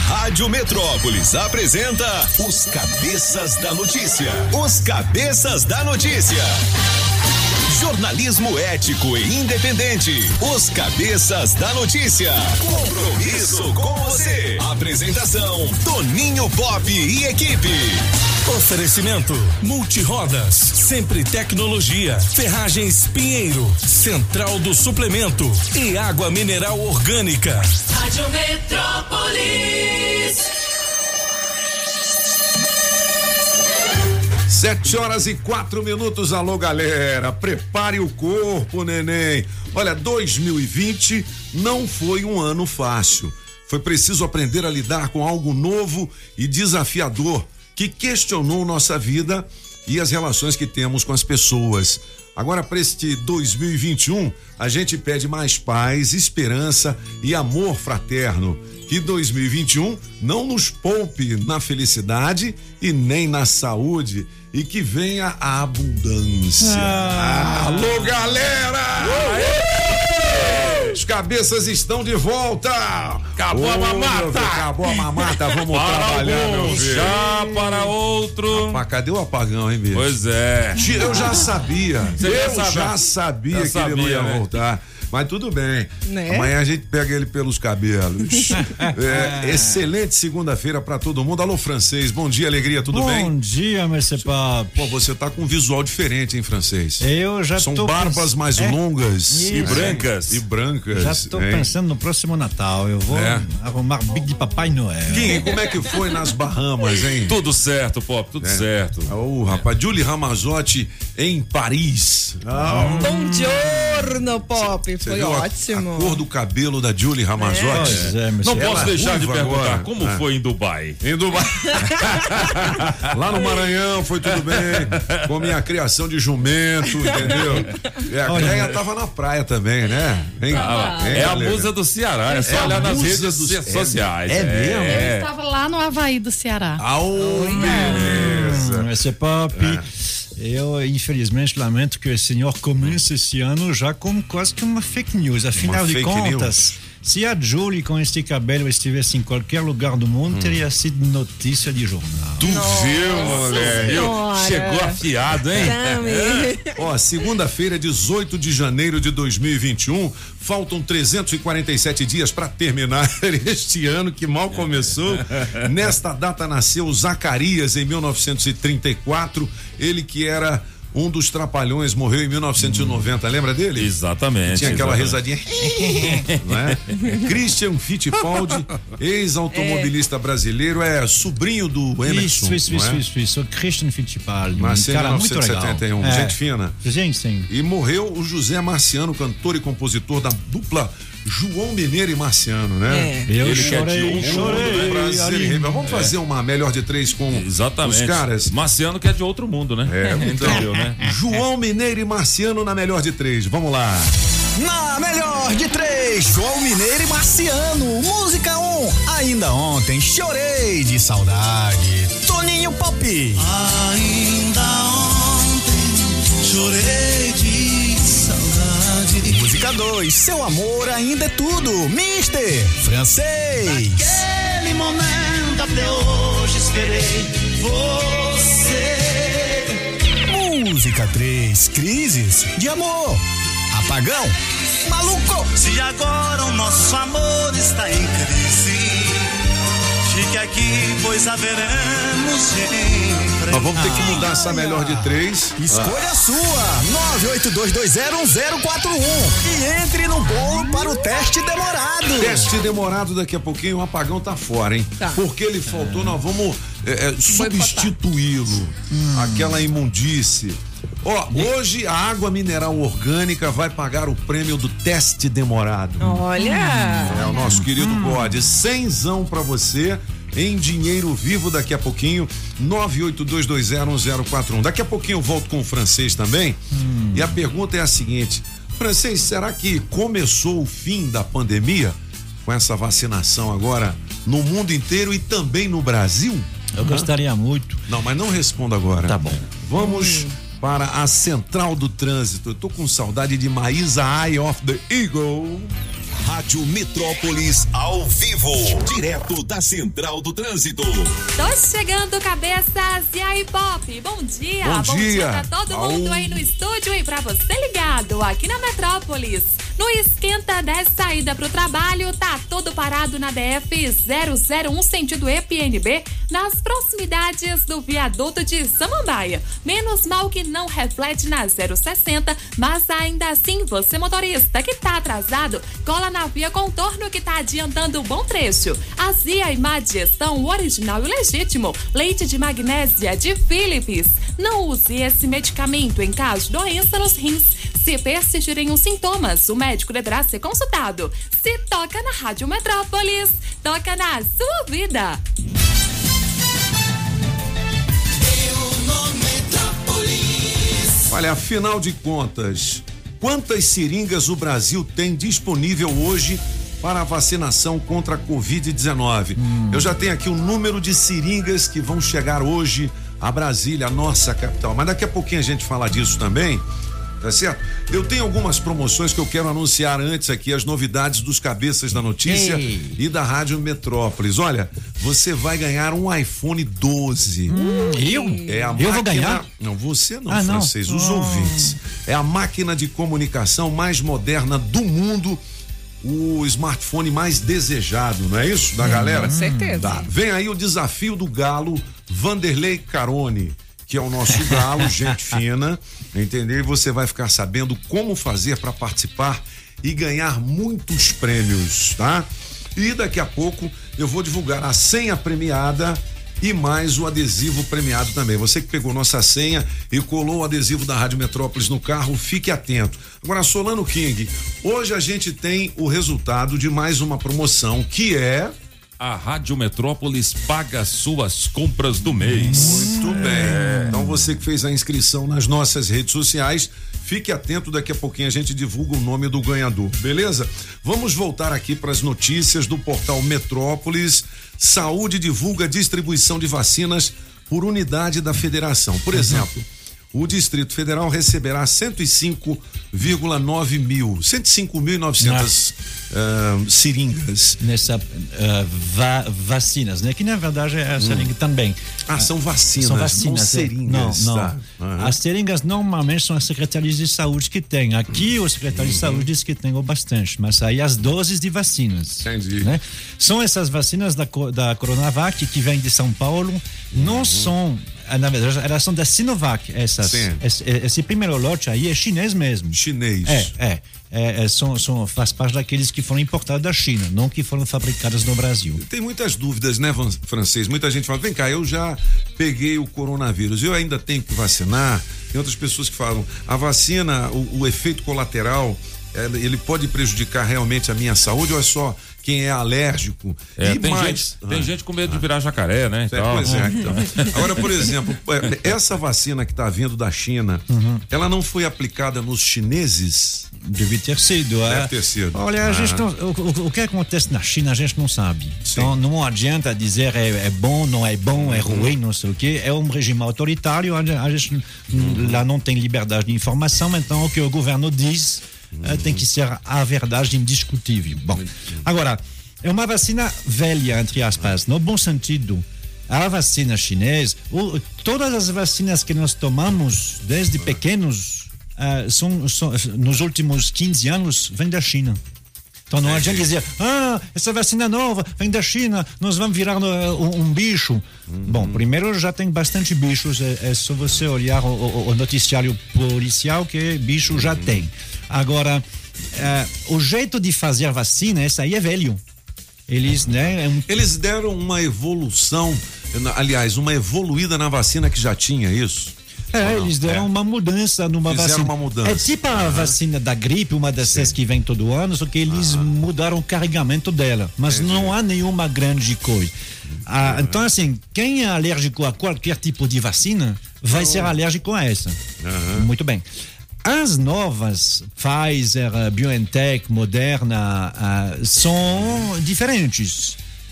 Rádio Metrópolis apresenta Os Cabeças da Notícia. Os Cabeças da Notícia. Jornalismo ético e independente. Os Cabeças da Notícia. Compromisso com você. Apresentação: Toninho Pop e equipe. Oferecimento: Multirodas, Sempre Tecnologia, Ferragens Pinheiro, Central do Suplemento e Água Mineral Orgânica. Rádio Metrópolis. 7h04. Alô, galera, prepare o corpo, neném. Olha, 2020 não foi um ano fácil. Foi preciso aprender a lidar com algo novo e desafiador que questionou nossa vida e as relações que temos com as pessoas. Agora, para este 2021, a gente pede mais paz, esperança e amor fraterno. Que 2021 não nos poupe na felicidade e nem na saúde, e que venha a abundância. Alô, galera! Os cabeças estão de volta. Acabou a mamata. Acabou a mamata, vamos trabalhar, meu filho. Já para outro. Rapaz, cadê o apagão, hein, bicho? Pois é. Eu já sabia. Já sabia que ele não ia voltar. Mas tudo bem, né? Amanhã a gente pega ele pelos cabelos. Excelente segunda-feira pra todo mundo. Alô, Francês, bom dia, alegria, tudo bem? Bom dia, Mr. Pop. Pô, você tá com um visual diferente, hein, Francês? Eu já São barbas mais longas e brancas. Já tô pensando no próximo Natal, eu vou arrumar Big de Papai Noel. Kim, como é que foi nas Bahamas, hein? Tudo certo, Pop, tudo certo. Rapaz, Julie Ramazotti em Paris. Bom giorno, Pop. Foi ótimo. A cor do cabelo da Julie Ramazotti. Não posso deixar de perguntar como foi em Dubai. Em Dubai. Lá no Maranhão foi tudo bem. Com minha criação de jumento, entendeu? A Cleia tava na praia também, né? A musa do Ceará. É só olhar nas redes sociais. É mesmo? Eu estava lá no Havaí do Ceará. Beleza. Mr. Pop. Eu, infelizmente, lamento que o senhor comece esse ano já com quase que uma fake news. Afinal de contas, se a Julie com este cabelo estivesse em qualquer lugar do mundo, teria sido notícia de jornal. Tu viu, moleque? Chegou afiado, hein? Segunda-feira, 18 de janeiro de 2021. Faltam 347 dias para terminar este ano que mal começou. Nesta data nasceu Zacarias em 1934. Ele que era um dos Trapalhões, morreu em 1990, lembra dele? Exatamente. Tinha aquela risadinha. Não é? Christian Fittipaldi, ex-automobilista brasileiro, é sobrinho do Emerson. Isso, o Christian Fittipaldi. Nasceu em cara 1971, muito legal. gente fina. Gente, sim. E morreu o José Marciano, cantor e compositor da dupla João Mineiro e Marciano, né? Eu Ele chorei. Vamos fazer uma melhor de três com os caras. Marciano que é de outro mundo, né? Entendeu, né? João Mineiro e Marciano na melhor de três. Vamos lá. Na melhor de três, João Mineiro e Marciano. Música 1. Ainda ontem chorei de saudade. Toninho Pop. Ainda ontem chorei de saudade. Música 2. Seu amor ainda é tudo. Mister Francês. Naquele momento até hoje esperei você. Música 3. Crises de amor. Apagão, maluco. Se agora o nosso amor está em crise, fique aqui, pois haveremos de enfrentar. Nós vamos ter que mudar essa melhor de três. Escolha a sua, 982201041 e entre no bolo para o teste demorado. Teste demorado, daqui a pouquinho o apagão tá fora, hein? Porque ele faltou, nós vamos substituí-lo. Aquela imundície. Hoje a água mineral orgânica vai pagar o prêmio do teste demorado. Olha! O nosso querido bode, 100zão pra você em dinheiro vivo daqui a pouquinho, 982201041. Daqui a pouquinho eu volto com o Francês também. E a pergunta é a seguinte: Francês, será que começou o fim da pandemia com essa vacinação agora no mundo inteiro e também no Brasil? Eu gostaria muito. Não, mas não responda agora. Tá bom. Vamos para a Central do Trânsito. Eu tô com saudade de Maísa, Eye of the Eagle. Rádio Metrópolis ao vivo, direto da Central do Trânsito. Tô chegando, cabeças, e aí, Pop? Bom dia. Bom dia pra todo mundo aí no estúdio e pra você ligado aqui na Metrópolis. No esquenta da saída pro trabalho, tá todo parado na DF 001 sentido EPNB, nas proximidades do viaduto de Samambaia. Menos mal que não reflete na 060, mas ainda assim, você motorista que tá atrasado, cola na via contorno que tá adiantando um bom trecho. Azia e má digestão, original e legítimo. Leite de magnésia de Philips. Não use esse medicamento em caso de doença nos rins. Se persistirem os sintomas, o médico deverá ser consultado. Se toca na Rádio Metrópolis, toca na sua vida. Olha, afinal de contas, quantas seringas o Brasil tem disponível hoje para a vacinação contra a Covid-19? Eu já tenho aqui o número de seringas que vão chegar hoje a Brasília, a nossa capital. Mas daqui a pouquinho a gente fala disso também. Tá certo? Eu tenho algumas promoções que eu quero anunciar antes aqui, as novidades dos cabeças da notícia e da Rádio Metrópolis. Olha, você vai ganhar um iPhone 12. Eu? É a eu vou ganhar? Não, você não, francês, os ouvintes. É a máquina de comunicação mais moderna do mundo, o smartphone mais desejado, não é isso, da galera? Com certeza. Tá. Vem aí o desafio do galo Vanderlei Carone, que é o nosso galo, gente fina, entendeu? E você vai ficar sabendo como fazer para participar e ganhar muitos prêmios, tá? E daqui a pouco eu vou divulgar a senha premiada e mais o adesivo premiado também. Você que pegou nossa senha e colou o adesivo da Rádio Metrópolis no carro, fique atento. Agora, Solano King, hoje a gente tem o resultado de mais uma promoção, que é... A Rádio Metrópolis paga suas compras do mês. Muito bem. Então você que fez a inscrição nas nossas redes sociais, fique atento, daqui a pouquinho a gente divulga o nome do ganhador, beleza? Vamos voltar aqui para as notícias do portal Metrópolis. Saúde divulga distribuição de vacinas por unidade da federação. Por exemplo, o Distrito Federal receberá 105,900 seringas. Nessa vacinas, né? Que na verdade é a seringa também. São vacinas, são vacinas, não seringas. Não. Tá. As seringas normalmente são as secretarias de saúde que tem. Aqui o secretário de saúde diz que tem bastante, mas aí as doses de vacinas. Entendi. Né? São essas vacinas da Coronavac que vem de São Paulo, não são, na verdade, elas são da Sinovac, essas. Esse primeiro lote aí é chinês mesmo. Chinês. Faz parte daqueles que foram importados da China, não que foram fabricados no Brasil. Tem muitas dúvidas, né, francês? Muita gente fala, vem cá, eu já peguei o coronavírus, eu ainda tenho que vacinar. Tem outras pessoas que falam, a vacina, o efeito colateral, ele pode prejudicar realmente a minha saúde ou é só quem é alérgico? Tem gente com medo de virar jacaré, né? Pois é, então. Agora, por exemplo, essa vacina que está vindo da China, ela não foi aplicada nos chineses? Deve ter sido. Deve ter sido. Olha, a gente o que acontece na China a gente não sabe. Sim. Então não adianta dizer é bom, não é bom, é ruim, não sei o quê. É um regime autoritário, a gente lá não tem liberdade de informação, então o que o governo diz tem que ser a verdade indiscutível. Bom, agora, é uma vacina velha, entre aspas, no bom sentido. A vacina chinesa, todas as vacinas que nós tomamos desde pequenos, nos últimos 15 anos, vêm da China. Então não adianta dizer, essa vacina nova vem da China, nós vamos virar um bicho. Bom, primeiro já tem bastante bichos, é só você olhar o noticiário policial que bicho já tem. Agora, o jeito de fazer vacina, essa aí é velho. Eles deram uma evolução, aliás, uma evoluída na vacina que já tinha isso. Eles deram uma mudança numa vacina. Uma mudança. É tipo a vacina da gripe, uma dessas que vem todo ano, só que eles mudaram o carregamento dela. Mas não há nenhuma grande coisa. Então, assim, quem é alérgico a qualquer tipo de vacina vai ser alérgico a essa. Muito bem. As novas, Pfizer, BioNTech, Moderna, são diferentes.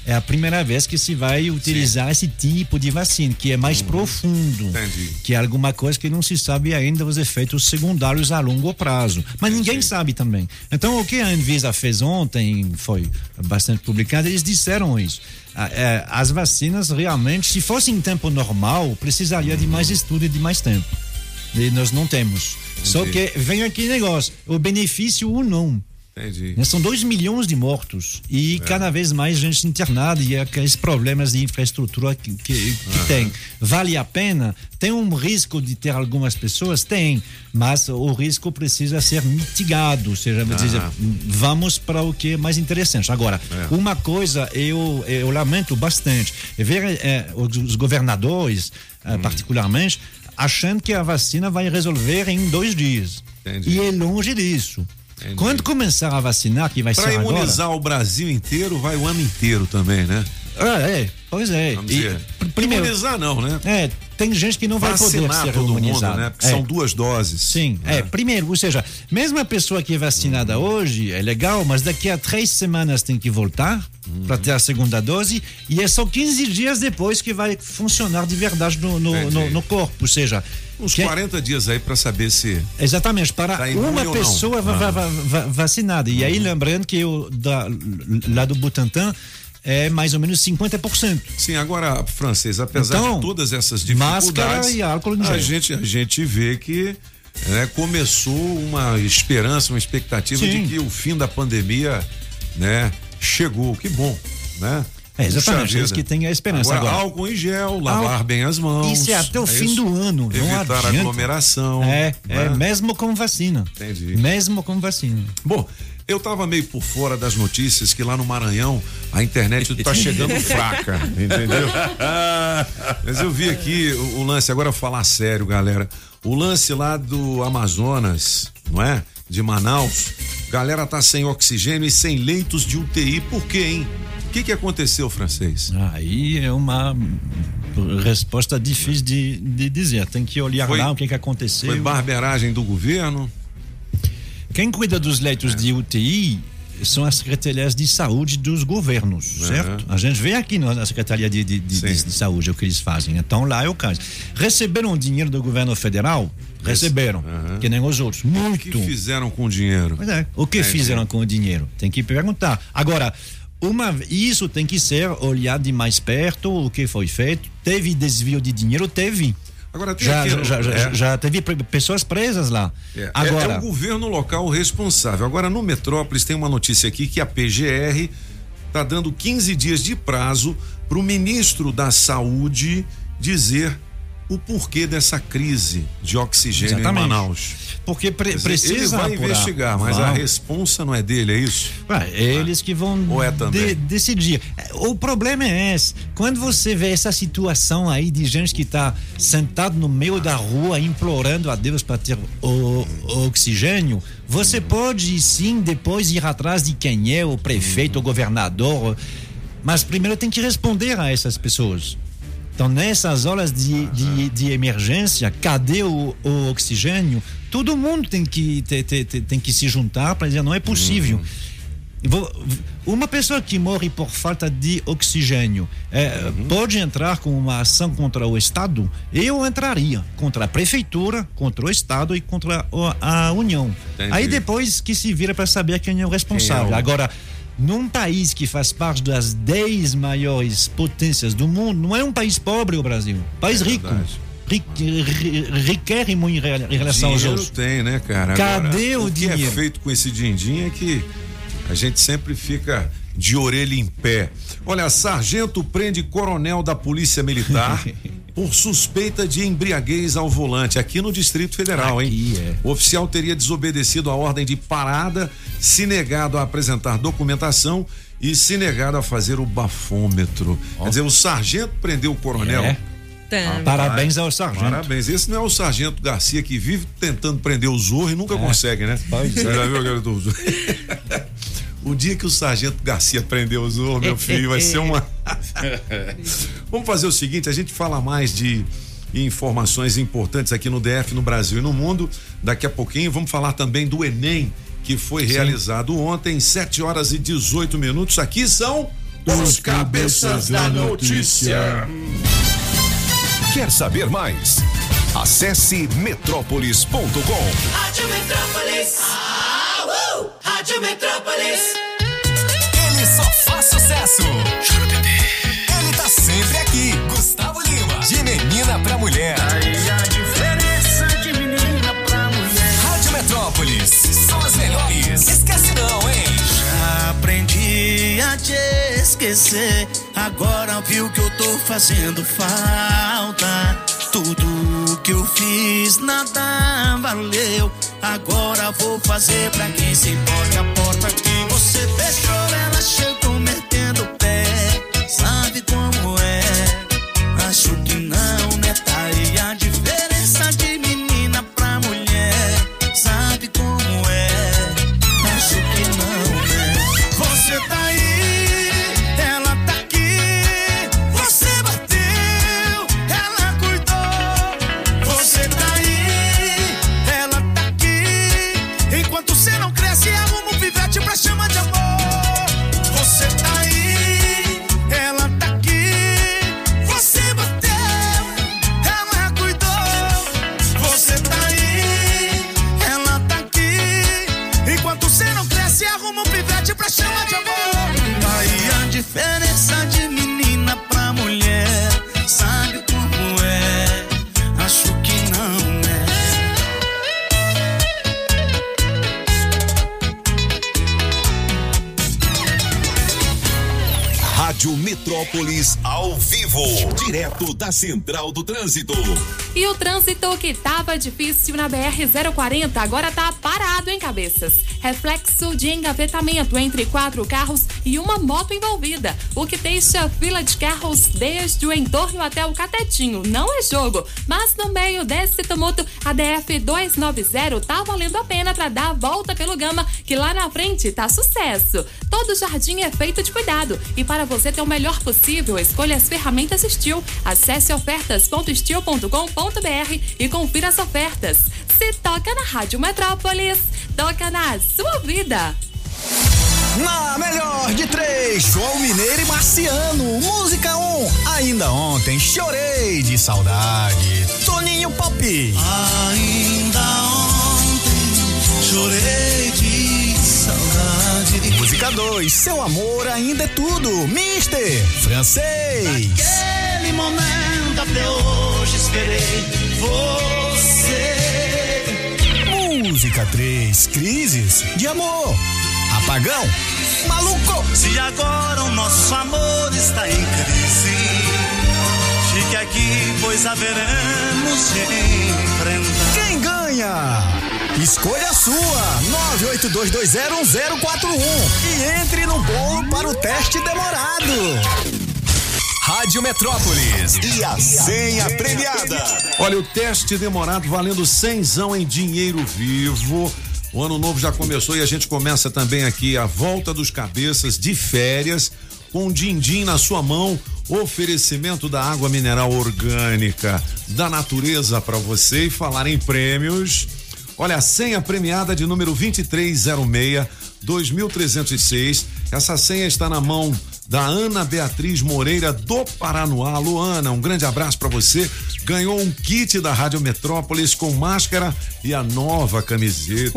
é a primeira vez que se vai utilizar esse tipo de vacina, que é mais profundo. Entendi. Que é alguma coisa que não se sabe ainda os efeitos secundários a longo prazo. Mas ninguém sabe também. Então, o que a Anvisa fez ontem, foi bastante publicado, eles disseram isso. As vacinas realmente, se fosse em tempo normal, precisaria de mais estudo e de mais tempo. E nós não temos. Entendi. Só que vem aquele negócio, o benefício ou não. Entendi. São 2 milhões de mortos e cada vez mais gente internada e aqueles problemas de infraestrutura que tem. Vale a pena? Tem um risco de ter algumas pessoas? Tem, mas o risco precisa ser mitigado, ou seja, dizer, vamos para o que é mais interessante. Agora, uma coisa eu lamento bastante, é ver os governadores, particularmente, achando que a vacina vai resolver em 2 dias. Entendi. E é longe disso. Entendi. Quando começar a vacinar, que vai ser agora... Para imunizar o Brasil inteiro, vai o ano inteiro também, né? Pois é. Primeiro, imunizar não, né? Tem gente que não vai poder ser imunizada. Né? Porque são 2 doses. Sim, primeiro, ou seja, mesmo a pessoa que é vacinada hoje é legal, mas daqui a 3 semanas tem que voltar para ter a segunda dose e é só 15 dias depois que vai funcionar de verdade no corpo, ou seja... Uns 40 dias aí para saber se... Exatamente, para uma pessoa vacinada. E aí, lembrando que lá do Butantan é mais ou menos 50%. Sim, agora, Francês, apesar de todas essas dificuldades... Máscara e álcool em gel. A gente vê que começou uma esperança, uma expectativa de que o fim da pandemia chegou. Que bom, né? Exatamente, eles que têm a esperança. Agora, álcool em gel, lavar bem as mãos. Isso é até o fim do ano. Evitar aglomeração. Mesmo com vacina. Entendi. Mesmo com vacina. Bom, eu tava meio por fora das notícias que lá no Maranhão a internet tá chegando fraca, entendeu? Mas eu vi aqui o lance, agora falar sério, galera. O lance lá do Amazonas, não é? De Manaus, galera tá sem oxigênio e sem leitos de UTI. Por quê, hein? O que aconteceu, Francês? Aí é uma resposta difícil de dizer. Tem que olhar lá o que aconteceu. Foi barbeiragem do governo? Quem cuida dos leitos de UTI são as secretarias de saúde dos governos, certo? A gente vê aqui na Secretaria de Saúde o que eles fazem. Então lá é o caso. Receberam dinheiro do governo federal? Receberam, que nem os outros. Muito. O que fizeram com o dinheiro? Pois é. O que fizeram com o dinheiro? Tem que perguntar. Agora, isso tem que ser olhado de mais perto, o que foi feito. Teve desvio de dinheiro? Teve. Agora, já teve pessoas presas lá. Agora, é o governo local responsável. Agora, no Metrópolis tem uma notícia aqui que a PGR está dando 15 dias de prazo para o ministro da Saúde dizer o porquê dessa crise de oxigênio em Manaus. Porque precisa ele vai investigar, mas a responsa não é dele, é isso? Eles que vão decidir. O problema é esse. Quando você vê essa situação aí de gente que está sentado no meio da rua implorando a Deus para ter o oxigênio, você pode sim depois ir atrás de quem é o prefeito, o governador, mas primeiro tem que responder a essas pessoas. Então, nessas horas de emergência, cadê o oxigênio? Todo mundo tem que se juntar para dizer, não é possível. Uma pessoa que morre por falta de oxigênio pode entrar com uma ação contra o Estado? Eu entraria contra a prefeitura, contra o Estado e contra a União. Entendi. Aí depois que se vira para saber quem é o responsável. Agora, num país que faz parte das 10 maiores potências do mundo, não é um país pobre o Brasil, país rico. Riquérrimo em relação aos outros. Tem, né, cara? Cadê o dinheiro? O que é feito com esse din-din é que a gente sempre fica de orelha em pé. Olha, sargento prende coronel da Polícia Militar por suspeita de embriaguez ao volante, aqui no Distrito Federal, hein? O oficial teria desobedecido a ordem de parada, se negado a apresentar documentação e se negado a fazer o bafômetro. Quer dizer, o sargento prendeu o coronel. Parabéns ao sargento. Parabéns. Esse não é o sargento Garcia que vive tentando prender o Zorro e nunca consegue, né? Você já viu aquele do Zorro? O dia que o sargento Garcia prendeu o Zorro, meu filho, vai ser uma... Vamos fazer o seguinte, a gente fala mais de informações importantes aqui no DF, no Brasil e no mundo. Daqui a pouquinho vamos falar também do Enem, que foi realizado ontem, 7h18. Aqui são Os cabeças da notícia. Quer saber mais? Acesse metrópolis.com. Rádio Metrópolis. Rádio Metrópolis. Ele só faz sucesso. Chora, bebê. Ele tá sempre aqui. Gustavo Lima. De menina pra mulher. Aí a diferença de menina pra mulher. Rádio Metrópolis. São as melhores. Esquece não, hein? Já aprendi a te esquecer. Agora viu que eu tô fazendo falta. Tudo que eu fiz nada valeu. Agora vou fazer pra quem se importa. A porta que você fechou, ela chegou metendo o pé. Sabe como é? Acho que não, né? Tá aí a diferença de menina pra mulher. Sabe como é? Acho que não, né? Você tá aí, ela tá aqui. Você bateu, ela cuidou. Você tá aí, ela tá aqui. Enquanto você não cresce, arruma um pivete pra chamar de amor. Você tá aí, ela tá aqui. Você bateu, ela cuidou. Você tá aí, ela tá aqui. Enquanto você não cresce, arruma um pivete pra chamar de amor. Aí a diferença de menina pra mulher. Sabe como é? Acho que não é. Rádio Metrópolis ao vivo. Direto da Central do Trânsito. E o trânsito que tava difícil na BR-040 agora tá parado em Cabeças. Reflexo de engavetamento entre 4 carros e uma moto envolvida, o que deixa fila de carros desde o entorno até o Catetinho. Não é jogo, mas no meio desse tumulto, a DF-290 tá valendo a pena pra dar a volta pelo Gama, que lá na frente tá sucesso. Todo jardim é feito de cuidado e para você ter o melhor possível, escolha as ferramentas Steel. Acesse ofertas.steel.com.br e confira as ofertas. Se toca na Rádio Metrópolis, toca na sua vida. Na melhor de 3, João Mineiro e Marciano. Música 1, ainda ontem chorei de saudade. Toninho Pop. Ainda ontem chorei de saudade. Música 2, seu amor ainda é tudo. Mister Francês. Naquele momento até hoje esperei você. Música 3, crises de amor. Apagão, maluco. Se agora o nosso amor está em crise, fique aqui, pois haveremos de enfrentar. Quem ganha? Escolha a sua, 982201041 e entre no bolo para o teste demorado. Rádio Metrópolis e a senha premiada. Olha, o teste demorado valendo 100zão em dinheiro vivo. O ano novo já começou e a gente começa também aqui a volta dos cabeças de férias com um din-din na sua mão. Oferecimento da água mineral orgânica da natureza para você. E falar em prêmios, olha, a senha premiada de número 2306-2306. Essa senha está na mão da Ana Beatriz Moreira do Paranoá. Luana, um grande abraço para você. Ganhou um kit da Rádio Metrópolis com máscara e a nova camiseta.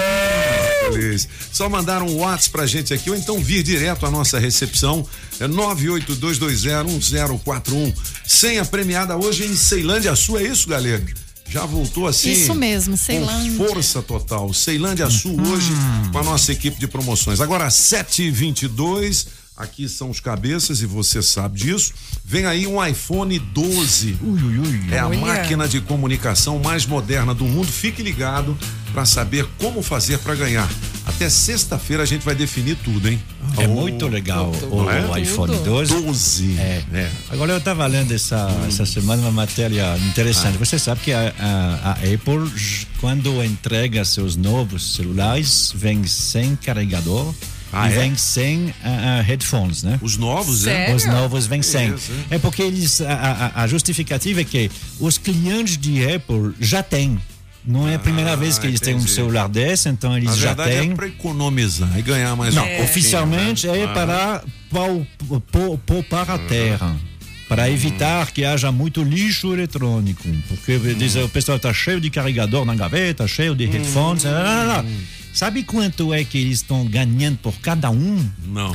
Só mandar um WhatsApp pra gente aqui ou então vir direto à nossa recepção. É 982201041. Senha premiada hoje em Ceilândia Sul, é isso, galera? Já voltou assim? Isso mesmo, Ceilândia. Com força total. Ceilândia Sul hoje com a nossa equipe de promoções. Agora 7h22. Aqui são os cabeças e você sabe disso. Vem aí um iPhone 12. É a máquina de comunicação mais moderna do mundo. Fique ligado para saber como fazer para ganhar. Até sexta-feira a gente vai definir tudo, hein? É muito legal o iPhone 12. Agora eu estava lendo essa semana uma matéria interessante. Você sabe que a Apple, quando entrega seus novos celulares, vem sem carregador. Vem sem headphones, né? Os novos, né? Os novos vêm sem. É porque eles, a justificativa é que os clientes de Apple já têm. Não é a primeira vez que eles têm um celular desse, então eles já têm. É para economizar e ganhar mais. Não, oficialmente é para poupar a terra. Para evitar que haja muito lixo eletrônico. Porque o pessoal está cheio de carregador na gaveta, cheio de headphones. Sabe quanto é que eles estão ganhando por cada um? Não.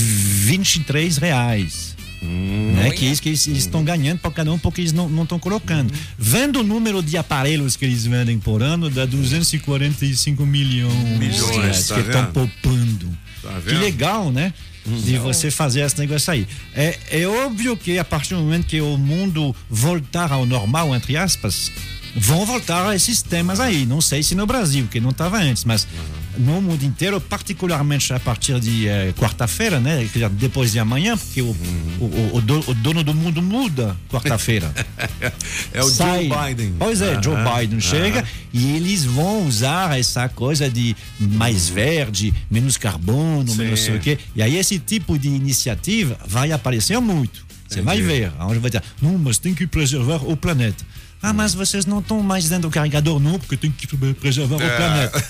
R$23. Né? Que isso que eles estão ganhando por cada um, porque eles não estão colocando. Vendo o número de aparelhos que eles vendem por ano, dá 245 milhões que estão poupando. Tá que legal, né? De você fazer esse negócio aí. É óbvio que a partir do momento que o mundo voltar ao normal, entre aspas, vão voltar a esses temas aí. Não sei se no Brasil, que não estava antes, mas no mundo inteiro, particularmente a partir de quarta-feira, né? Depois de amanhã, porque o dono do mundo muda quarta-feira. É o Joe Biden. Pois é, Joe Biden chega e eles vão usar essa coisa de mais verde, menos carbono, menos sei o quê. E aí esse tipo de iniciativa vai aparecer muito. Você vai ver. Onde vai dizer, não, mas tem que preservar o planeta. Mas vocês não estão mais dentro do carregador, não, porque tem que preservar o planeta.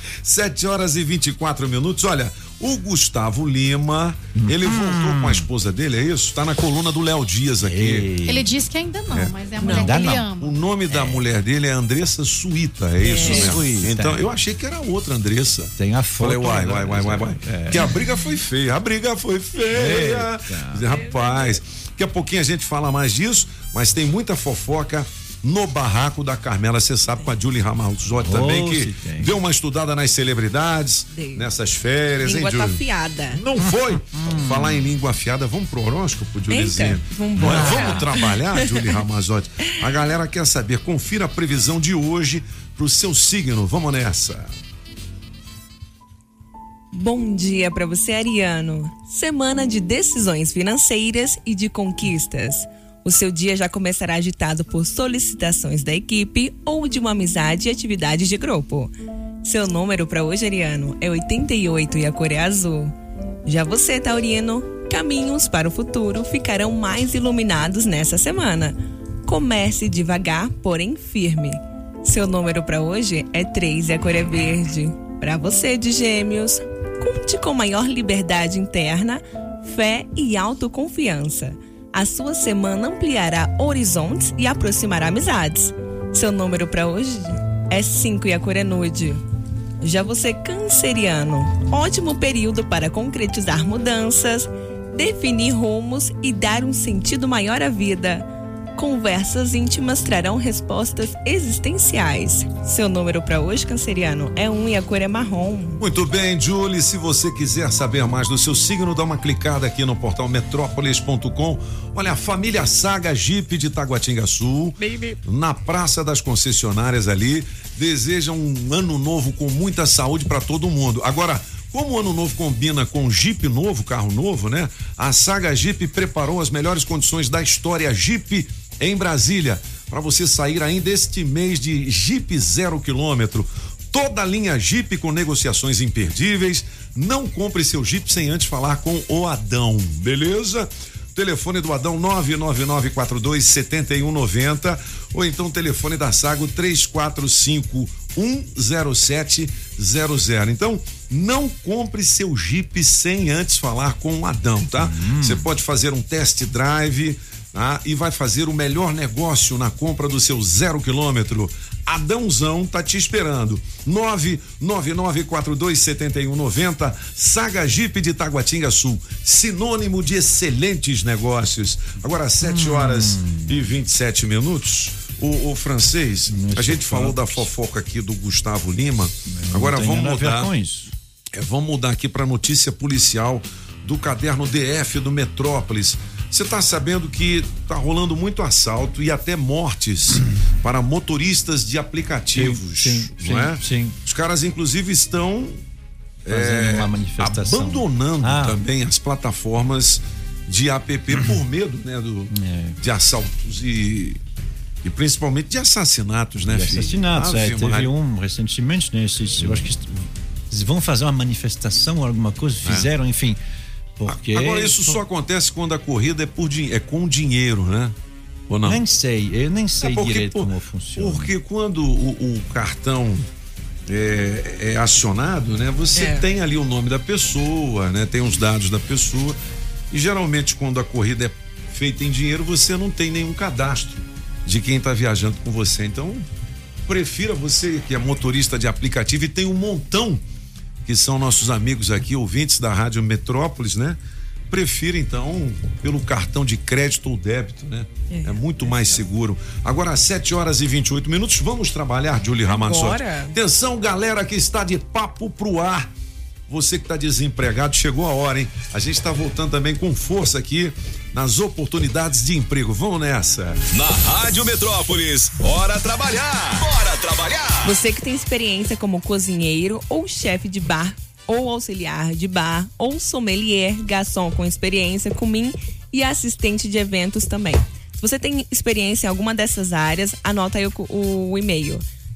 7h24. Olha, o Gustavo Lima, ele voltou com a esposa dele, é isso? Tá na coluna do Léo Dias aqui. Ele disse que ainda não, mas é a mulher que ele ama. O nome da mulher dele é Andressa Suíta, é isso mesmo? Suíta. Então, eu achei que era outra Andressa. Tem a foto. Falei, vai. Que a briga foi feia. Rapaz, daqui a pouquinho a gente fala mais disso, mas tem muita fofoca no barraco da Carmela, você sabe, com a Julie Ramazotti também, que deu uma estudada nas celebridades, nessas férias, língua hein, Julie? Tá afiada. Não foi? Falar em língua afiada, vamos pro horóscopo, Juliezinha? Vamos trabalhar, Julie Ramazotti? A galera quer saber, confira a previsão de hoje pro seu signo, vamos nessa. Bom dia para você, Ariano. Semana de decisões financeiras e de conquistas. O seu dia já começará agitado por solicitações da equipe ou de uma amizade e atividades de grupo. Seu número para hoje, Ariano, é 88 e a cor é azul. Já você, Taurino, caminhos para o futuro ficarão mais iluminados nessa semana. Comece devagar, porém firme. Seu número para hoje é 3 e a cor é verde. Para você, de Gêmeos, conte com maior liberdade interna, fé e autoconfiança. A sua semana ampliará horizontes e aproximará amizades. Seu número para hoje é 5 e a cor é nude. Já você, canceriano, ótimo período para concretizar mudanças, definir rumos e dar um sentido maior à vida. Conversas íntimas trarão respostas existenciais. Seu número para hoje, canceriano, é 1 e a cor é marrom. Muito bem, Julie, se você quiser saber mais do seu signo, dá uma clicada aqui no portal metrópolis.com. Olha, a família Saga Jeep de Taguatinga Sul, na Praça das Concessionárias ali, deseja um ano novo com muita saúde para todo mundo. Agora, como o ano novo combina com Jeep novo, carro novo, né? A Saga Jeep preparou as melhores condições da história Jeep em Brasília, para você sair ainda este mês de Jeep 0 km. Toda a linha Jeep com negociações imperdíveis. Não compre seu Jeep sem antes falar com o Adão, beleza? Telefone do Adão 999427190 ou então o telefone da Sago 345-10700. Então, não compre seu Jeep sem antes falar com o Adão, tá? Você pode fazer um test drive, tá? E vai fazer o melhor negócio na compra do seu 0 km. Adãozão tá te esperando. 999427190. Saga Jeep de Taguatinga Sul, sinônimo de excelentes negócios. Agora 7h27. O francês, a gente falou da fofoca aqui do Gustavo Lima. Agora vamos mudar. Vamos mudar aqui para notícia policial do caderno DF do Metrópolis. Você está sabendo que está rolando muito assalto e até mortes para motoristas de aplicativos, não é? Sim. Os caras, inclusive, estão fazendo uma manifestação, abandonando também as plataformas de app por medo, né, de assaltos e principalmente de assassinatos, né, filho? Assassinatos, teve um recentemente, né? Eu acho que eles vão fazer uma manifestação ou alguma coisa, fizeram, enfim. Porque agora isso só acontece quando a corrida é com dinheiro, né? Ou não? Eu nem sei direito como funciona. Porque quando o cartão é acionado, né? Você tem ali o nome da pessoa, né? Tem os dados da pessoa e geralmente quando a corrida é feita em dinheiro, você não tem nenhum cadastro de quem está viajando com você. Então, prefira você que é motorista de aplicativo e tem um montão que são nossos amigos aqui, ouvintes da Rádio Metrópolis, né? Prefira então pelo cartão de crédito ou débito, né? É muito mais seguro. Agora às 7h28, vamos trabalhar, Julie Ramansotti. Atenção, galera que está de papo pro ar. Você que está desempregado, chegou a hora, hein? A gente está voltando também com força aqui nas oportunidades de emprego. Vamos nessa. Na Rádio Metrópolis, bora trabalhar! Bora trabalhar! Você que tem experiência como cozinheiro ou chefe de bar, ou auxiliar de bar, ou sommelier, garçom com experiência, comim e assistente de eventos também. Se você tem experiência em alguma dessas áreas, anota aí o e-mail: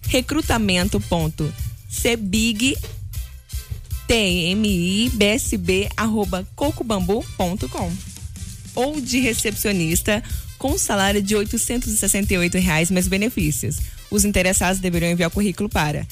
recrutamento.tmibsb@cocobambu.com, ou de recepcionista com salário de R$ 868 mais benefícios. Os interessados deverão enviar o currículo para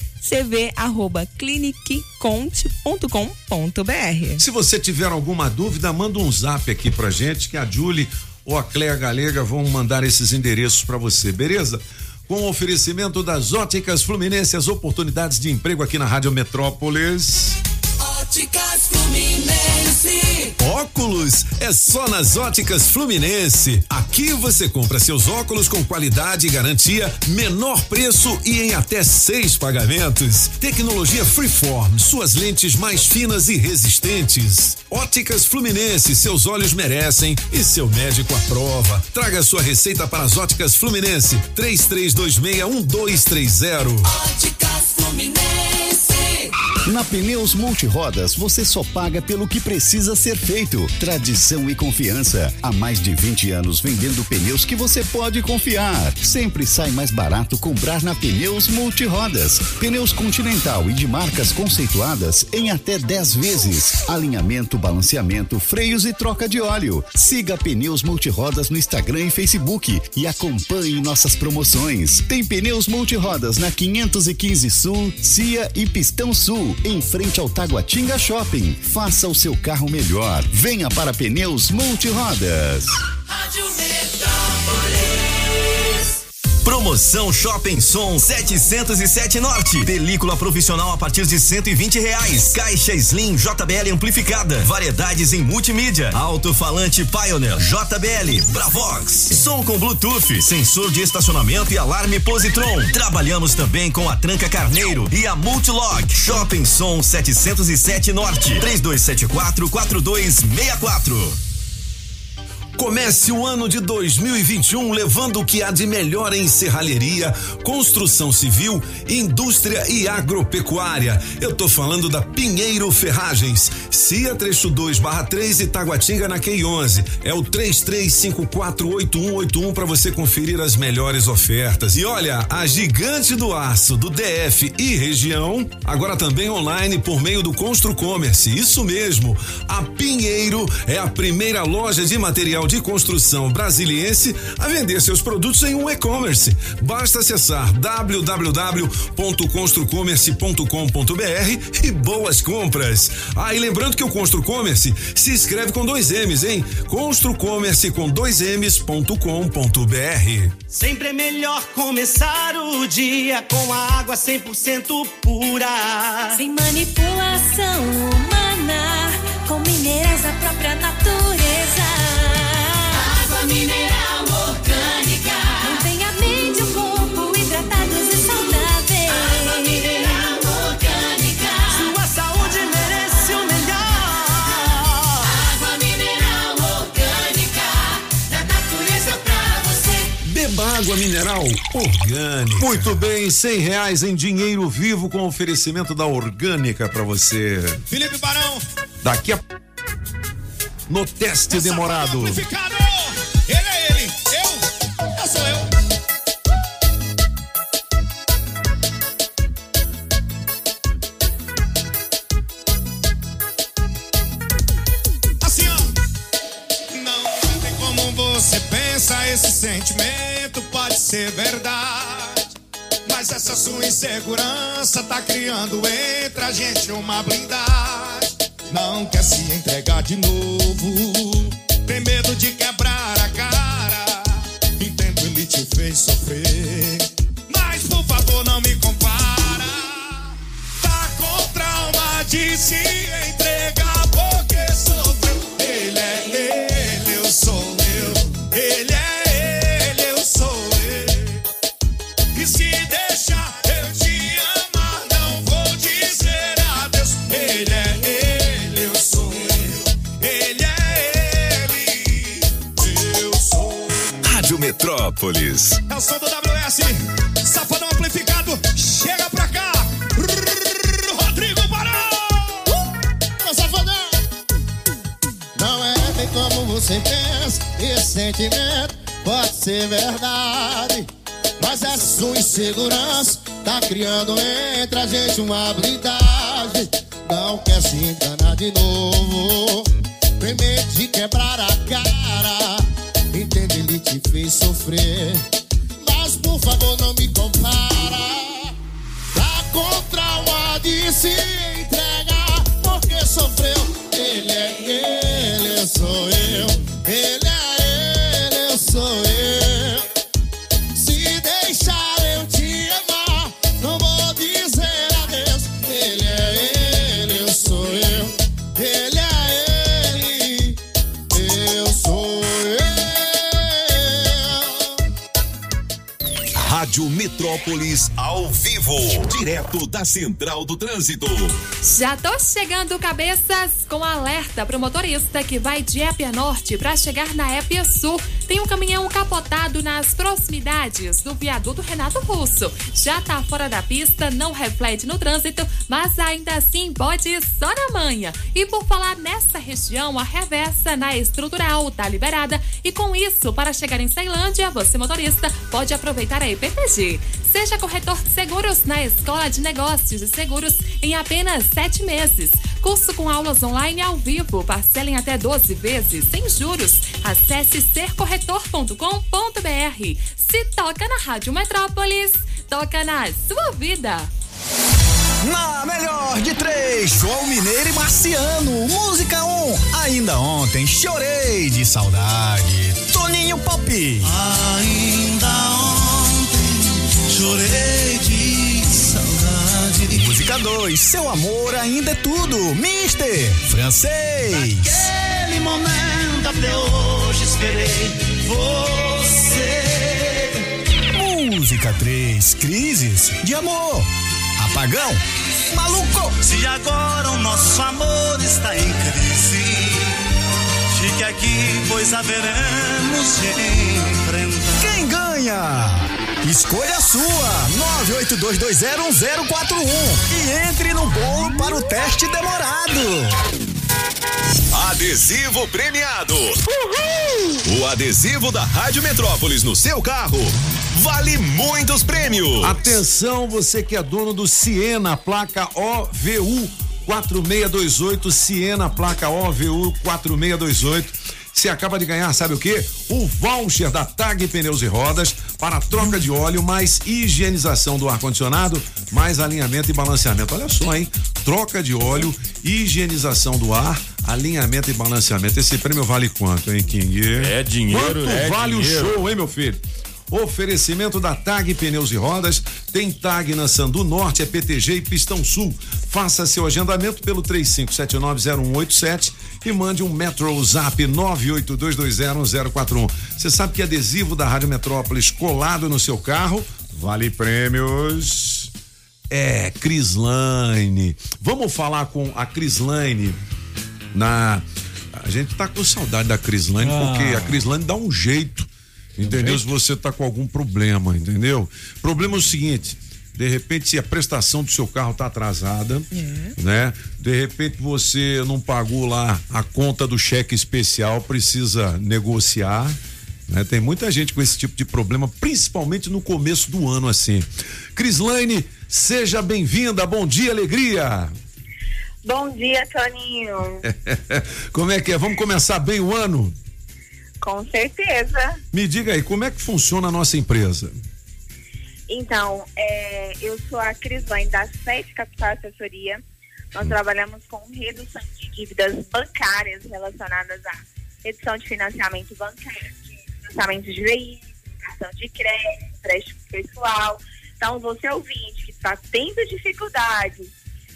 cv@cliniqueconte.com.br. Se você tiver alguma dúvida, manda um zap aqui pra gente que a Julie ou a Cléa Galega vão mandar esses endereços pra você, beleza? Com o oferecimento das Óticas Fluminense, as oportunidades de emprego aqui na Rádio Metrópolis. Óticas Fluminense. Óculos é só nas Óticas Fluminense. Aqui você compra seus óculos com qualidade e garantia, menor preço e em até 6 pagamentos. Tecnologia Freeform, suas lentes mais finas e resistentes. Óticas Fluminense, seus olhos merecem e seu médico aprova. Traga sua receita para as Óticas Fluminense. 3326-1230. Óticas Fluminense. Na Pneus Multirodas, você só paga pelo que precisa ser feito. Tradição e confiança. Há mais de 20 anos vendendo pneus que você pode confiar. Sempre sai mais barato comprar na Pneus Multirodas. Pneus Continental e de marcas conceituadas em até 10 vezes. Alinhamento, balanceamento, freios e troca de óleo. Siga Pneus Multirodas no Instagram e Facebook e acompanhe nossas promoções. Tem Pneus Multirodas na 515 Sul, Cia e Pistão Sul, em frente ao Taguatinga Shopping. Faça o seu carro melhor. Venha para Pneus Multirodas. Rádio Metrópolis. Promoção Shopping Som 707 Norte. Película profissional a partir de R$120. Caixa Slim JBL amplificada. Variedades em multimídia. Alto-falante Pioneer JBL. Bravox. Som com Bluetooth. Sensor de estacionamento e alarme Positron. Trabalhamos também com a Tranca Carneiro e a Multilog. Shopping Som 707 Norte. 3274-4264. Comece o ano de 2021 levando o que há de melhor em serralheria, construção civil, indústria e agropecuária. Eu tô falando da Pinheiro Ferragens, Cia trecho 2/3 e Taguatinga na Q11. É o 33548181 para você conferir as melhores ofertas. E olha, a gigante do aço do DF e região, agora também online por meio do Construcommerce. Isso mesmo, a Pinheiro é a primeira loja de material de construção brasiliense a vender seus produtos em um e-commerce. Basta acessar www.construcommerce.com.br e boas compras. E lembrando que o Construcommerce se escreve com 2 M's, hein? Construcommerce com 2 M's.com.br. Sempre é melhor começar o dia com a água 100% pura. Sem manipulação humana, com minerais da própria natureza. Água mineral orgânica. Mantém a mente e o corpo hidratados e saudáveis. Água mineral orgânica. Sua saúde merece o melhor. Água mineral orgânica. Da natureza pra você. Beba água mineral orgânica. Muito bem, R$100 em dinheiro vivo com oferecimento da Orgânica pra você. Felipe Barão. Daqui a... No teste demorado. Ele é ele, eu sou eu. Assim, ó. Não tem como você pensa. pensa, esse sentimento pode ser verdade, mas essa sua insegurança tá criando entre a gente uma blindagem. Não quer se entregar de novo, tem medo de quebrar a cara. Entendo, ele te fez sofrer, mas por favor não me compara. Tá com trauma de se entregar porque sofreu. Ele é ele, eu sou eu. Ele é ele, eu sou eu. E se deixar eu te amar, não vou dizer adeus. Ele é ele, eu sou eu. Ele é ele, eu sou eu. Rádio Metrópolis. É o som do WS, Safadão amplificado. Chega pra cá, Rodrigo Barão. Meu safadão. Não é bem como você pensa, esse sentimento pode ser verdade, mas essa sua insegurança tá criando entre a gente uma blindagem. Não quer se enganar de novo, tem medo de quebrar a cara. Entende, ele te fez sofrer, mas por favor não me compara. Tá com trauma de se entregar porque sofreu. Ele é ele, eu sou eu. Ele é ele, eu sou eu. Se deixar eu te amar, não vou dizer adeus. Ele é ele, eu sou eu. Ele é ele, eu sou eu. Rádio Metrópolis ao vivo, direto da Central do Trânsito. Já tô chegando, cabeças, com alerta pro motorista que vai de Épia Norte para chegar na Épia Sul. Tem um caminhão capotado nas proximidades do viaduto Renato Russo. Já tá fora da pista, não reflete no trânsito, mas ainda assim pode ir só na manhã. E por falar nessa região, a reversa na estrutural tá liberada. E com isso, para chegar em Ceilândia, você motorista pode aproveitar a EPTG. Seja corretor de seguros na Escola de Negócios e Seguros em apenas 7 meses. Curso com aulas online ao vivo. Parcelem até 12 vezes, sem juros. Acesse sercorretor.com.br. Se toca na Rádio Metrópolis, toca na sua vida. Na melhor de 3, João Mineiro e Marciano. Música 1, ainda ontem chorei de saudade. Toninho Pop. Ainda ontem chorei de saudade. Música 2, seu amor ainda é tudo. Mister Francês. Naquele momento até hoje esperei você. Música 3, crises de amor. Apagão, maluco. Se agora o nosso amor está em crise, fique aqui, pois haveremos de enfrentar. Quem ganha? Escolha a sua, 982201041 e entre no bolo para o teste demorado. Adesivo premiado. Uhul! O adesivo da Rádio Metrópolis no seu carro vale muitos prêmios. Atenção, você que é dono do Siena, placa OVU 4628, Siena, placa OVU 4628. Você acaba de ganhar, sabe o quê? O voucher da TAG Pneus e Rodas para troca de óleo, mais higienização do ar-condicionado, mais alinhamento e balanceamento. Olha só, hein? Troca de óleo, higienização do ar, alinhamento e balanceamento. Esse prêmio vale quanto, hein, King? É dinheiro, quanto vale dinheiro. O show, hein, meu filho? Oferecimento da TAG Pneus e Rodas. Tem TAG na Sandu Norte, é PTG e Pistão Sul. Faça seu agendamento pelo 35790187 e mande um Metro Zap 982201041. Você sabe que adesivo da Rádio Metrópolis colado no seu carro vale prêmios. É, Crislaine. Vamos falar com a Crislaine A gente tá com saudade da Crislaine, porque a Crislaine dá um jeito. Entendeu? Se você tá com algum problema, entendeu? Problema é o seguinte, de repente se a prestação do seu carro tá atrasada, né? De repente você não pagou lá a conta do cheque especial, precisa negociar, né? Tem muita gente com esse tipo de problema, principalmente no começo do ano assim. Crislaine, seja bem-vinda, bom dia, alegria. Bom dia, Toninho. Como é que é? Vamos começar bem o ano? Com certeza. Me diga aí, como é que funciona a nossa empresa? Então, eu sou a Crislane da 7 Capital Assessoria. Nós trabalhamos com redução de dívidas bancárias relacionadas à redução de financiamento bancário, financiamento de veículos, cartão de crédito, empréstimo pessoal. Então, você ouvinte que está tendo dificuldade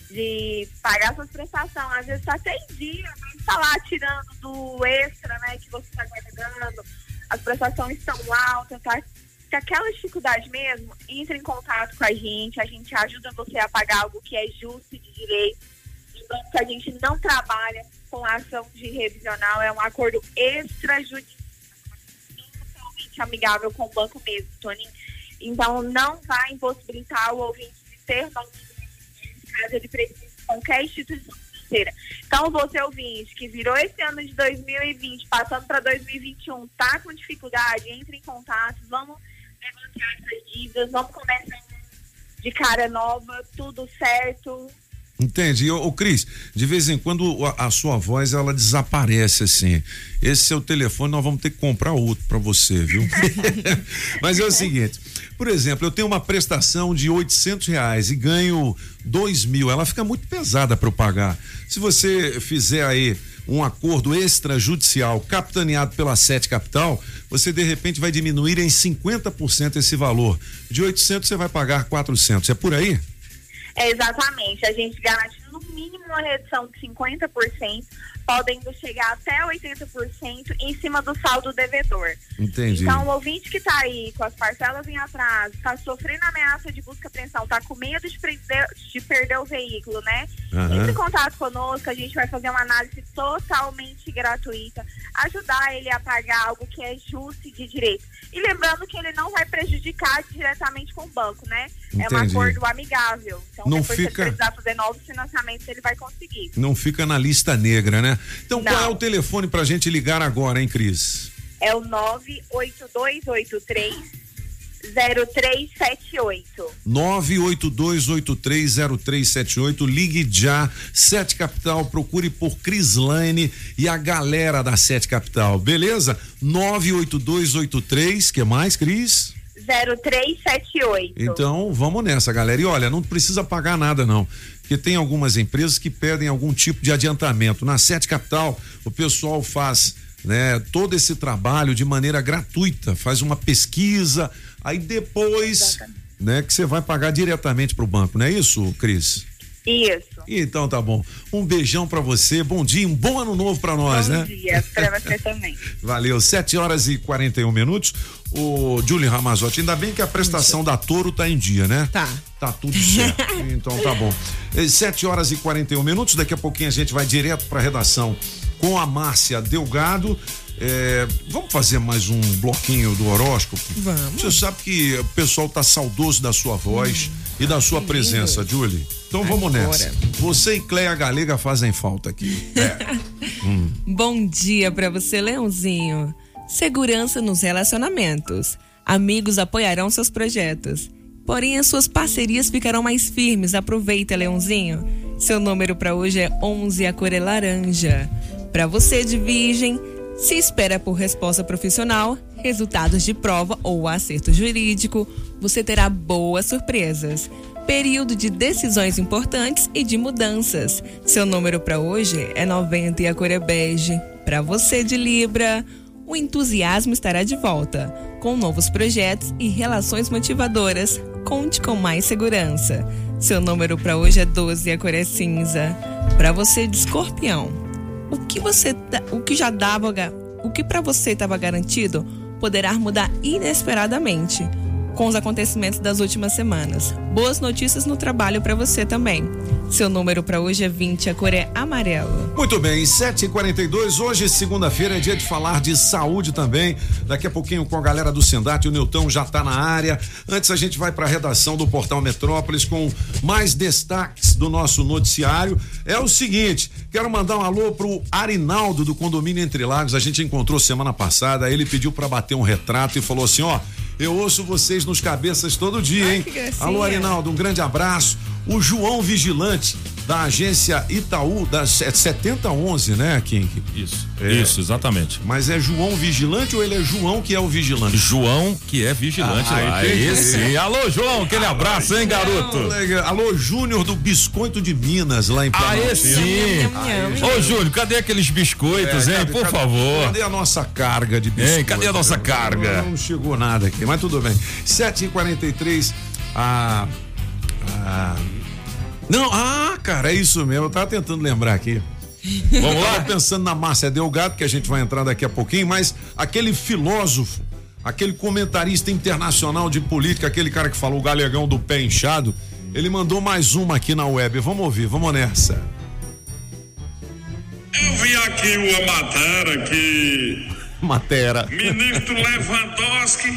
de pagar suas prestações, às vezes está até em dia, mas está lá tirando do extra, né, que você está guardando, as prestações estão altas, tá? Se aquela dificuldade mesmo, entre em contato com a gente ajuda você a pagar algo que é justo e de direito. Lembrando que a gente não trabalha com ação de revisional, é um acordo extrajudicial, totalmente amigável com o banco mesmo, Toninho. Então, não vai impossibilitar o ouvinte de ter nome caso ele precise de qualquer instituição financeira. Então, você ouvinte que virou esse ano de 2020, passando para 2021, tá com dificuldade, entre em contato, vamos negociar essas dívidas, vamos começar de cara nova, tudo certo. Entendi. Ô Cris, de vez em quando a sua voz ela desaparece assim. Esse seu telefone nós vamos ter que comprar outro para você, viu? Mas é o seguinte, por exemplo, eu tenho uma prestação de R$800 e ganho 2.000, ela fica muito pesada para eu pagar. Se você fizer aí um acordo extrajudicial capitaneado pela 7 Capital, você de repente vai diminuir em 50% esse valor. De 800 você vai pagar 400, é por aí? Exatamente, a gente garante no mínimo uma redução de 50%, podendo chegar até 80% em cima do saldo devedor. Entendi. Então, o ouvinte que está aí com as parcelas em atraso, está sofrendo ameaça de busca e apreensão, está com medo de perder o veículo, né? Entre em contato conosco, a gente vai fazer uma análise totalmente gratuita, ajudar ele a pagar algo que é justo e de direito. E lembrando que ele não vai prejudicar diretamente com o banco, né? Entendi. É um acordo amigável. Então, não depois fica... se ele precisar fazer novos financiamentos, ele vai conseguir. Não fica na lista negra, né? Então, não. Qual é o telefone pra gente ligar agora, hein, Cris? É o 98283 0378. 982830378. Ligue já. 7 Capital, procure por Crislane e a galera da 7 Capital, beleza? 98283, que mais, Cris? 0378. Então, vamos nessa, galera. E olha, não precisa pagar nada, não. Porque tem algumas empresas que pedem algum tipo de adiantamento. Na 7 Capital, o pessoal faz, né, todo esse trabalho de maneira gratuita, faz uma pesquisa, aí depois, né, que você vai pagar diretamente pro banco, não é isso, Cris? Isso. Então tá bom. Um beijão pra você, bom dia, um bom ano novo pra nós, né? Bom dia, pra você também. Valeu, 7h41. O Julie Ramazotti, ainda bem que a prestação da Toro tá em dia, né? Tá tudo certo. Então tá bom. 7h41, daqui a pouquinho a gente vai direto pra redação com a Márcia Delgado. Vamos fazer mais um bloquinho do horóscopo? Vamos. Você sabe que o pessoal tá saudoso da sua voz e da sua presença, Julie. Então vamos nessa. Você e Cleia Galega fazem falta aqui. Bom dia pra você, Leãozinho. Segurança nos relacionamentos. Amigos apoiarão seus projetos. Porém, as suas parcerias ficarão mais firmes. Aproveita, Leãozinho. Seu número pra hoje é 11, a cor é laranja. Pra você de Virgem, se espera por resposta profissional, resultados de prova ou acerto jurídico, você terá boas surpresas. Período de decisões importantes e de mudanças. Seu número para hoje é 90 e a cor é bege. Para você de Libra, o entusiasmo estará de volta, com novos projetos e relações motivadoras. Conte com mais segurança. Seu número para hoje é 12 e a cor é cinza. Para você de Escorpião, o que para você estava garantido poderá mudar inesperadamente com os acontecimentos das últimas semanas. Boas notícias no trabalho para você também. Seu número para hoje é 20, a cor é amarelo. Muito bem, 7h42, hoje segunda-feira é dia de falar de saúde também. Daqui a pouquinho com a galera do Sendat, o Nilton já tá na área. Antes a gente vai para a redação do Portal Metrópolis com mais destaques do nosso noticiário. É o seguinte, quero mandar um alô pro Arinaldo do condomínio Entre Lagos. A gente encontrou semana passada, ele pediu para bater um retrato e falou assim, ó, eu ouço vocês nos cabeças todo dia, hein? Alô, Arinaldo, um grande abraço. O João Vigilante da agência Itaú, da 7011, né, Kim? Isso, isso, exatamente. Mas é João Vigilante ou ele é João que é o vigilante? João que é vigilante lá. Esse. Alô, João, aquele abraço, hein, garoto? Alô, Júnior do Biscoito de Minas, lá em Planaltina. Sim. Ô, Júnior, cadê aqueles biscoitos, hein? Por favor. Cadê a nossa carga de biscoito? Cadê a nossa carga? Não chegou nada aqui, mas tudo bem. 7h43, Não, cara, é isso mesmo, eu tava tentando lembrar aqui. Vamos lá? Eu tava pensando na Márcia Delgado, que a gente vai entrar daqui a pouquinho, mas aquele filósofo, aquele comentarista internacional de política, aquele cara que falou o galegão do pé inchado, ele mandou mais uma aqui na web. Vamos ouvir, vamos nessa. Eu vi aqui uma matéria que ministro Lewandowski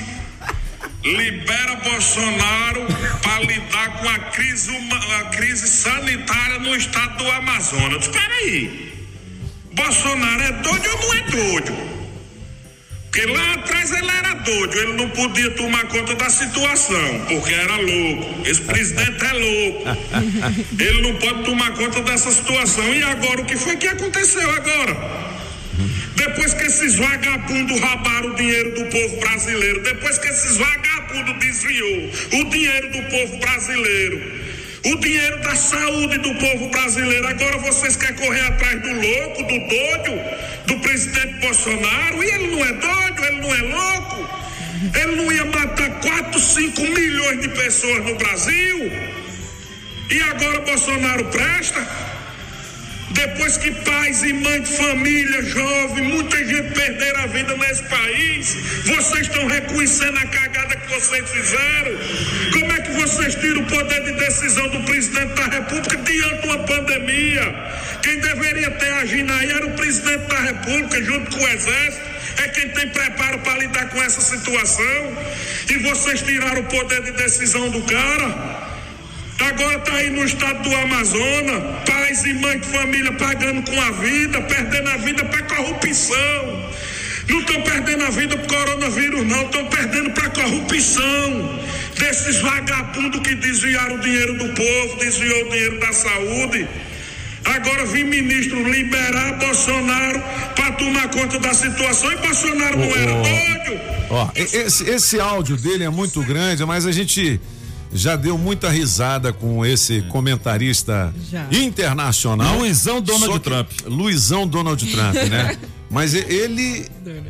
libera Bolsonaro para lidar com a crise sanitária no estado do Amazonas. Espera aí, Bolsonaro é doido ou não é doido? Porque lá atrás ele era doido, ele não podia tomar conta da situação, porque era louco. Esse presidente é louco. Ele não pode tomar conta dessa situação. E agora, o que foi que aconteceu agora? Depois que esses vagabundos roubaram o dinheiro do povo brasileiro, depois que esses vagabundos desviou o dinheiro do povo brasileiro, o dinheiro da saúde do povo brasileiro, agora vocês querem correr atrás do louco, do doido, do presidente Bolsonaro, e ele não é doido, ele não é louco, ele não ia matar 4, 5 milhões de pessoas no Brasil, e agora Bolsonaro presta? Depois que pais e mães de família, jovem, muita gente perderam a vida nesse país, vocês estão reconhecendo a cagada que vocês fizeram? Como é que vocês tiram o poder de decisão do presidente da República diante de uma pandemia? Quem deveria ter agido aí era o presidente da República, junto com o Exército, é quem tem preparo para lidar com essa situação, e vocês tiraram o poder de decisão do cara. Agora está aí no estado do Amazonas, pais e mães de família pagando com a vida, perdendo a vida para corrupção. Não estão perdendo a vida para coronavírus, não, estão perdendo para corrupção. Desses vagabundos que desviaram o dinheiro do povo, desviou o dinheiro da saúde. Agora vem ministro liberar Bolsonaro para tomar conta da situação, e Bolsonaro não era doido. Esse áudio dele é muito grande, mas a gente já deu muita risada com esse comentarista internacional. Luizão Donald Trump. Luizão Donald Trump, né? Mas ele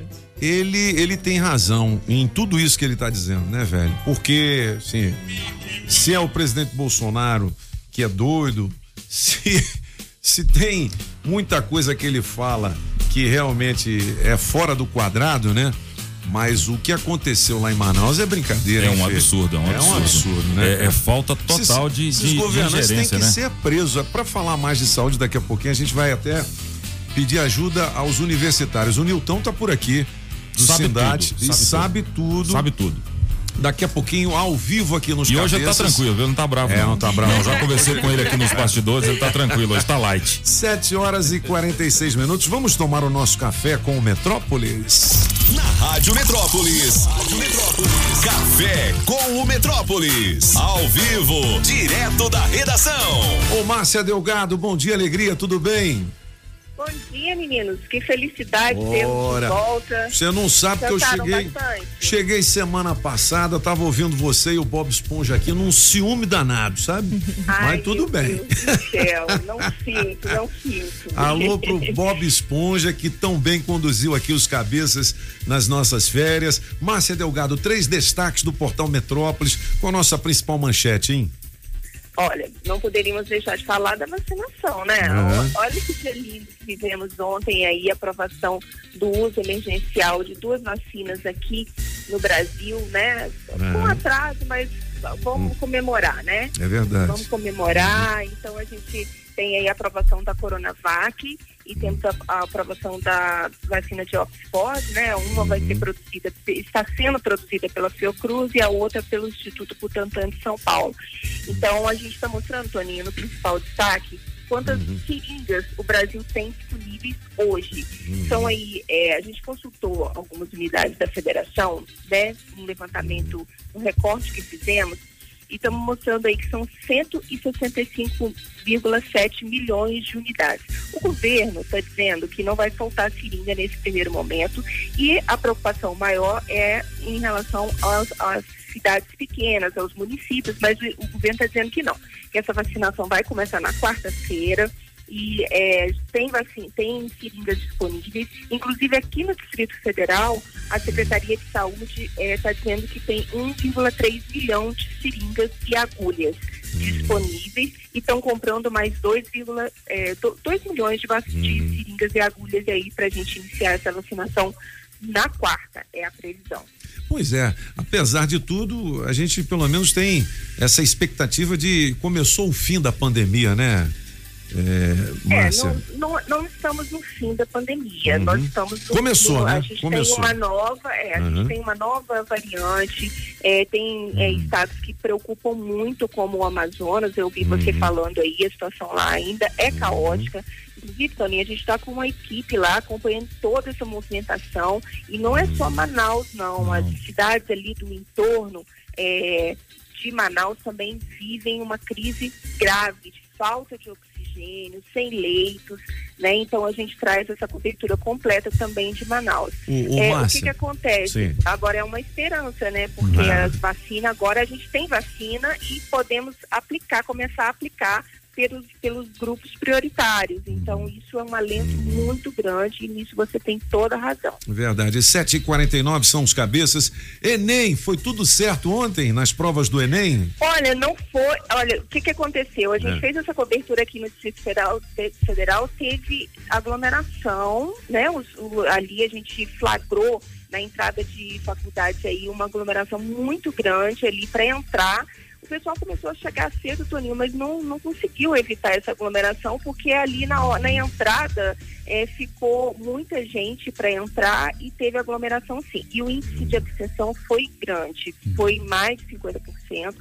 tem razão em tudo isso que ele tá dizendo, né, velho? Porque, assim, se é o presidente Bolsonaro que é doido, se tem muita coisa que ele fala que realmente é fora do quadrado, né? Mas o que aconteceu lá em Manaus é brincadeira. É um absurdo, é um absurdo, né? É falta total de governantes gerência, têm que ser presos. Para falar mais de saúde, daqui a pouquinho a gente vai até pedir ajuda aos universitários. O Nilton tá por aqui, do Sindate, e sabe tudo. Sabe tudo. Daqui a pouquinho, ao vivo aqui nos Cabeças. E hoje ele tá tranquilo, ele não tá bravo. Não tá bravo. Não, já conversei com ele aqui nos bastidores, ele tá tranquilo, hoje tá light. 7h46. Vamos tomar o nosso café com o Metrópolis. Na Rádio Metrópolis. Café com o Metrópolis. Ao vivo, direto da redação. Ô, Márcia Delgado, bom dia, alegria, tudo bem? Bom dia, meninos. Que felicidade termos de volta. Você não sabe que eu cheguei semana passada, tava ouvindo você e o Bob Esponja aqui num ciúme danado, sabe? Mas tudo bem. Deus do céu, não sinto. Alô pro Bob Esponja, que tão bem conduziu aqui os Cabeças nas nossas férias. Márcia Delgado, 3 destaques do Portal Metrópolis com a nossa principal manchete, hein? Olha, não poderíamos deixar de falar da vacinação, né? Uhum. Olha que feliz que vivemos ontem aí, a aprovação do uso emergencial de 2 vacinas aqui no Brasil, né? Com atraso, mas vamos comemorar, né? É verdade. Vamos comemorar, então a gente tem aí a aprovação da Coronavac e temos a aprovação da vacina de Oxford, né? Uma vai ser produzida, está sendo produzida pela Fiocruz e a outra pelo Instituto Butantan de São Paulo. Então a gente está mostrando, Toninho, no principal destaque, quantas seringas o Brasil tem disponíveis hoje. Então aí, a gente consultou algumas unidades da federação, né? Um levantamento, um recorte que fizemos, e estamos mostrando aí que são 165,7 milhões de unidades. O governo está dizendo que não vai faltar seringa nesse primeiro momento e a preocupação maior é em relação às cidades pequenas, aos municípios, mas o governo está dizendo que não, que essa vacinação vai começar na quarta-feira e tem seringas disponíveis, inclusive aqui no Distrito Federal, a Secretaria de Saúde está dizendo que tem 1,3 milhão de seringas e agulhas disponíveis e estão comprando mais 2 milhões de seringas e agulhas aí para a gente iniciar essa vacinação na quarta, é a previsão. Pois é, apesar de tudo, a gente pelo menos tem essa expectativa de começou o fim da pandemia, né? Márcia. Não estamos no fim da pandemia, nós estamos começou, né? A gente tem uma nova, a gente tem uma nova variante, tem estados que preocupam muito, como o Amazonas, eu vi você falando aí, a situação lá ainda é caótica. Inclusive, Toninho, a gente está com uma equipe lá acompanhando toda essa movimentação e não é só Manaus, não. As cidades ali do entorno de Manaus também vivem uma crise grave de falta de oxigênio, sem leitos, né? Então a gente traz essa cobertura completa também de Manaus. O que acontece? Sim. Agora é uma esperança, né? Porque as vacinas, agora a gente tem vacina e podemos começar a aplicar pelos grupos prioritários. Então, isso é um alento muito grande e nisso você tem toda a razão. Verdade. 7h49 são os cabeças. Enem, foi tudo certo ontem nas provas do Enem? Olha, não foi. Olha, o que aconteceu? A gente fez essa cobertura aqui no Distrito Federal, teve aglomeração, né? Ali a gente flagrou na entrada de faculdades aí uma aglomeração muito grande ali para entrar. O pessoal começou a chegar cedo, Toninho, mas não conseguiu evitar essa aglomeração, porque ali na entrada ficou muita gente para entrar e teve aglomeração sim. E o índice de abstenção foi grande, foi mais de 50%,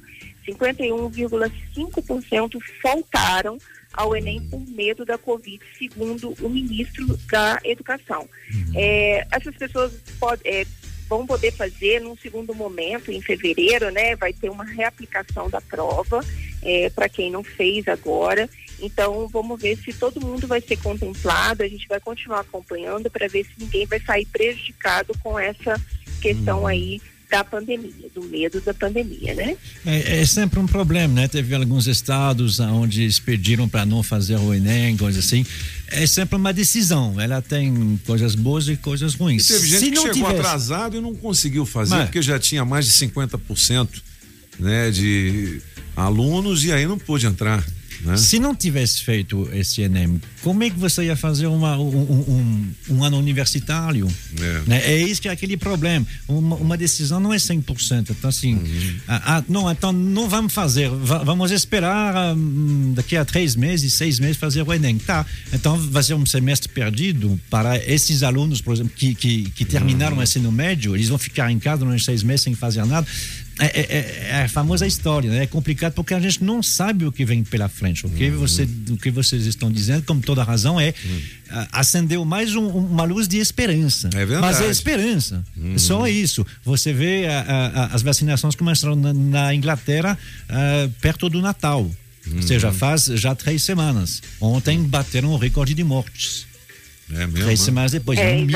51,5% faltaram ao Enem por medo da Covid, segundo o ministro da Educação. Essas pessoas vão poder fazer num segundo momento, em fevereiro, né? Vai ter uma reaplicação da prova para quem não fez agora. Então, vamos ver se todo mundo vai ser contemplado. A gente vai continuar acompanhando para ver se ninguém vai sair prejudicado com essa questão aí da pandemia, do medo da pandemia, né? É sempre um problema, né? Teve alguns estados onde eles pediram para não fazer o Enem, coisas assim. É sempre uma decisão, ela tem coisas boas e coisas ruins. E teve gente que chegou atrasado e não conseguiu fazer, porque já tinha mais de 50%, né, de alunos e aí não pôde entrar. Né? Se não tivesse feito esse Enem, como é que você ia fazer um ano universitário? Né? É isso que é aquele problema. Uma decisão não é 100%. Então, assim, então não vamos fazer. Vamos esperar daqui a 3 meses, 6 meses fazer o Enem. Tá. Então vai ser um semestre perdido para esses alunos, por exemplo, que terminaram o ensino médio. Eles vão ficar em casa durante 6 meses sem fazer nada. É a famosa história, né? É complicado porque a gente não sabe o que vem pela frente. O que vocês estão dizendo, com toda razão, acendeu mais uma luz de esperança. É verdade. Mas é esperança. Só isso. Você vê as vacinações começaram na Inglaterra perto do Natal. Ou seja, faz já 3 semanas. Ontem bateram o recorde de mortes. 3 semanas depois,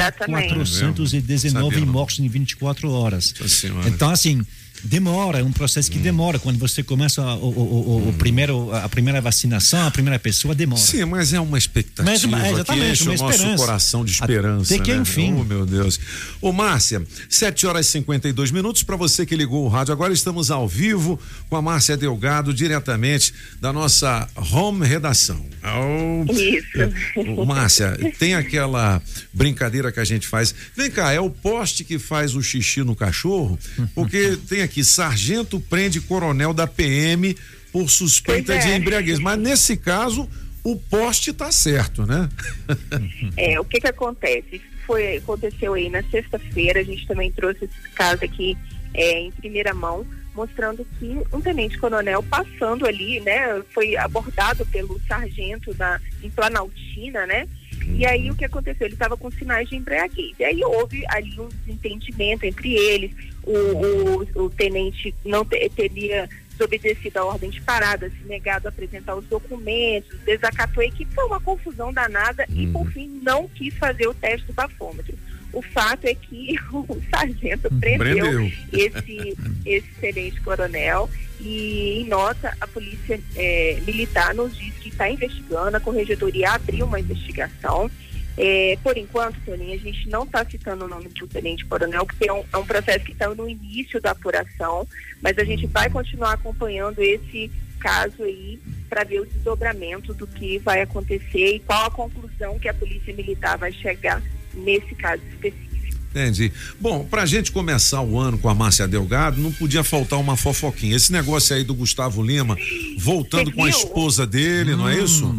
1.419 mortes em 24 horas. Então, assim, demora, é um processo que demora. Quando você começa a primeira vacinação, a primeira pessoa demora. Sim, mas é uma expectativa que enche o nosso coração de esperança. Até que enfim. Oh, meu Deus. Ô, Márcia, 7h52, para você que ligou o rádio. Agora estamos ao vivo com a Márcia Delgado, diretamente da nossa home redação. Isso. Márcia, tem aquela brincadeira que a gente faz. Vem cá, é o poste que faz o xixi no cachorro? Porque tem aqui, sargento prende coronel da PM por suspeita de embriaguez. Mas nesse caso, o poste tá certo, né? O que acontece? Aconteceu aí na sexta-feira, a gente também trouxe esse caso aqui em primeira mão, mostrando que um tenente-coronel passando ali, né, foi abordado pelo sargento em Planaltina, né? E aí o que aconteceu? Ele estava com sinais de embriaguez. E aí houve ali um desentendimento entre eles. O tenente não teria desobedecido a ordem de parada, se negado a apresentar os documentos, desacatou a equipe, foi uma confusão danada e, por fim, não quis fazer o teste do bafômetro. O fato é que o sargento prendeu esse tenente-coronel e, em nota, a polícia militar nos diz que está investigando, a corregedoria abriu uma investigação. Por enquanto, Toninho, a gente não está citando o nome do tenente-coronel, porque é um processo que está no início da apuração, mas a gente vai continuar acompanhando esse caso aí para ver o desdobramento do que vai acontecer e qual a conclusão que a polícia militar vai chegar nesse caso específico. Entendi. Bom, pra gente começar o ano com a Márcia Delgado, não podia faltar uma fofoquinha. Esse negócio aí do Gustavo Lima voltando com a esposa dele, não é isso?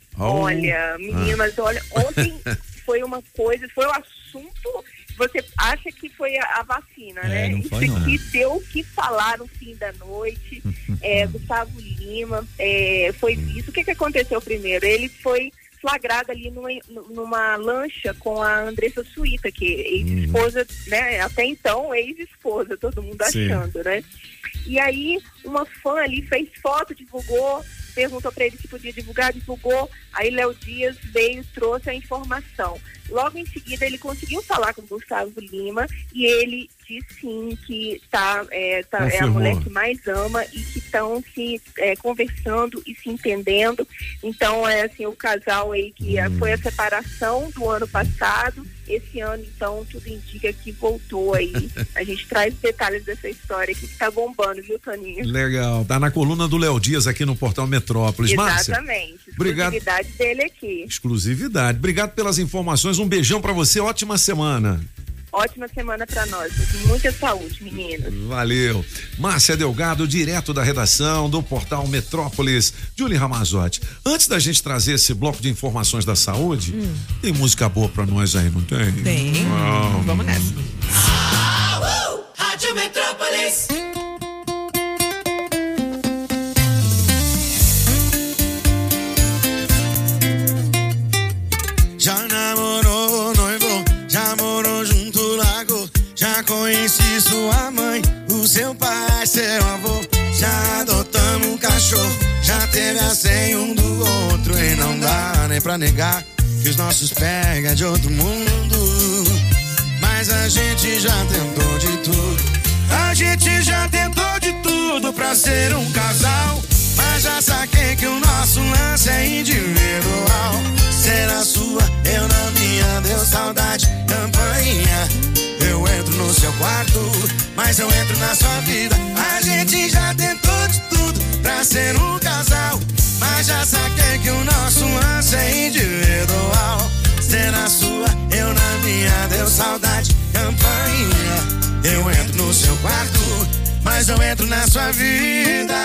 Olha, meninas, olha, ontem foi uma coisa, foi o assunto, você acha que foi a vacina, né? Não foi, isso não. aqui deu o que falar no fim da noite. Gustavo Lima foi visto. O que aconteceu primeiro? Ele foi flagrado ali numa lancha com a Andressa Suíta, que é ex-esposa, né? Até então, ex-esposa, todo mundo achando, né? E aí, uma fã ali fez foto, divulgou, perguntou para ele se podia divulgar, divulgou. Aí Léo Dias veio, trouxe a informação. Logo em seguida, ele conseguiu falar com o Gustavo Lima e ele disse sim que é a mulher que mais ama e que estão se conversando e se entendendo. Então, o casal aí que foi a separação do ano passado, esse ano, então, tudo indica que voltou aí. A gente traz detalhes dessa história aqui que tá bombando, viu, Toninho? Legal. Tá na coluna do Léo Dias aqui no Portal Metrópolis. Exatamente. Márcia, obrigado. Exclusividade dele aqui. Exclusividade. Obrigado pelas informações. Um beijão pra você. Ótima semana. Ótima semana pra nós. Muita saúde, meninos. Valeu. Márcia Delgado, direto da redação do Portal Metrópolis. Julie Ramazotti, antes da gente trazer esse bloco de informações da saúde, tem música boa pra nós aí, não tem? Tem. Vamos nessa. Rádio Metrópolis. Já namorou, noivo, já morou junto, largou. Já conheci sua mãe, o seu pai, seu avô. Já adotamos um cachorro, já teve a senha um do outro. E não dá nem pra negar que os nossos pega de outro mundo. Mas a gente já tentou de tudo. A gente já tentou de tudo pra ser um casal. Mas já saquei que o nosso lance é individual. Ser a sua, eu na minha, deu saudade, campainha. Eu entro no seu quarto, mas eu entro na sua vida. A gente já tentou de tudo pra ser um casal. Mas já saquei que o nosso lance é individual. Ser a sua, eu na minha, deu saudade, campainha. Eu entro no seu quarto, mas eu entro na sua vida.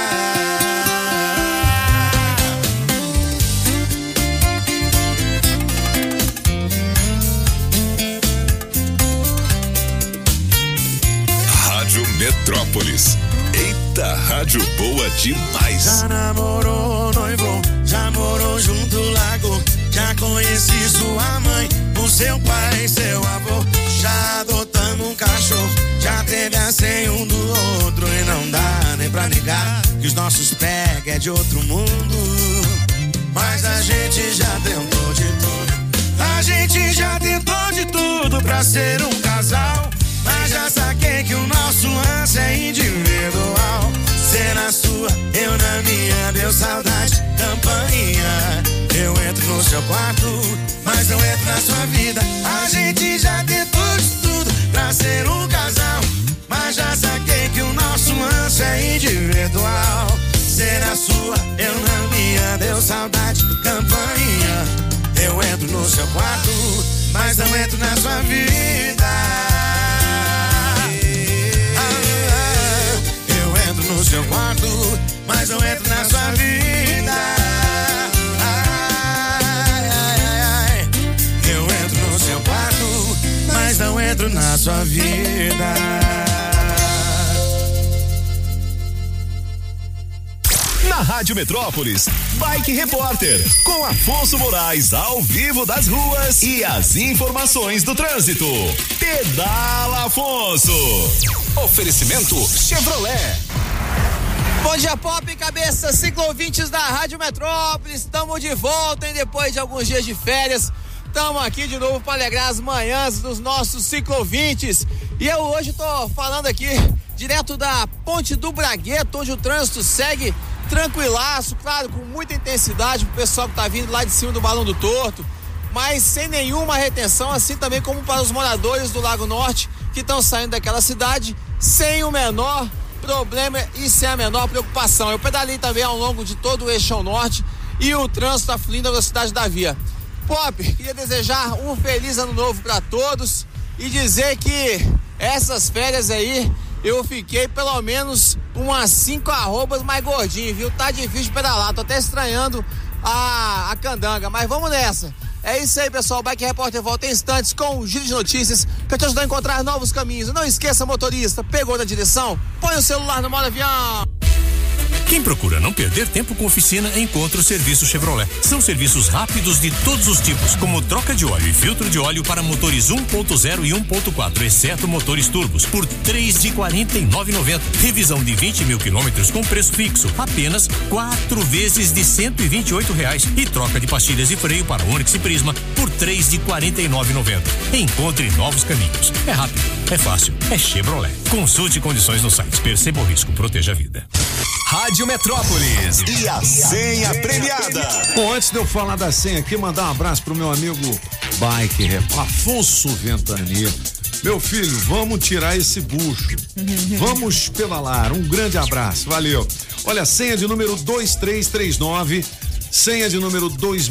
Rádio Metrópolis. Eita, rádio boa demais. Já namorou, noivo, já morou junto, largou. Já conheci sua mãe, o seu pai, seu avô. Já adotamos um cachorro, já teve a senha um do outro. E não dá nem pra negar que os nossos pega é de outro mundo. Mas a gente já tentou de tudo. A gente já tentou de tudo pra ser um casal. Mas já saquei que o nosso lance é individual. Ser na sua, eu na minha, deu saudade, campainha. Eu entro no seu quarto, mas eu entro na sua vida. A gente já tentou de tudo pra ser um casal. Mas já saquei que o nosso lance é individual. Ser na sua, eu na minha, deu saudade, campainha. Eu entro no seu quarto, mas não entro na sua vida. No seu quarto, mas eu entro na sua vida. Eu entro no seu quarto, mas não entro na sua vida. Na Rádio Metrópolis, Bike Repórter, com Afonso Moraes ao vivo das ruas e as informações do trânsito. Pedala Afonso. Oferecimento Chevrolet. Bom dia, Pop e Cabeça, ciclo-ouvintes da Rádio Metrópolis. Estamos de volta, hein, depois de alguns dias de férias. Estamos aqui de novo para alegrar as manhãs dos nossos ciclo-ouvintes. E eu hoje tô falando aqui direto da Ponte do Bragueto, onde o trânsito segue tranquilaço, claro, com muita intensidade pro pessoal que tá vindo lá de cima do Balão do Torto, mas sem nenhuma retenção, assim também como para os moradores do Lago Norte que estão saindo daquela cidade sem o menor problema e sem a menor preocupação. Eu pedalei também ao longo de todo o eixo norte e o trânsito tá fluindo a velocidade da via. Pop, queria desejar um feliz ano novo para todos e dizer que essas férias aí eu fiquei pelo menos umas 5 arrobas mais gordinho, viu? Tá difícil de pedalar, tô até estranhando a candanga, mas vamos nessa. É isso aí, pessoal. O Bike Repórter volta em instantes com o giro de notícias para te ajudar a encontrar novos caminhos. Não esqueça, motorista, pegou na direção? Põe o celular no modo avião. Quem procura não perder tempo com oficina, encontra o Serviço Chevrolet. São serviços rápidos de todos os tipos, como troca de óleo e filtro de óleo para motores 1.0 e 1.4, exceto motores turbos, por R$3 de R$ 49,90. Revisão de 20 mil quilômetros com preço fixo, apenas 4 vezes de R$ 128,00. E troca de pastilhas e freio para Onix e Prisma por R$3 de R$ 49,90. Encontre novos caminhos. É rápido, é fácil, é Chevrolet. Consulte condições no site. Perceba o risco, proteja a vida. Rádio Metrópolis e a senha premiada. Bom, antes de eu falar da senha aqui, mandar um abraço pro meu amigo Bike Afonso Ventania. Meu filho, vamos tirar esse bucho. Vamos pedalar. Um grande abraço. Valeu. Olha, senha de número 2339. Senha de número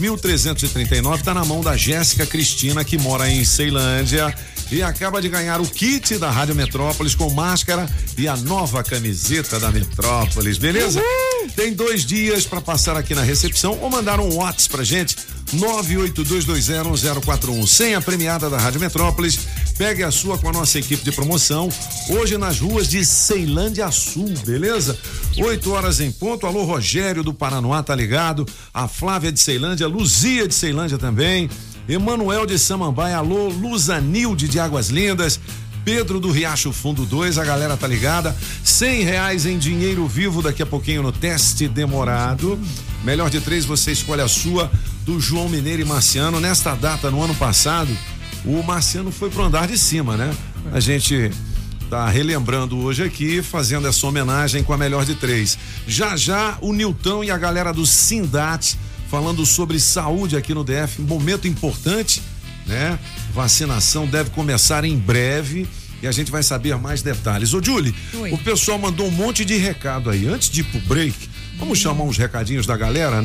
2339 tá na mão da Jéssica Cristina, que mora em Ceilândia e acaba de ganhar o kit da Rádio Metrópolis com máscara e a nova camiseta da Metrópolis, beleza? Tem 2 dias para passar aqui na recepção ou mandar um WhatsApp pra gente, 982201041. Senha premiada da Rádio Metrópolis. Pegue a sua com a nossa equipe de promoção, hoje nas ruas de Ceilândia Sul, beleza? 8 horas em ponto. Alô, Rogério do Paranoá, tá ligado? A Flávia de Ceilândia, Luzia de Ceilândia também, Emanuel de Samambaia, alô, Luzanilde de Águas Lindas, Pedro do Riacho Fundo 2, a galera tá ligada. R$100 em dinheiro vivo daqui a pouquinho no teste demorado. Melhor de 3, você escolhe a sua, do João Mineiro e Marciano. Nesta data, no ano passado, o Marciano foi pro andar de cima, né? A gente tá relembrando hoje aqui, fazendo essa homenagem com a melhor de 3. Já o Nilton e a galera do Sindat falando sobre saúde aqui no DF, um momento importante, né? Vacinação deve começar em breve e a gente vai saber mais detalhes. Ô, Julie, o pessoal mandou um monte de recado aí. Antes de ir pro break, vamos chamar uns recadinhos da galera?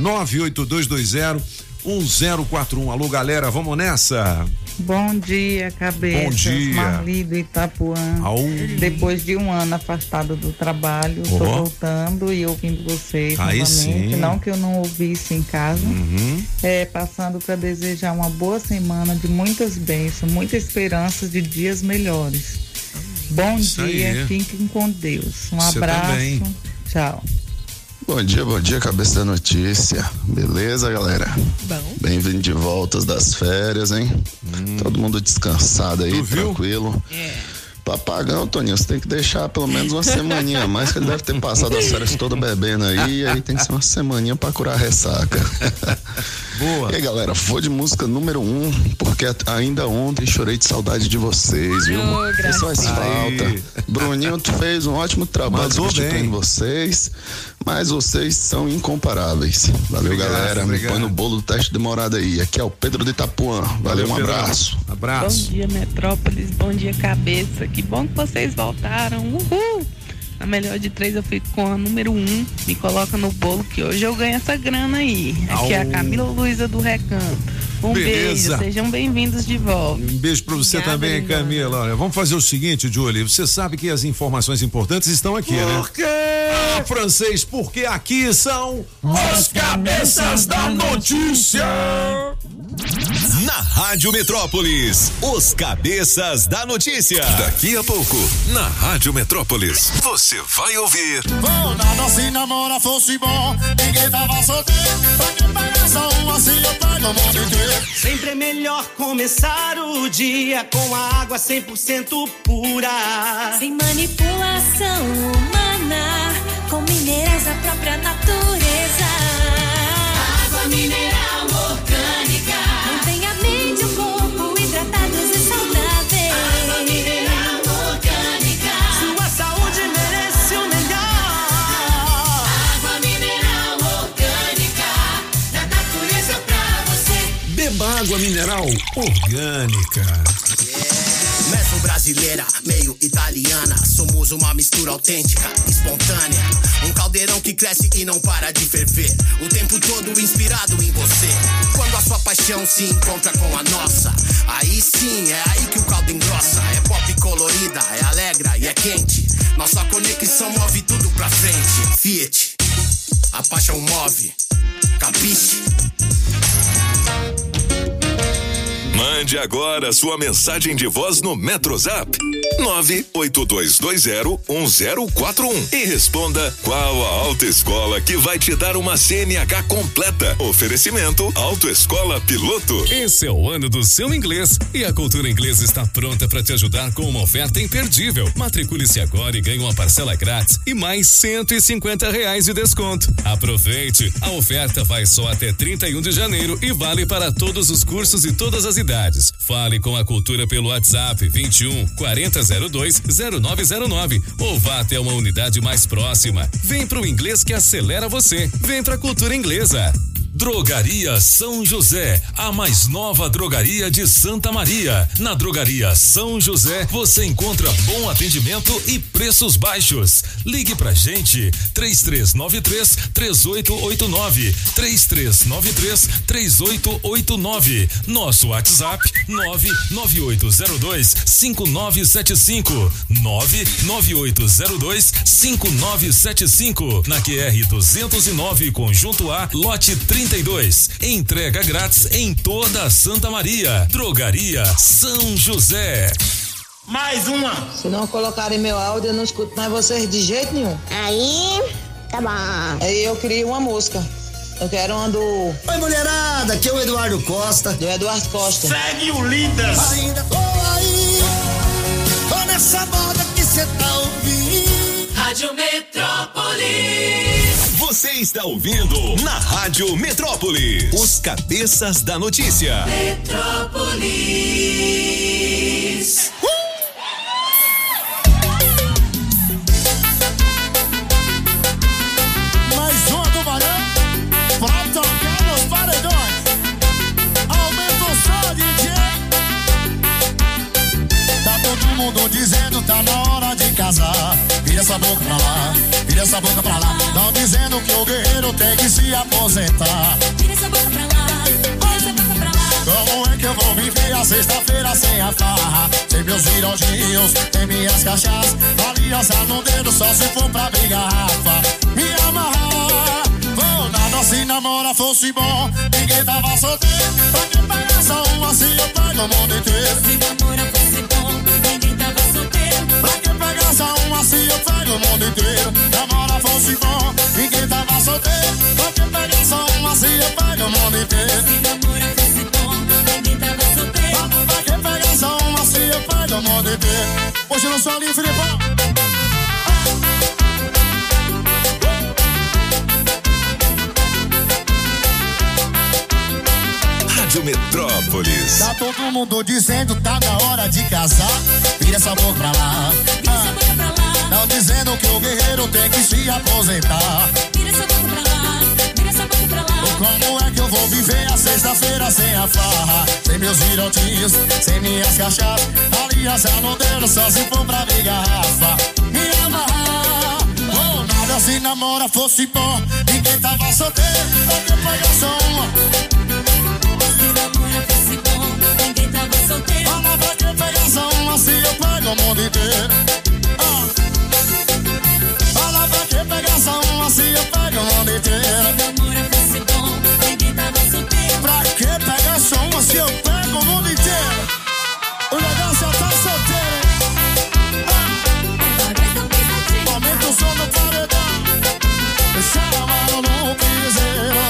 982201041. Alô, galera, vamos nessa? Bom dia, cabeça. Bom dia. Marli do Itapuã. Depois de um ano afastado do trabalho, tô voltando e ouvindo vocês aí novamente. Sim. Não que eu não ouvisse em casa. Passando para desejar uma boa semana de muitas bênçãos, muitas esperanças de dias melhores. Bom Isso dia, aí. fiquem com Deus. Um Você abraço. também. Tchau. Bom dia, cabeça da notícia. Beleza, galera? Bom. Bem-vindo de voltas das férias, hein? Todo mundo descansado aí, tranquilo. Papagão, Toninho, você tem que deixar pelo menos uma semaninha a mais, que ele deve ter passado as férias toda bebendo aí, e aí tem que ser uma semaninha pra curar a ressaca. Boa. E aí, galera, vou de música número 1, porque ainda ontem chorei de saudade de vocês, viu? Isso faz falta. Bruninho, tu fez um ótimo trabalho substituindo vocês, mas vocês são incomparáveis. Valeu, galera. Me põe no bolo do teste demorado aí. Aqui é o Pedro de Itapuã. Valeu, um abraço. Bom dia, Metrópolis. Bom dia, cabeça. Que bom que vocês voltaram. Uhul! A melhor de 3 eu fico com a número 1. Me coloca no bolo que hoje eu ganho essa grana aí. Aqui é a Camila Luiza do Recanto. Um Beleza. beijo, sejam bem-vindos de volta. Um beijo pra você também, Camila. Olha, vamos fazer o seguinte, Julie. Você sabe que as informações importantes estão aqui, né? Por quê? Ah, francês, porque aqui são os cabeças da notícia. Na Rádio Metrópolis, os cabeças da notícia. Daqui a pouco, na Rádio Metrópolis, você vai ouvir. Vou nada se namora fosse bom, ninguém tava solteiro. Pra que pegar só um assim eu pego o mundo inteiro. Sempre é melhor começar o dia com a água 100% pura. Sem manipulação humana, com minerais Água mineral orgânica. Mesmo brasileira, meio italiana, somos uma mistura autêntica, espontânea. Um caldeirão que cresce e não para de ferver, o tempo todo inspirado em você. Quando a sua paixão se encontra com a nossa, aí sim, é aí que o caldo engrossa. É pop colorida, é alegra e é quente. Nossa conexão move tudo pra frente. Fiat, a paixão move, capiche? Mande agora sua mensagem de voz no Metrozap 982201041 e responda qual a autoescola que vai te dar uma CNH completa. Oferecimento Autoescola Piloto. Esse é o ano do seu inglês e a Cultura Inglesa está pronta para te ajudar com uma oferta imperdível. Matricule-se agora e ganhe uma parcela grátis e mais R$150 de desconto. Aproveite! A oferta vai só até 31 de janeiro e vale para todos os cursos e todas as idades. Fale com a Cultura pelo WhatsApp 21 4002 0909 ou vá até uma unidade mais próxima. Vem pro inglês que acelera você. Vem pra Cultura Inglesa. Drogaria São José, a mais nova drogaria de Santa Maria. Na Drogaria São José você encontra bom atendimento e preços baixos. Ligue pra gente 3393-3889 3393-3889. Nosso WhatsApp 99802-5975 99802-5975. Na QR 209 Conjunto A, lote 32. Entrega grátis em toda Santa Maria. Drogaria São José. Mais uma. Se não colocarem meu áudio, eu não escuto mais vocês de jeito nenhum. Aí, tá bom. Aí eu queria uma música. Eu quero uma do... Oi, mulherada, aqui é o Eduardo Costa. Do Eduardo Costa. Segue o Lindas. Ainda tô aí, tô nessa moda que cê tá ouvindo. Rádio Metrópolis. Você está ouvindo na Rádio Metrópolis. Os cabeças da notícia. Metrópolis. Mais uma do Barão pra tocar nos paredões. Aumenta o som, DJ. Tá todo mundo dizendo tá na hora de casar. Vira essa boca pra lá, vira essa boca pra lá. Tão dizendo que o guerreiro tem que se aposentar. Vira essa boca pra lá, vira essa boca pra lá. Como é que eu vou viver a sexta-feira sem a farra? Sem meus virodinhos, sem minhas cachaças. Aliança no dedo só se for pra abrir garrafa. Me amarrar, vou nada se namora fosse bom. Ninguém tava solteiro, pra que pegar só uma se eu pego o mundo inteiro? Se namora fosse bom, ninguém tava solteiro. Pra que pegar só uma se eu pego o mundo inteiro? Namora fosse bom, ninguém tava solteiro. Pra que pegar só uma se eu pego o mundo inteiro? Se namora fosse bom, ninguém tava solteiro. Pra que pegar só uma se eu pego o mundo inteiro? Hoje eu não sou ali, Filipão. Rádio Metrópolis. Tá todo mundo dizendo tá na hora de casar. Vira essa boca pra lá. Vira essa boca pra lá. Tão dizendo que o guerreiro tem que se aposentar. Vira essa boca pra lá, vira essa boca pra lá. Como é que eu vou viver a sexta-feira sem a farra? Sem meus virotinhos, sem minhas cachaças. Aliança no dedo só se for pra abrir garrafa. Me amarrar, oh, nada se namora fosse bom. Ninguém tava solteiro, pra que pegar só uma? Se namora fosse bom, ninguém tava solteiro. Fala pra que pegar só uma se eu pego o mundo inteiro? Fala pra que pegar só uma se eu pego o mundo inteiro? Se namora fosse bom, ninguém tava solteiro. Pra que pegar só uma se eu pego o mundo inteiro? O negócio é tá solteiro, hein? Aumenta o som no paredão. Chama no piseiro.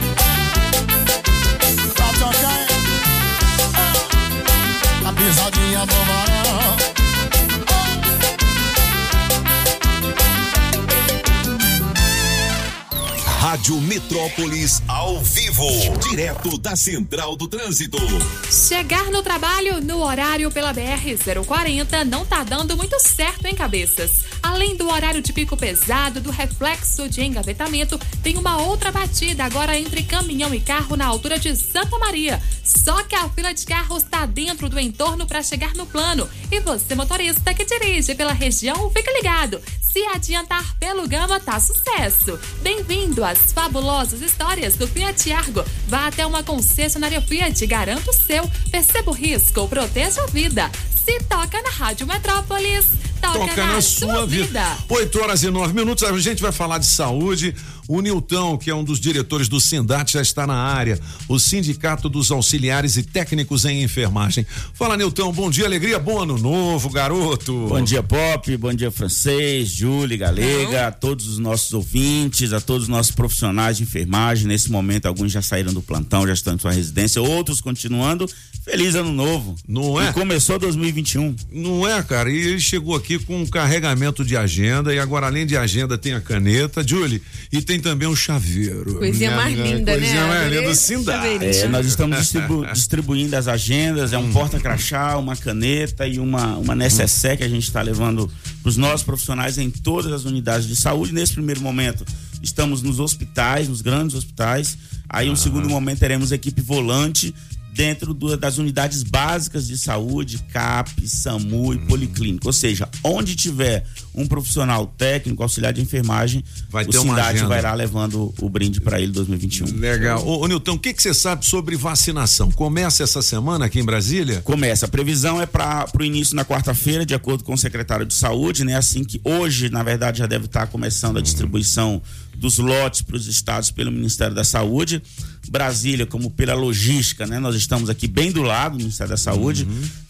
Pra tocar, hein? A pisadinha do Barão. Rádio Metrópolis ao vivo, direto da Central do Trânsito. Chegar no trabalho no horário pela BR-040 não tá dando muito certo, hein, cabeças? Além do horário de pico pesado, do reflexo de engavetamento, tem uma outra batida agora entre caminhão e carro na altura de Santa Maria. Só que a fila de carros está dentro do entorno para chegar no plano. E você, motorista que dirige pela região, fica ligado. Se adiantar pelo Gama, tá sucesso. Bem-vindo às fabulosas histórias do Fiat Argo. Vá até uma concessionária Fiat, garanta o seu. Perceba o risco, proteja a vida. Se toca na Rádio Metrópolis, toca na sua vida. 8h09, a gente vai falar de saúde. O Nilton, que é um dos diretores do Sindat, já está na área. O Sindicato dos Auxiliares e Técnicos em Enfermagem. Fala, Nilton, bom dia, alegria, bom ano novo, garoto. Bom dia, Pop, bom dia, Francês, Júlia, Galega, a todos os nossos ouvintes, a todos os nossos profissionais de enfermagem. Nesse momento, alguns já saíram do plantão, já estão em sua residência, outros continuando. Feliz ano novo. Não é? E começou 2021. Não é, cara? E ele chegou aqui com um carregamento de agenda, e agora, além de agenda, tem a caneta, Julie, e tem também o chaveiro. Coisinha mais linda, né? Coisinha mais linda do Sindat. Nós estamos distribuindo as agendas, é um porta-crachá, uma caneta e uma necessaire que a gente está levando para os nossos profissionais em todas as unidades de saúde. Nesse primeiro momento, estamos nos hospitais, nos grandes hospitais. Aí, no segundo momento, teremos equipe volante dentro das unidades básicas de saúde, CAP, SAMU e Policlínica. Ou seja, onde tiver um profissional técnico, auxiliar de enfermagem, o Sindat vai lá levando o brinde para ele 2021. Legal. Ô Nilton, o que você sabe sobre vacinação? Começa essa semana aqui em Brasília? Começa. A previsão é para o início na quarta-feira, de acordo com o secretário de Saúde, né? Assim que hoje, na verdade, já deve estar começando a distribuição dos lotes para os estados pelo Ministério da Saúde. Brasília, como pela logística, né? Nós estamos aqui bem do lado do Ministério da Saúde.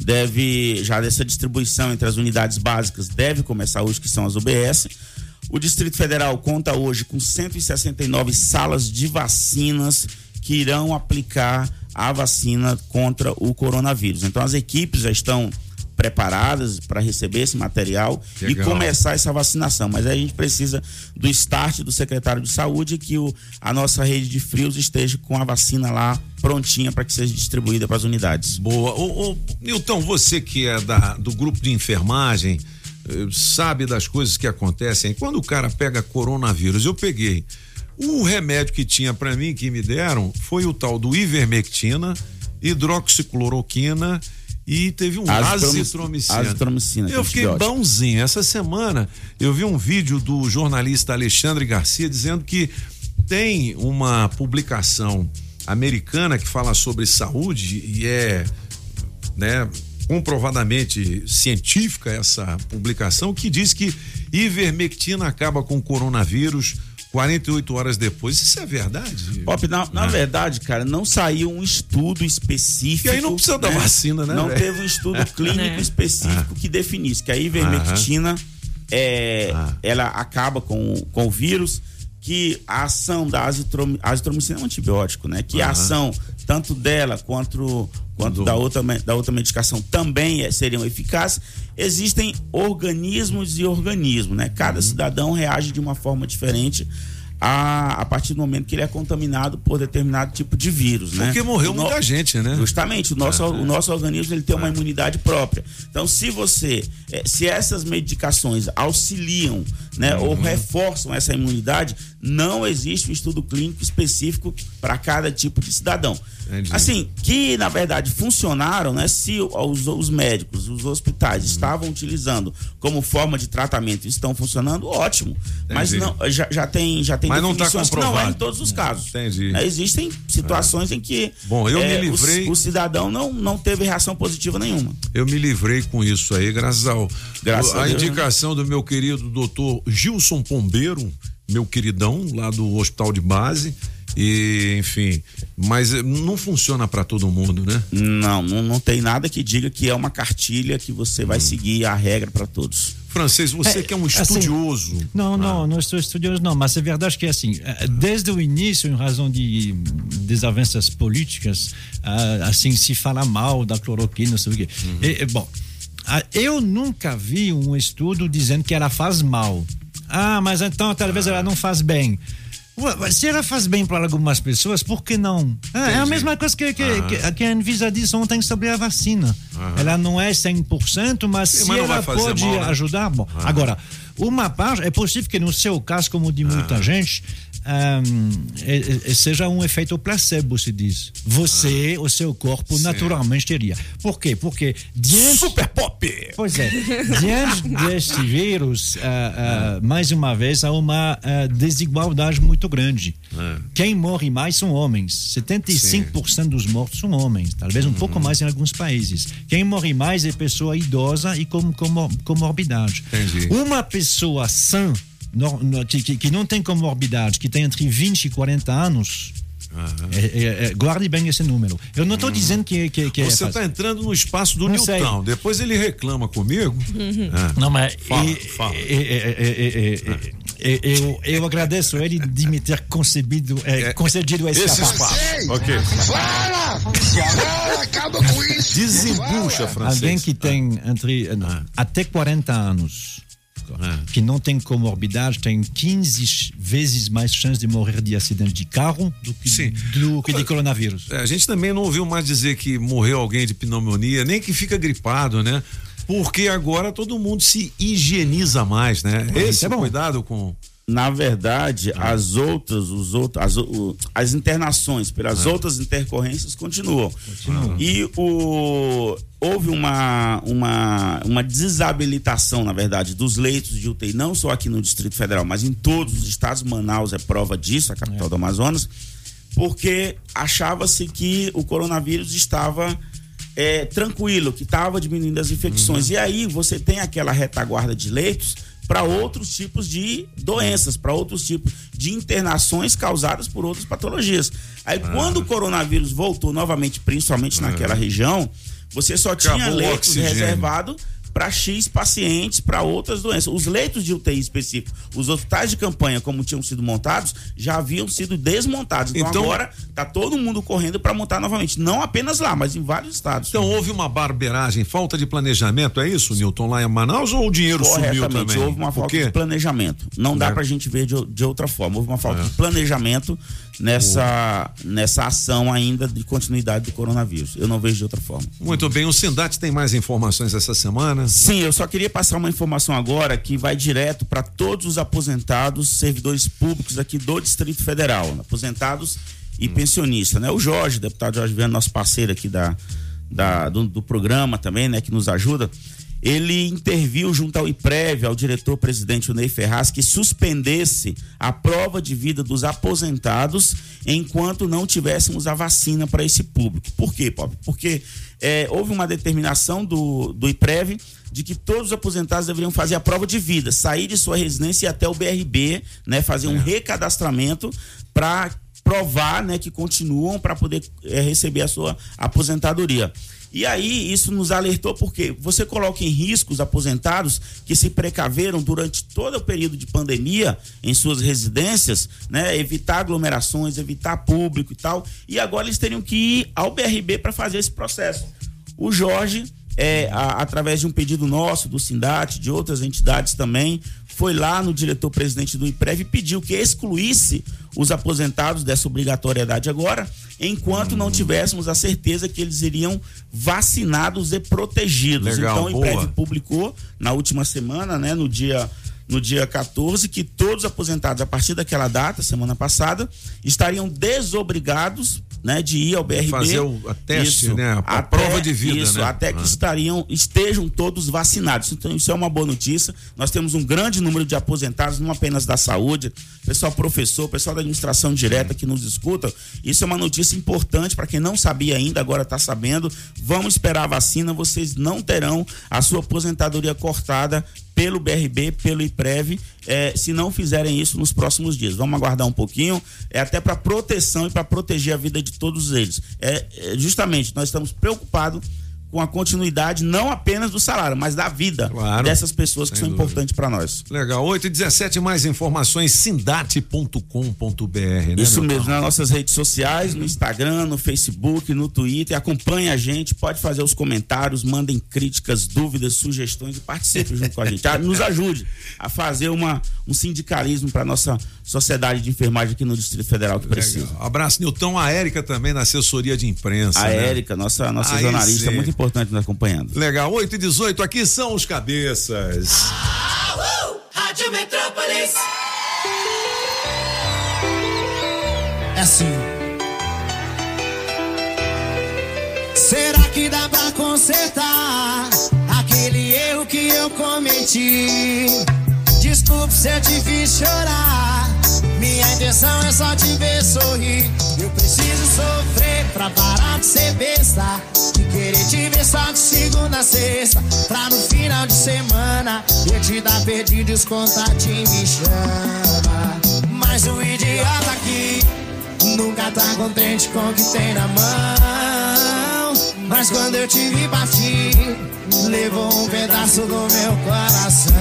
Já dessa distribuição entre as unidades básicas deve começar hoje, que são as UBS. O Distrito Federal conta hoje com 169 salas de vacinas que irão aplicar a vacina contra o coronavírus. Então as equipes já estão preparadas para receber esse material. Legal. E começar essa vacinação, mas aí a gente precisa do start do secretário de saúde, que a nossa rede de frios esteja com a vacina lá prontinha para que seja distribuída para as unidades. Boa. Nilton, você que é do grupo de enfermagem, sabe das coisas que acontecem. Quando o cara pega coronavírus, eu peguei o remédio que tinha para mim, que me deram, foi o tal do ivermectina, hidroxicloroquina e teve um azitromicina. Eu fiquei bonzinho. Essa semana eu vi um vídeo do jornalista Alexandre Garcia dizendo que tem uma publicação americana que fala sobre saúde e é, né, comprovadamente científica essa publicação, que diz que ivermectina acaba com o coronavírus 48 horas depois. Isso é verdade? Pop, na verdade, cara, não saiu um estudo específico. E aí não precisa da vacina, né? Não teve um estudo clínico específico que definisse que a ivermectina ela acaba com o vírus, que a ação da azitromicina é um antibiótico, né? Que a ação tanto dela quanto da outra medicação também seriam eficazes. Existem organismos e organismos, né? Cada cidadão reage de uma forma diferente a partir do momento que ele é contaminado por determinado tipo de vírus, né? Porque morreu muita gente, né? Justamente, o nosso organismo, ele tem uma imunidade própria. Então, se essas medicações auxiliam, né, ou reforçam essa imunidade, não existe um estudo clínico específico para cada tipo de cidadão. Entendi. Assim, que na verdade funcionaram, né? Se os médicos, os hospitais estavam utilizando como forma de tratamento e estão funcionando, ótimo. Mas não, já tem mas não está comprovado. Não é em todos os casos. Entendi. Existem situações em que me livrei. O cidadão não teve reação positiva nenhuma. Eu me livrei com isso aí, graças a Deus, indicação do meu querido doutor Gilson Pombeiro, meu queridão lá do Hospital de Base. E, enfim, mas não funciona para todo mundo, né? Não tem nada que diga que é uma cartilha que você vai seguir a regra para todos. Francês, você que é um estudioso. Assim, não estou estudioso não, mas é verdade que assim, desde o início, em razão de desavenças políticas, assim, se fala mal da cloroquina, não sei o quê. Eu nunca vi um estudo dizendo que ela faz mal. Mas então talvez ela não faz bem. Se ela faz bem para algumas pessoas, por que não? É a mesma coisa que a Anvisa disse ontem sobre a vacina. Ela não é 100%, mas se ela pode ajudar, bom. Agora, uma parte, é possível que no seu caso, como de muita gente, seja um efeito placebo, se diz. Você, o seu corpo, naturalmente teria. Por quê? Porque diante... Super Pop! Pois é. Diante deste vírus, mais uma vez, há uma desigualdade muito grande. Quem morre mais são homens. 75% dos mortos são homens. Talvez um pouco mais em alguns países. Quem morre mais é pessoa idosa e com comorbidade. Entendi. Uma pessoa sã, que não tem comorbidade, que tem entre 20 e 40 anos, guarde bem esse número. Eu não estou dizendo que você está entrando no espaço do Newton. Depois ele reclama comigo. Não, mas eu agradeço ele de me ter concedido esse espaço. Ok. Para! Acaba com isso! Desembucha, francês. Alguém que tem até 40 anos, que não tem comorbidade, tem 15 vezes mais chance de morrer de acidente de carro do que de coronavírus. A gente também não ouviu mais dizer que morreu alguém de pneumonia, nem que fica gripado, né? Porque agora todo mundo se higieniza mais, né? Esse é bom. Cuidado com... Na verdade, as internações pelas outras intercorrências continuam. E houve uma desabilitação, na verdade, dos leitos de UTI, não só aqui no Distrito Federal, mas em todos os estados. Manaus é prova disso, a capital do Amazonas, porque achava-se que o coronavírus estava tranquilo, que estava diminuindo as infecções. E aí você tem aquela retaguarda de leitos para outros tipos de doenças, para outros tipos de internações causadas por outras patologias. Aí quando o coronavírus voltou novamente, principalmente naquela região, você só tinha leitos reservados para X pacientes, para outras doenças. Os leitos de UTI específicos, os hospitais de campanha, como tinham sido montados, já haviam sido desmontados. Então agora está todo mundo correndo para montar novamente. Não apenas lá, mas em vários estados. Então houve uma barbeiragem, falta de planejamento, é isso, Newton, lá em Manaus, ou o dinheiro sumiu também? Houve uma falta de planejamento. Não dá pra gente ver de outra forma. Houve uma falta de planejamento nessa ação ainda de continuidade do coronavírus. Eu não vejo de outra forma. Muito bem, o Sindat tem mais informações essa semana? Sim, eu só queria passar uma informação agora que vai direto para todos os aposentados, servidores públicos aqui do Distrito Federal, aposentados e pensionistas, né? O Jorge, deputado Jorge Viana, nosso parceiro aqui do programa também, né, que nos ajuda. Ele interviu junto ao IPREV, ao diretor-presidente Ney Ferraz, que suspendesse a prova de vida dos aposentados enquanto não tivéssemos a vacina para esse público. Por quê, Paulo? Porque houve uma determinação do IPREV de que todos os aposentados deveriam fazer a prova de vida, sair de sua residência e ir até o BRB, né, fazer um recadastramento para provar, né, que continuam para poder receber a sua aposentadoria. E aí isso nos alertou porque você coloca em risco os aposentados que se precaveram durante todo o período de pandemia em suas residências, né? Evitar aglomerações, evitar público e tal. E agora eles teriam que ir ao BRB para fazer esse processo. O Jorge, através de um pedido nosso, do Sindat, de outras entidades também, foi lá no diretor-presidente do IPREV e pediu que excluísse os aposentados dessa obrigatoriedade agora, enquanto não tivéssemos a certeza que eles iriam vacinados e protegidos. Legal, então o IPREV publicou na última semana, né, no dia 14, que todos os aposentados a partir daquela data, semana passada, estariam desobrigados, né, de ir ao BRB. Fazer o teste, né? A prova de vida, isso, né? Até que estejam todos vacinados. Então isso é uma boa notícia. Nós temos um grande número de aposentados, não apenas da saúde, pessoal professor, pessoal da administração direta que nos escuta. Isso é uma notícia importante para quem não sabia ainda, agora está sabendo. Vamos esperar a vacina, vocês não terão a sua aposentadoria cortada pelo BRB, pelo IPREV, se não fizerem isso nos próximos dias. Vamos aguardar um pouquinho, até para proteção e para proteger a vida de todos eles. Justamente, nós estamos preocupados com a continuidade não apenas do salário, mas da vida dessas pessoas que são importantes para nós. Legal. 8h17, mais informações, sindate.com.br, né? Isso mesmo, nas nossas redes sociais, no Instagram, no Facebook, no Twitter. Acompanhe a gente, pode fazer os comentários, mandem críticas, dúvidas, sugestões e participe junto com a gente. Nos ajude a fazer um sindicalismo para nossa sociedade de enfermagem aqui no Distrito Federal que precisa. Abraço, Nilton. A Érica também na assessoria de imprensa. A Érica, nossa jornalista, muito importante nos acompanhando. Legal. 8h18, aqui são os cabeças. Rádio Metrópolis. É assim. Será que dá pra consertar aquele erro que eu cometi? Desculpe se eu te fiz chorar. Minha intenção é só te ver sorrir. Eu preciso sofrer pra parar de ser besta, de querer te ver só de segunda a sexta, pra no final de semana eu te dar perdido e os contatinhos me chama. Mas o idiota aqui nunca tá contente com o que tem na mão. Mas quando eu te vi partir, levou um pedaço do meu coração.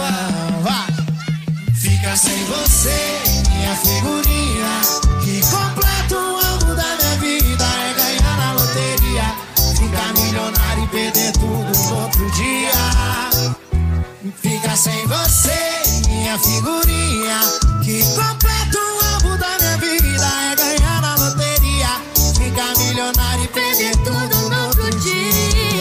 Fica sem você, minha figurinha, que completa o amo da minha vida. É ganhar na loteria, ficar milionário e perder tudo no outro dia. Fica sem você, minha figurinha, que completa o amo da minha vida. É ganhar na loteria, ficar milionário e perder tudo no outro dia.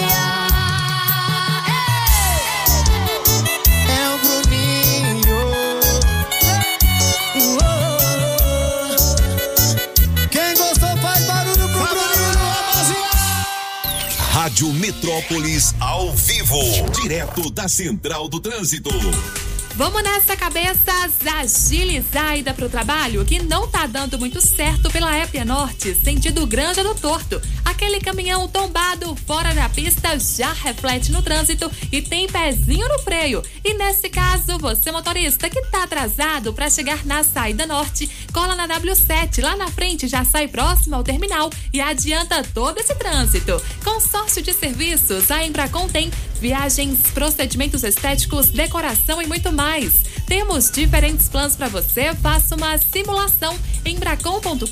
Rádio Metrópolis ao vivo, direto da Central do Trânsito. Vamos nessa, cabeças, agilizar a ida pro trabalho, que não tá dando muito certo pela Épia Norte, sentido Granja do Torto. Aquele caminhão tombado fora da pista já reflete no trânsito e tem pezinho no freio. E nesse caso, você motorista que tá atrasado para chegar na saída norte, cola na W7, lá na frente já sai próximo ao terminal e adianta todo esse trânsito. Consórcio de serviços, a Embracon tem viagens, procedimentos estéticos, decoração e muito mais. Temos diferentes planos para você. Faça uma simulação em embracon.com.br.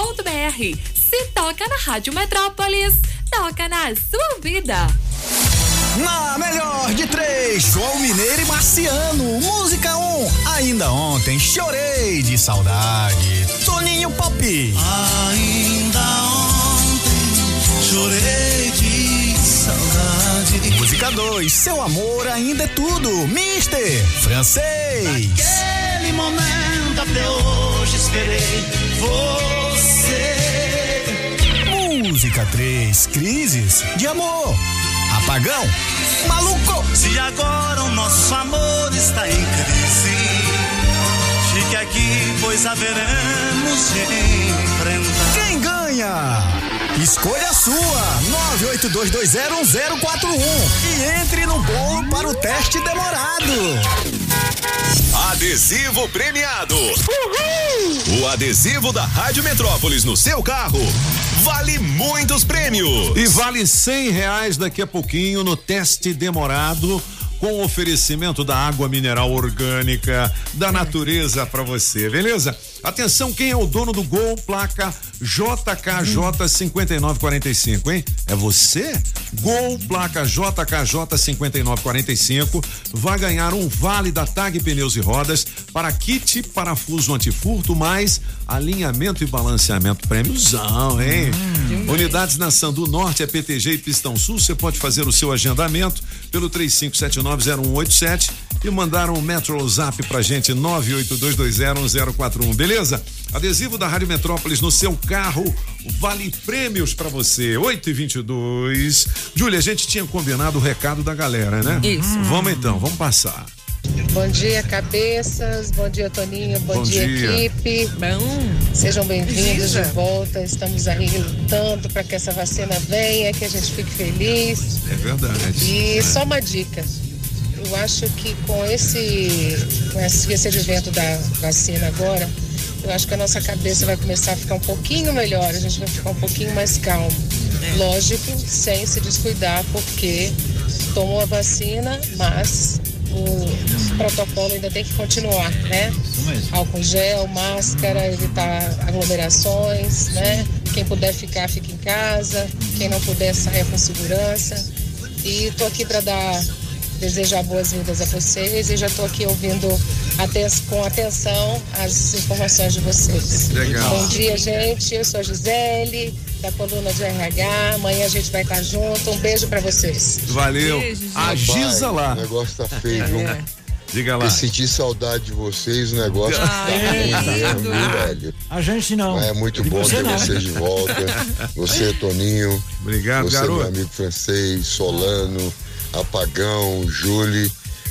Se toca na Rádio Metrópolis, toca na sua vida. Na melhor de 3, João Mineiro e Marciano. Música 1. Ainda ontem chorei de saudade. Toninho Pop. Ainda ontem chorei de saudade. Música 2, Seu Amor Ainda é Tudo. Mister Francês. Naquele momento até hoje esperei você. Música 3, Crises de Amor. Apagão, Maluco. Se agora o nosso amor está em crise, fique aqui, pois haveremos de enfrentar. Quem ganha? Escolha a sua, 982201041 e entre no bolo para o teste demorado. Adesivo premiado. Uhul! O adesivo da Rádio Metrópolis no seu carro vale muitos prêmios. E vale R$100 daqui a pouquinho no teste demorado, com oferecimento da água mineral orgânica da natureza para você, beleza? Atenção, quem é o dono do Gol, placa JKJ5945, hein? É você? Gol, placa JKJ5945, vai ganhar um vale da TAG Pneus e Rodas para kit parafuso antifurto, mais alinhamento e balanceamento, prêmiozão, hein? Unidades na Sandu Norte, é PTG e Pistão Sul. Você pode fazer o seu agendamento pelo 35790187 e mandar um Metro Zap pra gente, 982201041, beleza? Adesivo da Rádio Metrópolis no seu carro, vale prêmios pra você. 8h22. Júlia, a gente tinha combinado o recado da galera, né? Isso. Vamos então, vamos passar. Bom dia, cabeças. Bom dia, Toninho. Bom dia, equipe. Sejam bem-vindos de volta. Estamos aí lutando para que essa vacina venha, que a gente fique feliz. É verdade. E só uma dica. Eu acho que com esse advento da vacina agora, eu acho que a nossa cabeça vai começar a ficar um pouquinho melhor. A gente vai ficar um pouquinho mais calmo. Lógico, sem se descuidar, porque tomou a vacina, mas o protocolo ainda tem que continuar, né? Álcool gel, máscara, evitar aglomerações, né? Quem puder ficar, fica em casa. Quem não puder, saia com segurança. E tô aqui para desejar boas-vindas a vocês e já tô aqui ouvindo com atenção as informações de vocês. Legal. Bom dia, gente. Eu sou a Gisele, da coluna de RH. Amanhã a gente vai estar junto. Um beijo pra vocês. Valeu. Beijo, a Gisa lá. O negócio tá feio, viu? Diga lá. Eu senti saudade de vocês, o negócio tá feio mesmo, viu, velho? A gente não. Mas é muito bom ter vocês de volta. Você, Toninho. Obrigado, você, garoto. meu amigo francês, Solano, Apagão, Júlio.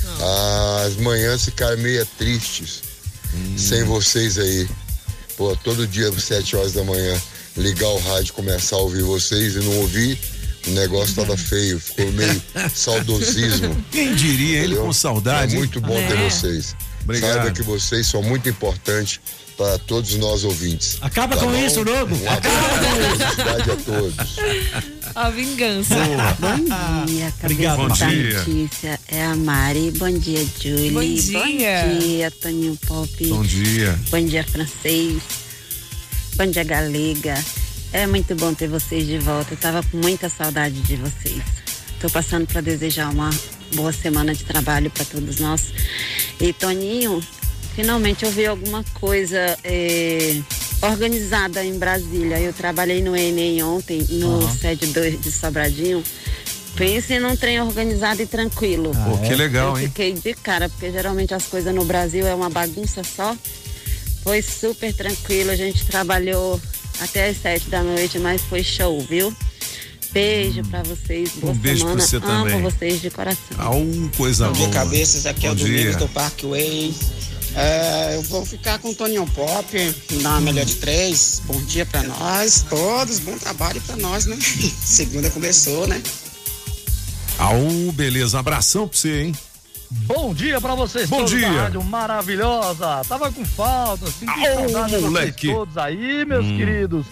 As manhãs ficaram meio tristes sem vocês aí. Pô, todo dia às 7 horas da manhã ligar o rádio, começar a ouvir vocês e não ouvir, o negócio tava feio, ficou meio saudosismo. Quem diria, ele com saudade. É muito bom ter vocês. Obrigado. Saiba que vocês são muito importantes para todos nós ouvintes. Acaba com isso, Lobo. Felicidade a todos. A vingança. Bom dia, Obrigado. cabeça da Bom dia. notícia. É a Mari. Bom dia, Julie. Bom dia. Bom dia, Toninho Pop. Bom dia. Bom dia, francês. Bom dia, galega. É muito bom ter vocês de volta. Eu tava com muita saudade de vocês. Tô passando para desejar uma boa semana de trabalho para todos nós. E Toninho, finalmente eu vi alguma coisa organizada em Brasília. Eu trabalhei no Enem ontem, no sede 2 de Sobradinho. Pense num trem organizado e tranquilo. Pô, que legal, eu hein? fiquei de cara, porque geralmente as coisas no Brasil é uma bagunça só. Foi super tranquilo, a gente trabalhou até as 7 da noite, mas foi show, viu? Beijo pra vocês, boa beijo semana. pra você também. Amo vocês de coração. Coisa boa. Bom dia, cabeças, aqui é o Bom Domingos dia. do Parkway. Eu vou ficar com o Toninho Pop, na melhor de 3. Bom dia pra nós todos, bom trabalho pra nós, né? Segunda começou, né? Beleza, abração pra você, hein? Bom dia pra vocês Bom todos dia. da rádio maravilhosa. Tava com falta, assim, que saudade de vocês moleque. todos aí, meus queridos.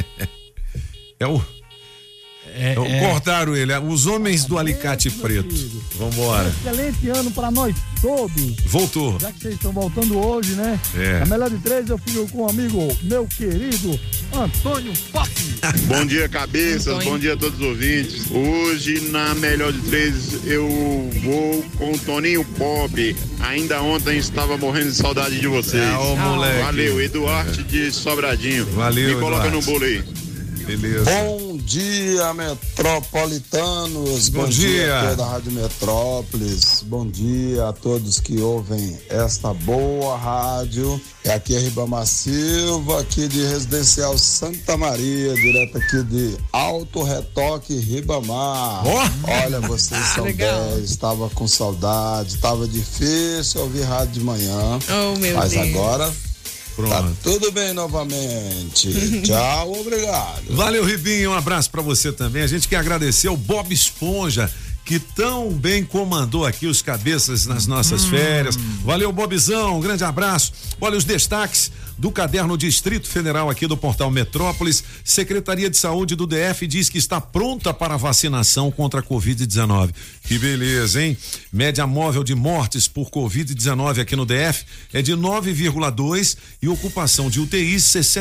Cortaram ele, os homens do alicate preto. Vambora. Excelente ano pra nós todos. Voltou. Já que vocês estão voltando hoje, né? É. A melhor de 3 eu fico com um amigo, meu querido Antônio Pop. Bom dia, cabeças. Bom dia a todos os ouvintes. Hoje, na melhor de 3, eu vou com o Toninho Pop. Ainda ontem estava morrendo de saudade de vocês. Moleque. Valeu, Eduardo de Sobradinho. Valeu, Me coloca Eduardo. no bolo aí. Beleza. Bom dia, metropolitanos. Bom dia. a toda a Rádio Metrópolis. Bom dia a todos que ouvem esta boa rádio. Aqui é Ribamar Silva, aqui de Residencial Santa Maria, direto aqui de Alto Retoque, Ribamar. Olha, vocês são 10, estava com saudade, estava difícil ouvir rádio de manhã. Oh, meu mas Deus. agora Pronto. tá tudo bem novamente. Tchau, obrigado. Valeu, Ribinho, um abraço pra você também. A gente quer agradecer ao Bob Esponja, que tão bem comandou aqui os cabeças nas nossas férias. Valeu, Bobzão, um grande abraço. Olha os destaques do caderno Distrito Federal aqui do Portal Metrópolis. Secretaria de Saúde do DF diz que está pronta para a vacinação contra a Covid-19. Que beleza, hein? Média móvel de mortes por Covid-19 aqui no DF é de 9,2% e ocupação de UTI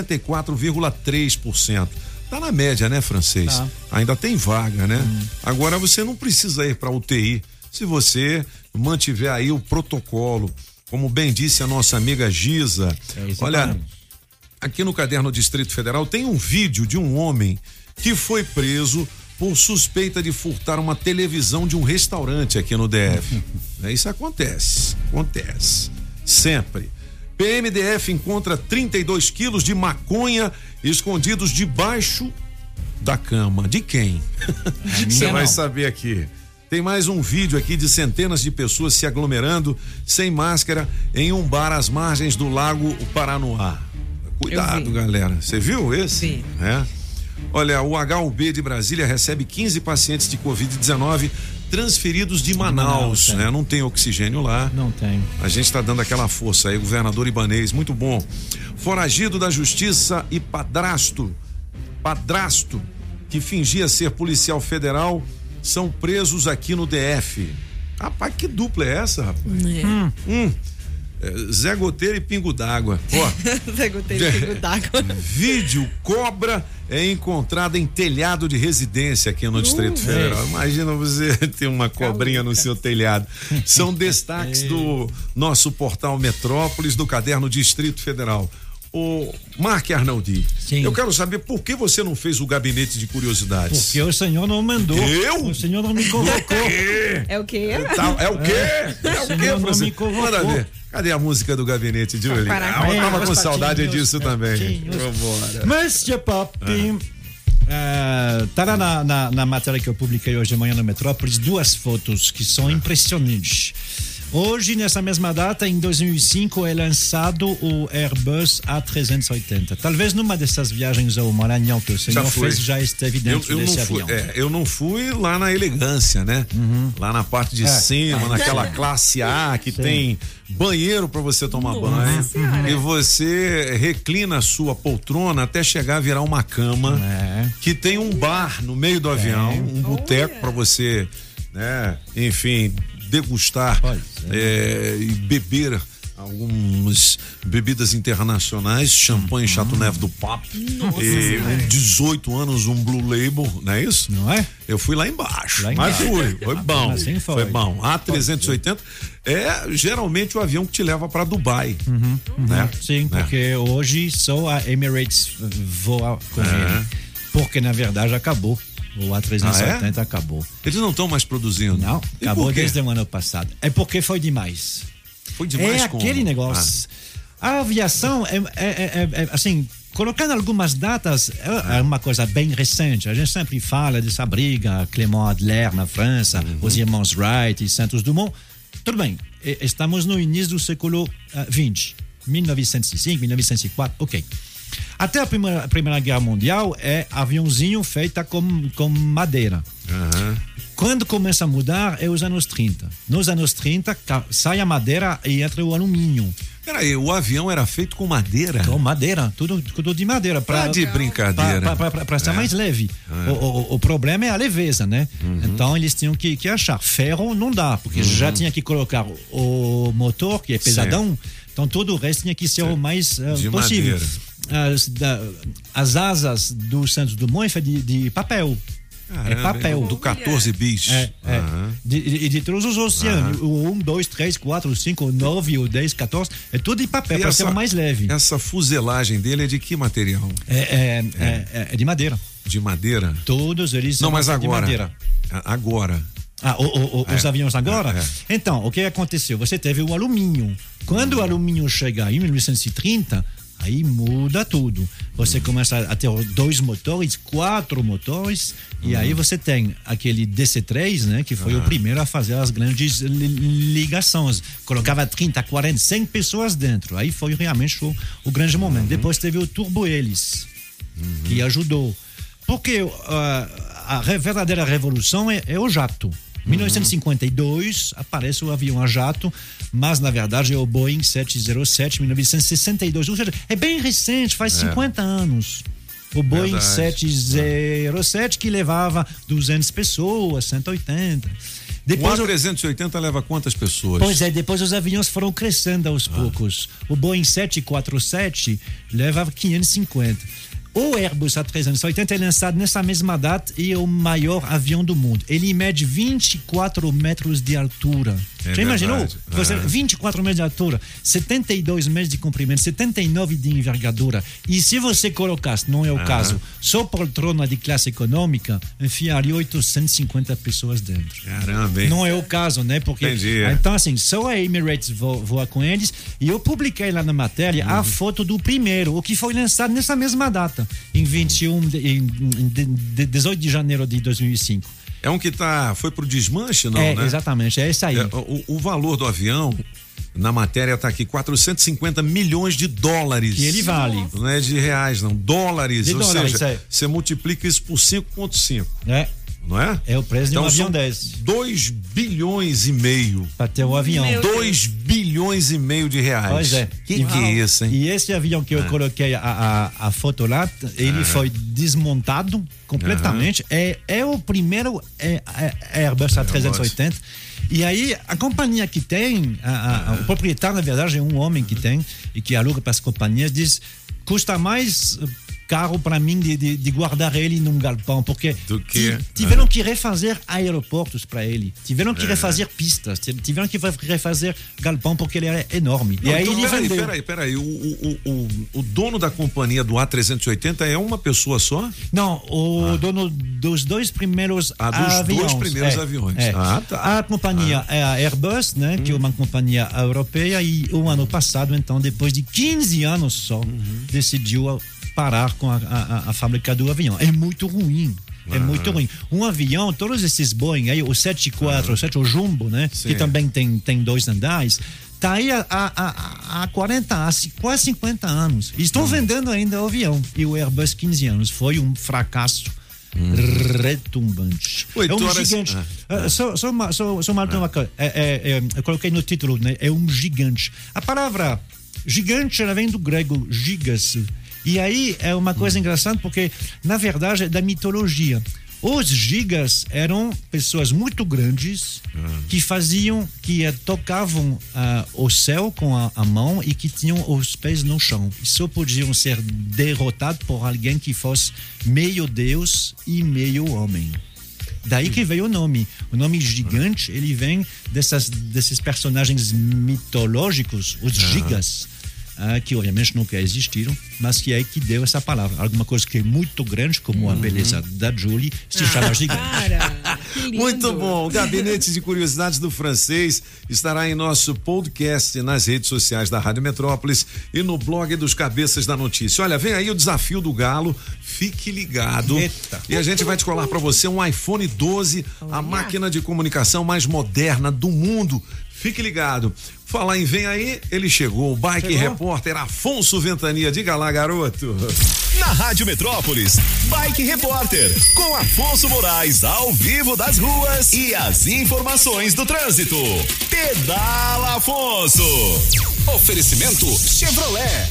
64,3%. Tá na média, né, francês? Tá. Ainda tem vaga, né? Agora você não precisa ir para UTI se você mantiver aí o protocolo, como bem disse a nossa amiga Gisa. Olha, aqui no caderno Distrito Federal tem um vídeo de um homem que foi preso por suspeita de furtar uma televisão de um restaurante aqui no DF. Isso acontece sempre. PMDF encontra 32 quilos de maconha escondidos debaixo da cama. De quem? Você vai saber aqui. Tem mais um vídeo aqui de centenas de pessoas se aglomerando sem máscara em um bar às margens do Lago Paranoá. Cuidado, galera. Você viu esse? Sim. É. Olha, o HUB de Brasília recebe 15 pacientes de Covid-19 transferidos de Manaus, né? Não tem oxigênio lá. Não tem. A gente está dando aquela força aí, governador Ibanez, muito bom. Foragido da justiça e padrasto que fingia ser policial federal são presos aqui no DF. Rapaz, que dupla é essa, rapaz? Zé Goteiro e Pingo d'Água. Zé Goteiro e Pingo d'Água. Vídeo cobra é encontrada em telhado de residência aqui no Distrito Federal. Imagina você ter uma cobrinha no seu telhado. São destaques do nosso portal Metrópolis, do caderno Distrito Federal. O Marc Arnaldi, eu quero saber por que você não fez o gabinete de curiosidades. Porque o senhor não mandou. Eu? O senhor não me convocou. É o quê? É o quê? O senhor não me convocou. Manda ver. Cadê a música do gabinete, Julie? Eu tava com saudade disso também. Vambora. Monsieur Pop, tá lá na matéria que eu publiquei hoje de manhã no Metrópolis, 2 fotos que são impressionantes. Hoje, nessa mesma data, em 2005, é lançado o Airbus A380. Talvez numa dessas viagens ao Maranhão que o senhor fez, já esteve dentro desse avião. Eu não fui lá na elegância, né? Lá na parte de cima, naquela classe A que tem banheiro para você tomar banho. E você reclina a sua poltrona até chegar a virar uma cama que tem um bar no meio do avião, um boteco para você, né? Enfim, degustar e beber algumas bebidas internacionais, champanhe Chateau Neuf do Pop, e 18 anos um Blue Label, não é isso? Não é? Eu fui lá embaixo, mas foi bom, assim foi bom. A380 é geralmente o avião que te leva para Dubai, né? Sim, porque hoje só a Emirates voa com ele, porque na verdade acabou. O A380 acabou. Eles não estão mais produzindo? Não, acabou desde o ano passado. É porque foi demais. Foi demais aquele negócio. A aviação assim, colocando algumas datas, é uma coisa bem recente. A gente sempre fala dessa briga, Clément Adler na França, os irmãos Wright e Santos Dumont. Tudo bem, estamos no início do século XX, 1905, 1904, ok. Até a primeira Guerra Mundial é aviãozinho feita com madeira. Quando começa a mudar é os anos 30. Nos anos 30 sai a madeira e entra o alumínio. Peraí, o avião era feito com madeira? Com madeira, tudo de madeira. De brincadeira. Para ser mais leve. O problema é a leveza, né? Então eles tinham que achar. Ferro não dá, porque já tinha que colocar o motor, que é pesadão. Então todo o resto tinha que ser o mais possível. As asas do Santos Dumont é de papel. É papel. Do 14 bis. De todos os oceanos. O 1, 2, 3, 4, 5, 9, o 10, 14. É tudo de papel, para ser mais leve. Essa fuselagem dele é de que material? É de madeira. De madeira? Todos eles são de madeira. Agora. Os aviões agora? Então, o que aconteceu? Você teve o alumínio. Quando o alumínio chega em 1930, aí muda tudo. Você começa a ter 2 motores, 4 motores, e aí você tem aquele DC-3, né, que foi o primeiro a fazer as grandes ligações. Colocava 30, 40, 100 pessoas dentro. Aí foi realmente o grande momento. Depois teve o turbo-hélice, que ajudou. Porque a verdadeira revolução é o jato. Em 1952 aparece o avião a jato, mas na verdade é o Boeing 707, 1962. Ou seja, é bem recente, faz 50 anos. O Boeing 707 que levava 200 pessoas, 180. Depois o A380 leva quantas pessoas? Pois é, depois os aviões foram crescendo aos poucos. O Boeing 747 levava 550. O Airbus A380 é lançado nessa mesma data e é o maior avião do mundo. Ele mede 24 metros de altura. Já imaginou? 24 metros de altura, 72 metros de comprimento, 79 de envergadura. E se você colocasse, não é o caso, só poltrona de classe econômica, enfiaria 850 pessoas dentro. Caramba, hein? Não é o caso, né? Porque, então, assim, só a Emirates voa com eles. E eu publiquei lá na matéria a foto do primeiro, o que foi lançado nessa mesma data, em 18 de janeiro de 2005. É um que foi pro desmanche, não, né? Exatamente, é esse aí. O valor do avião, na matéria tá aqui, 450 milhões de dólares. Que ele vale. Não é de reais, não, dólares. Ou seja, você multiplica isso por 5,5. não é? É o preço de um avião são 10. 2 bilhões e meio. Para ter um avião. 2 bilhões e meio de reais. Pois é. Que é isso, hein? E esse avião que eu coloquei a foto lá, ele foi desmontado completamente. É o primeiro Airbus A380. E aí, a companhia que tem, o proprietário, na verdade, é um homem que tem e que aluga para as companhias, diz: custa mais caro para mim de guardar ele num galpão, porque tiveram que refazer aeroportos para ele, tiveram que refazer pistas, tiveram que refazer galpão porque ele era enorme. Não, e aí então, ele vendeu. Peraí, o dono da companhia do A380 é uma pessoa só? Não, o dono dos dois primeiros aviões. Dos dois primeiros aviões. Tá. A companhia é a Airbus, né, que é uma companhia europeia, e o ano passado, então, depois de 15 anos só, decidiu parar com a fábrica do avião. É muito ruim. É muito ruim. Um avião, todos esses Boeing aí, o 747, o Jumbo, né? Sim. Que também tem 2 andares, tá aí há 40, quase 50 anos. E estão vendendo ainda o avião. E o Airbus, 15 anos. Foi um fracasso retumbante. É um gigante. Só uma coisa. Eu coloquei no título, né? É um gigante. A palavra gigante, ela vem do grego gigas. E aí é uma coisa engraçada, porque na verdade é da mitologia. Os gigas eram pessoas muito grandes que tocavam o céu com a mão e que tinham os pés no chão. E só podiam ser derrotados por alguém que fosse meio Deus e meio homem. Daí que veio o nome. O nome gigante, ele vem desses personagens mitológicos, os gigas. Que obviamente nunca existiram, mas que é que deu essa palavra. Alguma coisa que é muito grande, como a beleza da Julie, se chama gigante. Muito bom. O Gabinete de Curiosidades do Francês estará em nosso podcast nas redes sociais da Rádio Metrópolis e no blog dos Cabeças da Notícia. Olha, vem aí o desafio do Galo. Fique ligado. Eita. E a gente vai descolar para você um iPhone 12, a máquina de comunicação mais moderna do mundo. Fique ligado. Falar em vem aí, ele chegou, o Bike Repórter Afonso Ventania. Diga lá, garoto. Na Rádio Metrópolis, Bike Repórter, com Afonso Moraes, ao vivo das ruas e as informações do trânsito. Pedala Afonso. Oferecimento Chevrolet.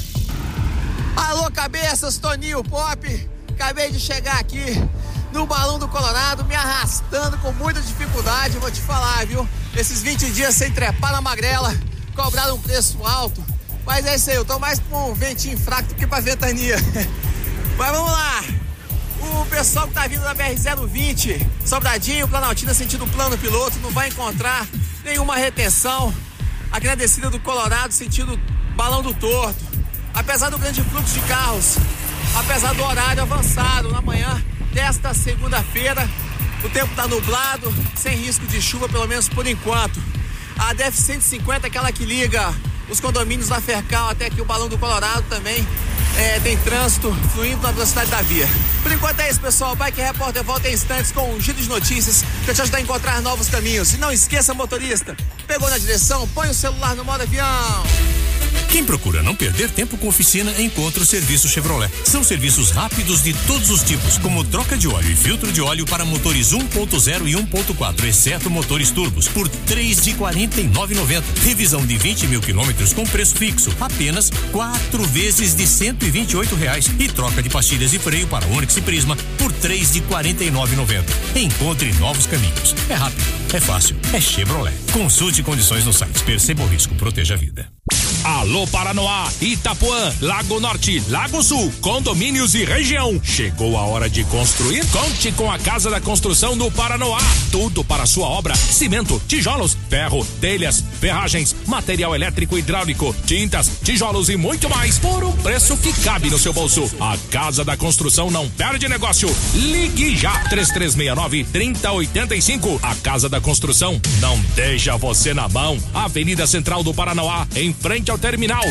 Alô, cabeças, Toninho Pop. Acabei de chegar aqui no Balão do Colorado, me arrastando com muita dificuldade, vou te falar, viu? Esses 20 dias sem trepar na magrela, cobraram um preço alto, mas é isso aí, eu tô mais pra um ventinho fraco do que pra ventania. Mas vamos lá, o pessoal que tá vindo da BR-020, Sobradinho, Planaltina, sentido plano piloto, não vai encontrar nenhuma retenção aqui na descida do Colorado, sentido Balão do Torto. Apesar do grande fluxo de carros, apesar do horário avançado na manhã desta segunda-feira, o tempo está nublado, sem risco de chuva, pelo menos por enquanto. A DF-150, aquela que liga os condomínios da Fercal até aqui o Balão do Colorado também, tem trânsito fluindo na velocidade da via. Por enquanto é isso, pessoal. Bike Repórter volta em instantes com um giro de notícias para te ajudar a encontrar novos caminhos. E não esqueça, motorista, pegou na direção, põe o celular no modo avião. Quem procura não perder tempo com oficina, encontra o serviço Chevrolet. São serviços rápidos de todos os tipos, como troca de óleo e filtro de óleo para motores 1.0 e 1.4, exceto motores turbos, por R$ 3.049,90. Revisão de 20 mil quilômetros com preço fixo, apenas 4 vezes de R$ 128,00. E troca de pastilhas e freio para Onix e Prisma por R$ 3.049,90. Encontre novos caminhos. É rápido, é fácil, é Chevrolet. Consulte condições no site. Perceba o risco, proteja a vida. Alô Paranoá, Itapuã, Lago Norte, Lago Sul, condomínios e região. Chegou a hora de construir? Conte com a Casa da Construção do Paranoá. Tudo para sua obra: cimento, tijolos, ferro, telhas, ferragens, material elétrico e hidráulico, tintas, tijolos e muito mais por um preço que cabe no seu bolso. A Casa da Construção não perde negócio. Ligue já, 3369-3085. A Casa da Construção não deixa você na mão. Avenida Central do Paranoá, em frente ao terminal,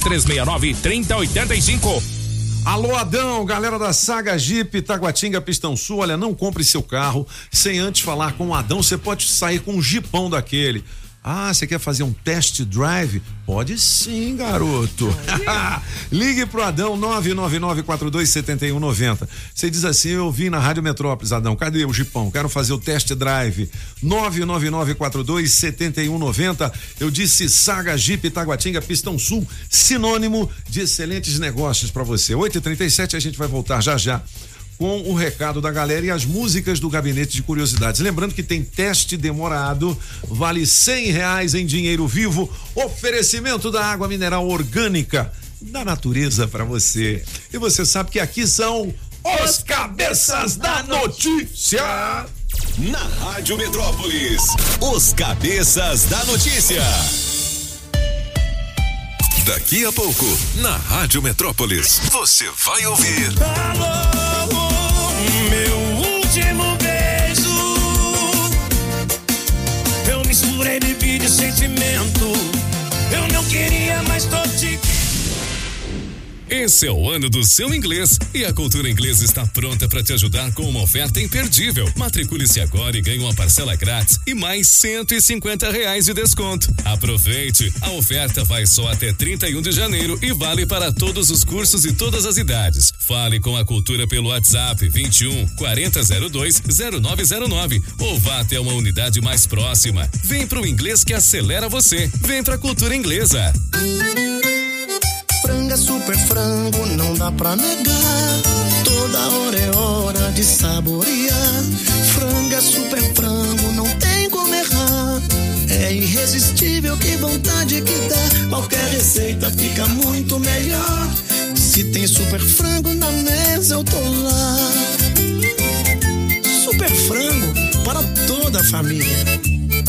3369-3085. Alô, Adão, galera da Saga Jeep, Taguatinga, Pistão Sul. Olha, não compre seu carro sem antes falar com o Adão. Você pode sair com um jipão daquele. Ah, você quer fazer um test drive? Pode sim, garoto. Ligue pro Adão 999427190. Você diz assim: eu vim na Rádio Metrópolis, Adão, cadê o Jipão? Quero fazer o test drive. 999427190. Eu disse Saga Jeep Taguatinga Pistão Sul, sinônimo de excelentes negócios para você. 8h37, a gente vai voltar já com o recado da galera e as músicas do Gabinete de Curiosidades. Lembrando que tem teste demorado, vale R$100 em dinheiro vivo, oferecimento da água mineral orgânica da natureza para você. E você sabe que aqui são os Cabeças da Notícia. Na Rádio Metrópolis, os Cabeças da Notícia. Daqui a pouco, na Rádio Metrópolis, você vai ouvir. Alô, meu último beijo. Eu misturei bebida e sentimento. Eu não queria, mas tô te... Esse é o ano do seu inglês e a Cultura Inglesa está pronta para te ajudar com uma oferta imperdível. Matricule-se agora e ganhe uma parcela grátis e mais R$150 de desconto. Aproveite! A oferta vai só até 31 de janeiro e vale para todos os cursos e todas as idades. Fale com a Cultura pelo WhatsApp 21 4002 0909 ou vá até uma unidade mais próxima. Vem pro inglês que acelera você. Vem pra Cultura Inglesa. Franga super frango, não dá pra negar. Toda hora é hora de saborear. Franga super frango, não tem como errar. É irresistível, que vontade que dá. Qualquer receita fica muito melhor. Se tem super frango na mesa, eu tô lá. Super frango para toda a família.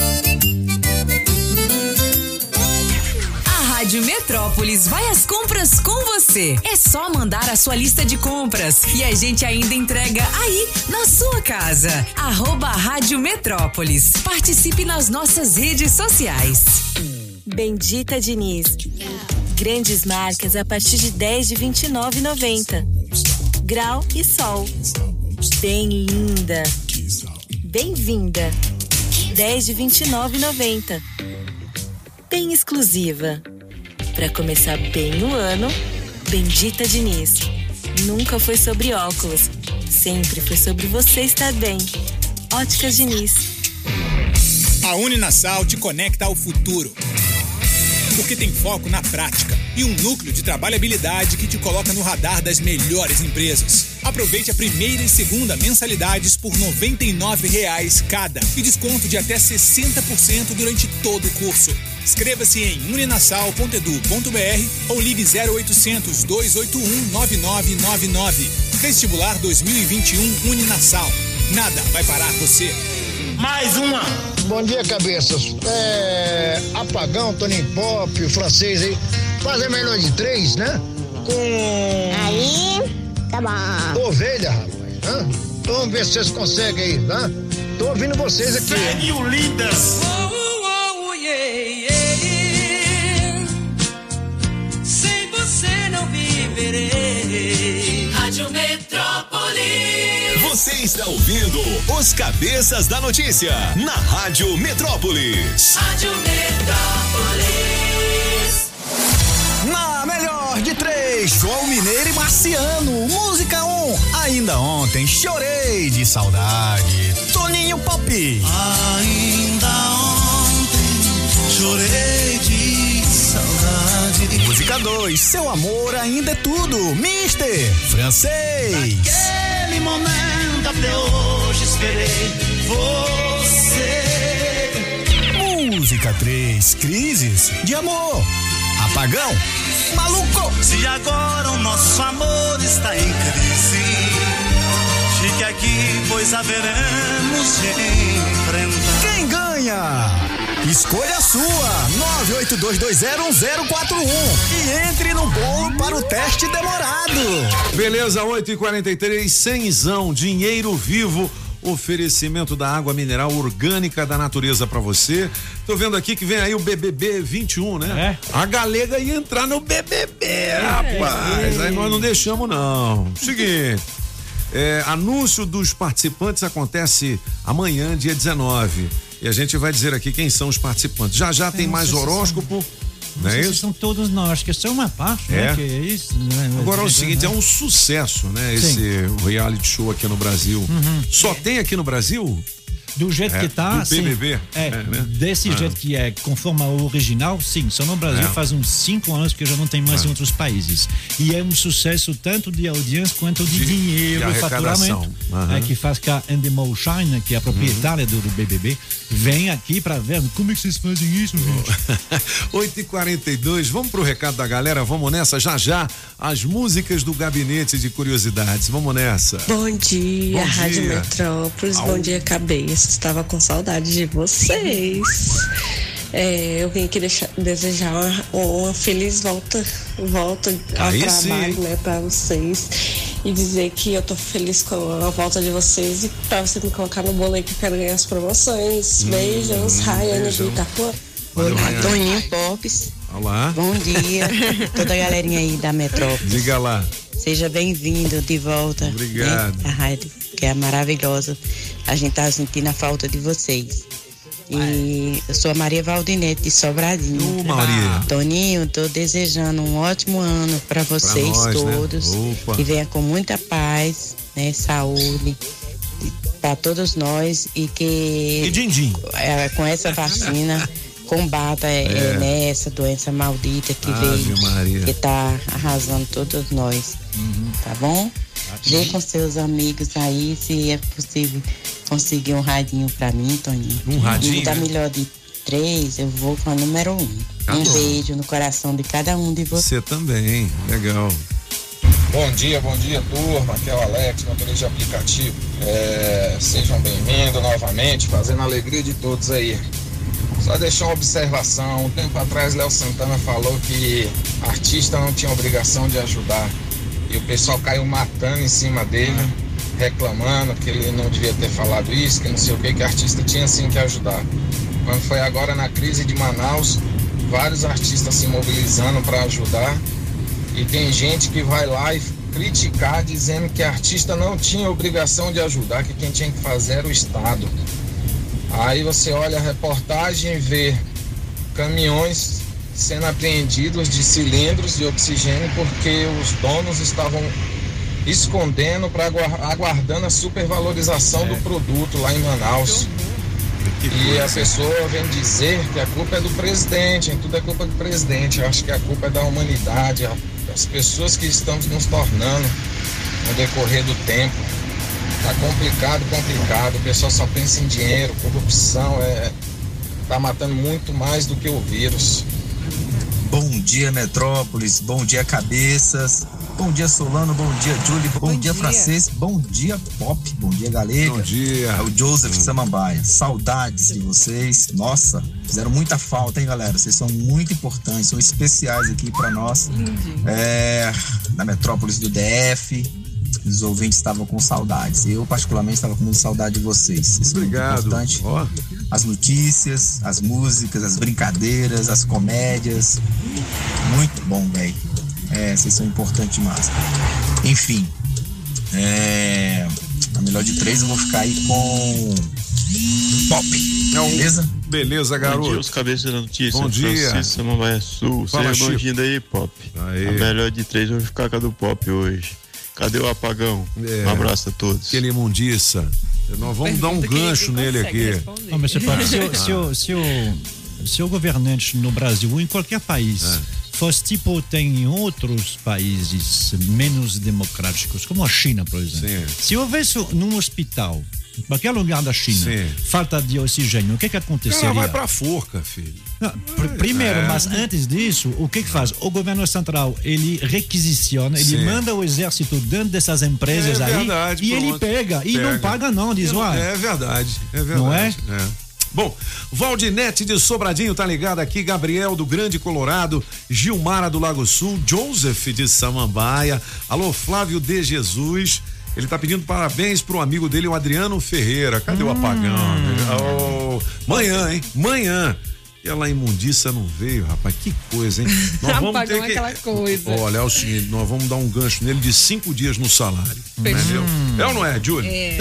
Rádio Metrópolis vai às compras com você. É só mandar a sua lista de compras e a gente ainda entrega aí na sua casa. @Rádio Metrópolis. Participe nas nossas redes sociais. Bendita Diniz. Grandes marcas a partir de 10 de R$29,90. Grau e Sol. Bem linda. Bem-vinda. 10 de R$29,90. Bem exclusiva. Para começar bem o ano, Bendita Diniz. Nunca foi sobre óculos, sempre foi sobre você estar bem. Óticas Diniz. A Uninasal te conecta ao futuro, porque tem foco na prática e um núcleo de trabalhabilidade que te coloca no radar das melhores empresas. Aproveite a primeira e segunda mensalidades por R$99 cada e desconto de até 60% durante todo o curso. Inscreva-se em uninasal.edu.br ou ligue 0800 281 9999. Vestibular 2021 Uninasal. Nada vai parar você. Mais uma. Bom dia, cabeças. Apagão, Toninho Pop, o francês aí. Fazer melhor de 3, né? Com... Aí, tá bom. Ovelha, rapaz. Hã? Então, vamos ver se vocês conseguem aí, tá? Tô ouvindo vocês aqui. Segue o Lindas. Sem você não viverei. Rádio Metrópolis. Você está ouvindo os Cabeças da Notícia na Rádio Metrópolis. Rádio Metrópolis. Na melhor de 3, João Mineiro e Marciano. Música 1. Ainda ontem chorei de saudade. Toninho Pop. Ainda ontem chorei de saudade. Música 2. Seu amor ainda é tudo. Mister Francês. Naquele momento até hoje esperei você. Música 3. Crises de amor. Apagão, maluco. Se agora o nosso amor está em crise, fique aqui, pois haveremos de enfrentar. Quem ganha? Escolha a sua. 982201041 e entre no bolo para o teste demorado. Beleza, 8h43, cenzão, dinheiro vivo. Oferecimento da água mineral orgânica da natureza pra você. Tô vendo aqui que vem aí o BBB 21, né? A galega ia entrar no BBB, rapaz. Aí nós não deixamos, não. Seguinte, anúncio dos participantes acontece amanhã, dia 19. E a gente vai dizer aqui quem são os participantes. Já tem mais horóscopo. Não é isso? São todos nós, acho que é só uma parte, né? Que é isso. Agora é o seguinte, é um sucesso, né? Esse reality show aqui no Brasil. Só tem aqui no Brasil? Do jeito que tá, do BBB, né? Desse jeito que é, conforme ao original, sim. Só no Brasil faz uns 5 anos que já não tem mais em outros países. E é um sucesso tanto de audiência quanto de dinheiro, de faturamento. Que faz que a Endemol Shine, que é a proprietária do BBB, vem aqui pra ver como é que vocês fazem isso, gente. 8h42, vamos pro recado da galera, vamos nessa, já, as músicas do Gabinete de Curiosidades, vamos nessa. Bom dia, Rádio Metrópolis, bom dia, Cabeça. Estava com saudade de vocês. Eu vim aqui desejar uma feliz volta ao trabalho, né, para vocês, e dizer que eu tô feliz com a volta de vocês e para você me colocar no bolo aí que eu quero ganhar as promoções. Beijos, Rayane de Itapuã. Olá, Toninho Pops. Olá. Bom dia, toda a galerinha aí da Metrópolis. Diga lá. Seja bem-vindo de volta. Obrigado. Né? A rádio, que é maravilhosa. A gente tá sentindo a falta de vocês. E eu sou a Maria Valdinete de Sobradinho. Maria. Toninho, tô desejando um ótimo ano para vocês nós, todos. Né? Que venha com muita paz, né? Saúde para todos nós e que com essa vacina combata né, essa doença maldita que veio, Maria. Que tá arrasando todos nós. Tá bom? Vê com seus amigos aí, se é possível conseguir um radinho pra mim, Toninho. Um radinho? Da melhor de 3, eu vou com a número 1. Um beijo no coração de cada um de vocês. Você também, legal. Bom dia, turma. Aqui é o Alex, motorista de aplicativo. Sejam bem-vindos novamente, fazendo a alegria de todos aí. Só deixar uma observação. Um tempo atrás, Léo Santana falou que artista não tinha obrigação de ajudar. E o pessoal caiu matando em cima dele, reclamando que ele não devia ter falado isso, que não sei o que artista tinha sim que ajudar. Quando foi agora na crise de Manaus, vários artistas se mobilizando para ajudar. E tem gente que vai lá e criticar, dizendo que artista não tinha obrigação de ajudar, que quem tinha que fazer era o Estado. Aí você olha a reportagem e vê caminhões sendo apreendidos de cilindros de oxigênio porque os donos estavam escondendo aguardando a supervalorização do produto lá em Manaus. E a pessoa vem dizer que a culpa é do presidente, tudo é culpa do presidente. Eu acho que a culpa é da humanidade, das pessoas que estamos nos tornando no decorrer do tempo. Tá complicado. O pessoal só pensa em dinheiro, corrupção, tá matando muito mais do que o vírus. Bom dia, Metrópolis, bom dia, Cabeças, bom dia, Solano, bom dia, Julie, bom dia, Francês, bom dia, Pop, bom dia, Galega. Bom dia. É o Joseph Samambaia, saudades de vocês, nossa, fizeram muita falta, hein, galera, vocês são muito importantes, são especiais aqui pra nós, na Metrópolis do DF, os ouvintes estavam com saudades, eu particularmente estava com muita saudade de vocês. Isso obrigado. É muito importante. As notícias, as músicas, as brincadeiras, as comédias, muito bom, velho. Vocês são importantes demais. Enfim, a melhor de 3 eu vou ficar aí com Pop, beleza? Beleza, garoto. Bom dia, os cabeças da notícia. Bom dia. Francisco Samambaia Sul. Fala, Seja bem-vindo aí, Pop. Aê. A melhor de 3 eu vou ficar com a do Pop hoje. Cadê o apagão? Um abraço a todos. Aquele imundiça. Nós vamos dar um gancho nele aqui. Não, mas você pode, se o governante no Brasil ou em qualquer país fosse tipo tem em outros países menos democráticos, como a China, por exemplo. Sim. Se houvesse num hospital, em qualquer lugar da China, falta de oxigênio, o que aconteceria? Ela vai pra forca, filho. Não, primeiro, mas antes disso, o que faz? O governo central, ele requisiciona, ele manda o exército dentro dessas empresas verdade, aí e ele pega e não paga não, diz É verdade. Não é? Bom, Valdinete de Sobradinho tá ligado aqui, Gabriel do Grande Colorado, Gilmara do Lago Sul, Joseph de Samambaia, alô Flávio de Jesus, ele tá pedindo parabéns pro amigo dele, o Adriano Ferreira. Cadê o apagão? Manhã, hein? Manhã. Aquela imundiça não veio, rapaz, que coisa, hein? Nós vamos ter que... aquela coisa. Olha, é o seguinte, nós vamos dar um gancho nele de 5 dias no salário. Entendeu? É ou não é, Júlio? É.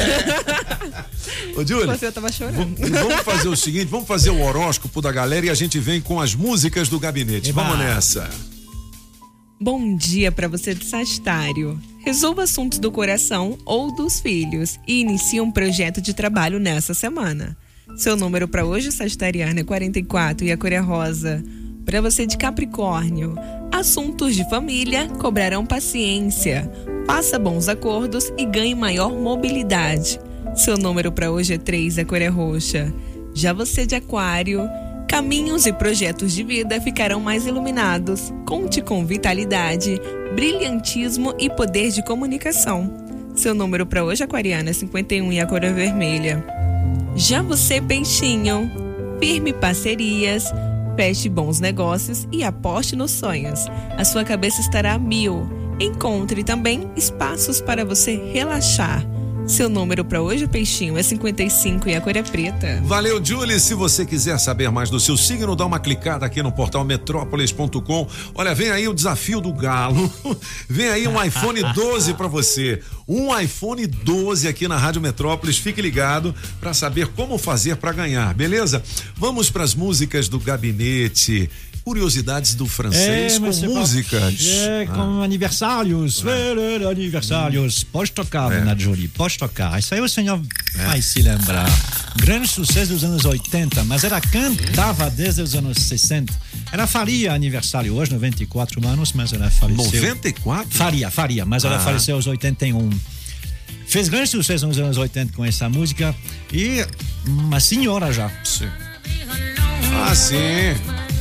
Ô, Júlio, você tava chorando. Vamos fazer o seguinte, vamos fazer o horóscopo da galera e a gente vem com as músicas do gabinete. Vamos nessa. Bom dia para você de Sagitário. Resolva assuntos do coração ou dos filhos e inicie um projeto de trabalho nessa semana. Seu número para hoje, sagitariano, é 44 e a cor é rosa. Para você de Capricórnio, assuntos de família cobrarão paciência. Faça bons acordos e ganhe maior mobilidade. Seu número para hoje é 3 e a cor é roxa. Já você de Aquário, caminhos e projetos de vida ficarão mais iluminados. Conte com vitalidade, brilhantismo e poder de comunicação. Seu número para hoje, aquariano, é 51 e a cor é vermelha. Já você, peixinho, firme parcerias, feche bons negócios e aposte nos sonhos. A sua cabeça estará a 1000. Encontre também espaços para você relaxar. Seu número para hoje, peixinho, é 55 e a cor é preta. Valeu, Julie. Se você quiser saber mais do seu signo, dá uma clicada aqui no portal metrópolis.com. Olha, vem aí o desafio do galo. Vem aí um iPhone 12 para você. Um iPhone 12 aqui na Rádio Metrópolis. Fique ligado para saber como fazer para ganhar, beleza? Vamos para as músicas do gabinete. Curiosidades do francês com músicas. Com aniversários. Aniversários. Pode tocar, Dona Jolie, pode tocar. Isso aí o senhor vai se lembrar. Grande sucesso dos anos 80, mas ela cantava desde os anos 60. Ela faria aniversário hoje, 94 anos, mas ela faleceu. 94? Faria, mas ela faleceu aos 81. Fez grande sucesso nos anos 80 com essa música e uma senhora já. Sim. Ah, sim.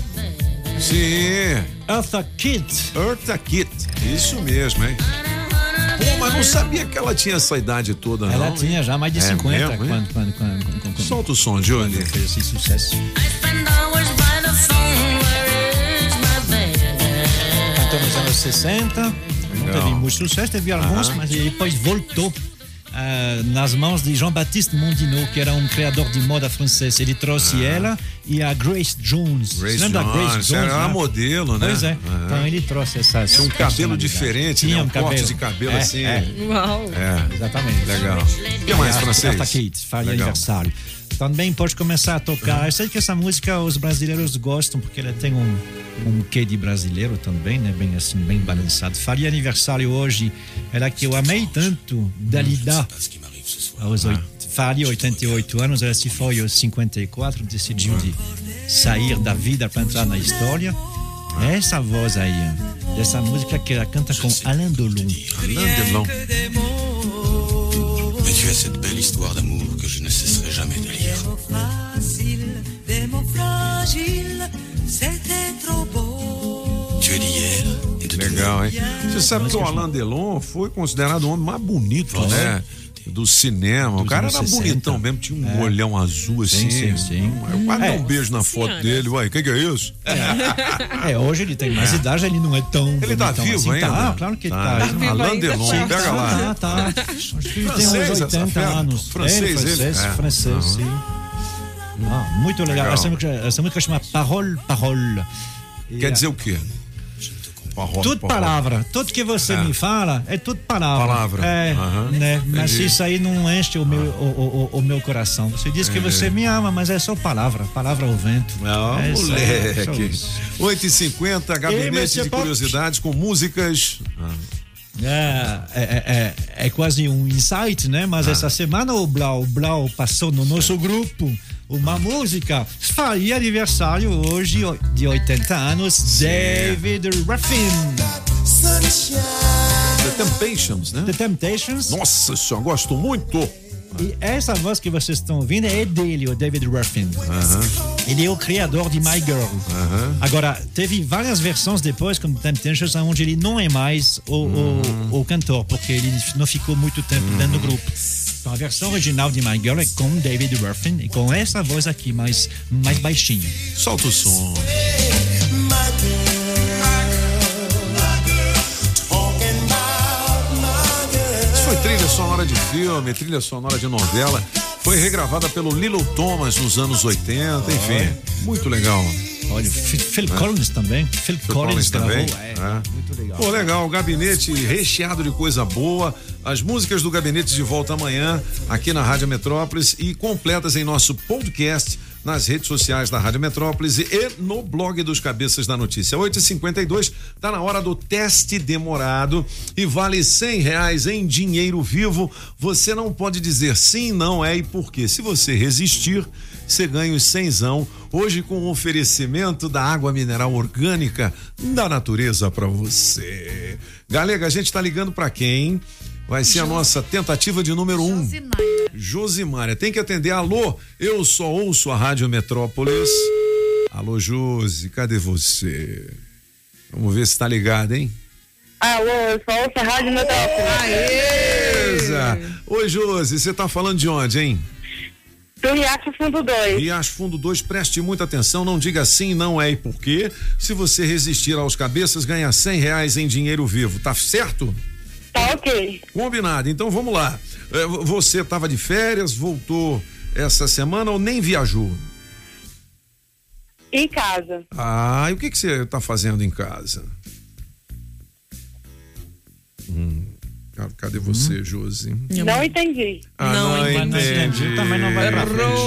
Sim. Eartha Kitt. Isso mesmo, hein? Pô, mas não sabia que ela tinha essa idade toda, não. Ela tinha já mais de 50 mesmo, quando solta o som, Johnny. Fez esse sucesso. Cantou nos anos 60. Não teve muito sucesso, teve alguns, mas depois voltou nas mãos de Jean-Baptiste Mondino, que era um criador de moda francês. Ele trouxe ela e a Grace Jones. Grace Jones era modelo, né? Pois é. Então ele trouxe essas. Tinha um cabelo diferente, né? Um corte de cabelo assim. Uau. Exatamente. Legal. O que mais, francês? Eartha Kitt, faria aniversário. Também pode começar a tocar. Eu sei que essa música os brasileiros gostam, porque ela tem um quê de brasileiro também, né? Bem assim, bem balançado. Faria aniversário hoje. Ela que eu amei tanto, Dalida. Faria 88 anos, ela se foi aos 54, decidiu de sair da vida para entrar na história. Essa voz aí, dessa música que ela canta com Alain Delon. Mais tu as cette belle histoire d'amour que je ne cesserai jamais de lire. Tu es d'hier et de legal, hein? Você sabe que o Alain Delon foi considerado o homem mais bonito, né? Do cinema. O cara era bonitão mesmo, tinha um olhão azul assim. Sim. Eu quase dei um beijo na foto dele. Ué, o que é isso? Hoje ele tem mais idade, ele não é tão. Ele tá vivo assim, ainda? Tá, claro que ele tá. Alain Delon, pega lá. Tá. Acho que ele tem uns 80 anos. Francês, sim. Muito legal. Essa música chama Parole. Quer dizer o quê? Tudo palavra. Tudo que você me fala é tudo palavra. Né? Mas isso aí não enche o meu coração. Você diz que você me ama, mas é só palavra ao vento. Moleque. 8h50, gabinete de curiosidades com músicas. É quase um insight, né? Mas essa semana o Blau passou no nosso grupo uma música. Faria aniversário hoje de 80 anos, David Ruffin. The Temptations, né? The Temptations. Nossa senhora, gosto muito. E essa voz que vocês estão ouvindo é dele, o David Ruffin. Ele é o criador de My Girl. Agora, teve várias versões depois, como Temptations, onde ele não é mais o cantor, porque ele não ficou muito tempo dentro do grupo. Então, a versão original de My Girl é com David Ruffin e com essa voz aqui mais baixinho. Solta o som. Isso foi trilha sonora de filme, trilha sonora de novela. Foi regravada pelo Lilo Thomas nos anos 80, enfim, muito legal. Olha, Phil Collins também. Phil Collins também. Muito legal. Pô, legal, o gabinete recheado de coisa boa. As músicas do Gabinete de volta amanhã aqui na Rádio Metrópolis e completas em nosso podcast nas redes sociais da Rádio Metrópolis e no blog dos Cabeças da Notícia. 8h52, tá na hora do teste demorado e vale R$100 em dinheiro vivo. Você não pode dizer sim, não é e por quê. Se você resistir, você ganha os 100zão. Hoje com o oferecimento da água mineral orgânica da natureza para você. Galega, a gente tá ligando para quem? Vai ser a nossa tentativa de número 1. Josimária. Tem que atender. Alô, eu só ouço a Rádio Metrópolis. Alô, Josi, cadê você? Vamos ver se tá ligado, hein? Alô, eu só ouço a Rádio Metrópolis. Beleza. Oi, Josi, você tá falando de onde, hein? Do Riacho Fundo 2. Riacho Fundo 2, preste muita atenção, não diga sim, não é e por quê. Se você resistir aos cabeças, ganha R$100 em dinheiro vivo, tá certo? Tá ok. Combinado, então vamos lá. Você estava de férias, voltou essa semana ou nem viajou? Em casa. Ah, e o que você está fazendo em casa? Cadê você, Josi? Não entendi. Não entendi. Também não vai pra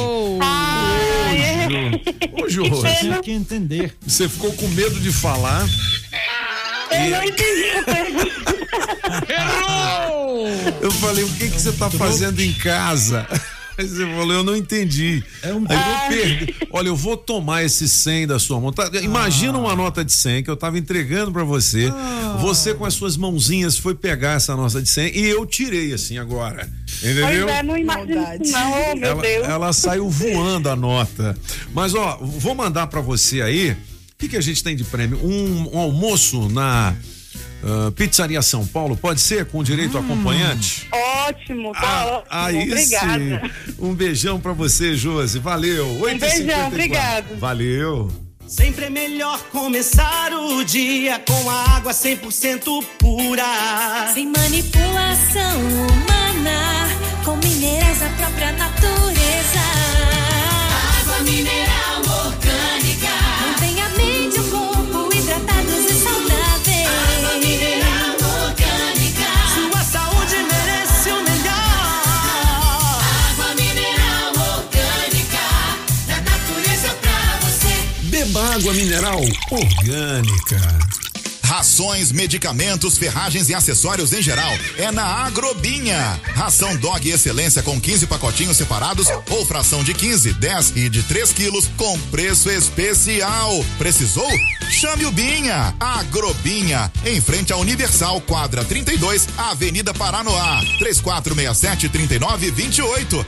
Ô, Josi. Você tem que entender. Você ficou com medo de falar. Eu não entendi. Errou! Eu falei, o que você tá fazendo em casa? Aí você falou, eu não entendi. Aí eu perdi. Olha, eu vou tomar esse 100 da sua mão. Imagina uma nota de 100 que eu tava entregando pra você. Você com as suas mãozinhas foi pegar essa nota de 100 e eu tirei assim agora. Entendeu? Pois é, não imagino não, meu Deus. Ela saiu voando a nota. Mas ó, vou mandar pra você aí. O que a gente tem de prêmio? Um almoço na Pizzaria São Paulo, pode ser? Com direito a acompanhante? Ótimo, tá ótimo. Aí obrigada. Sim. Um beijão pra você, Josi. Valeu. Um beijão, obrigado. Valeu. Sempre é melhor começar o dia com a água 100% pura. Sem manipulação humana, com minerais da própria natureza. Água mineral orgânica. Mantém a mente e o corpo hidratados e saudáveis. Água mineral orgânica. Sua saúde merece o melhor. Água mineral orgânica. Da natureza pra você. Beba água mineral orgânica. Rações, medicamentos, ferragens e acessórios em geral é na Agrobinha. Ração Dog Excelência com 15 pacotinhos separados ou fração de 15, 10 e de 3 quilos com preço especial. Precisou? Chame o Binha. Agrobinha, em frente à Universal, quadra 32, Avenida Paranoá. 3467-3928.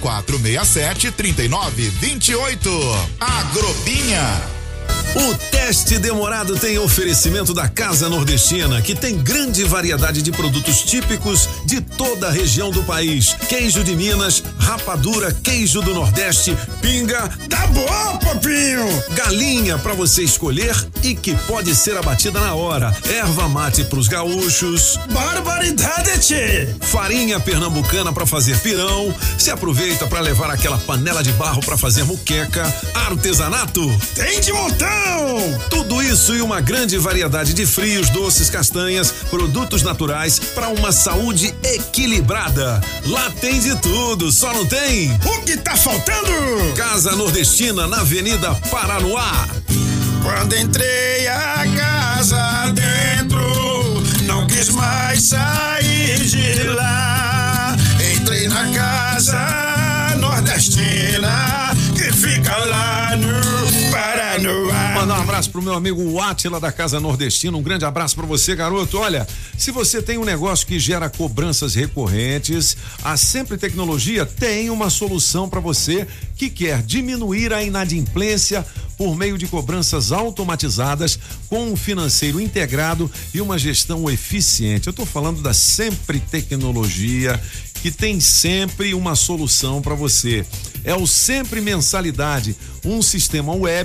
3467-3928. Agrobinha. O teste demorado tem oferecimento da Casa Nordestina, que tem grande variedade de produtos típicos de toda a região do país. Queijo de Minas, rapadura, queijo do Nordeste, pinga, tá bom, papinho! Galinha pra você escolher e que pode ser abatida na hora. Erva mate pros gaúchos. Barbaridade, tchê! Farinha pernambucana pra fazer pirão. Se aproveita pra levar aquela panela de barro pra fazer muqueca. Artesanato. Tem de montão! Tudo isso e uma grande variedade de frios, doces, castanhas, produtos naturais para uma saúde equilibrada. Lá tem de tudo, só não tem o que tá faltando. Casa Nordestina na Avenida Paranoá. Quando entrei a casa dentro, não quis mais sair de lá. Entrei na Casa Nordestina, que fica lá no Paranoá. Mandar um abraço pro meu amigo Átila da Casa Nordestina, um grande abraço pra você, garoto. Olha, se você tem um negócio que gera cobranças recorrentes, a Sempre Tecnologia tem uma solução pra você que quer diminuir a inadimplência por meio de cobranças automatizadas com um financeiro integrado e uma gestão eficiente. Eu tô falando da Sempre Tecnologia, que tem sempre uma solução para você. É o Sempre Mensalidade, um sistema web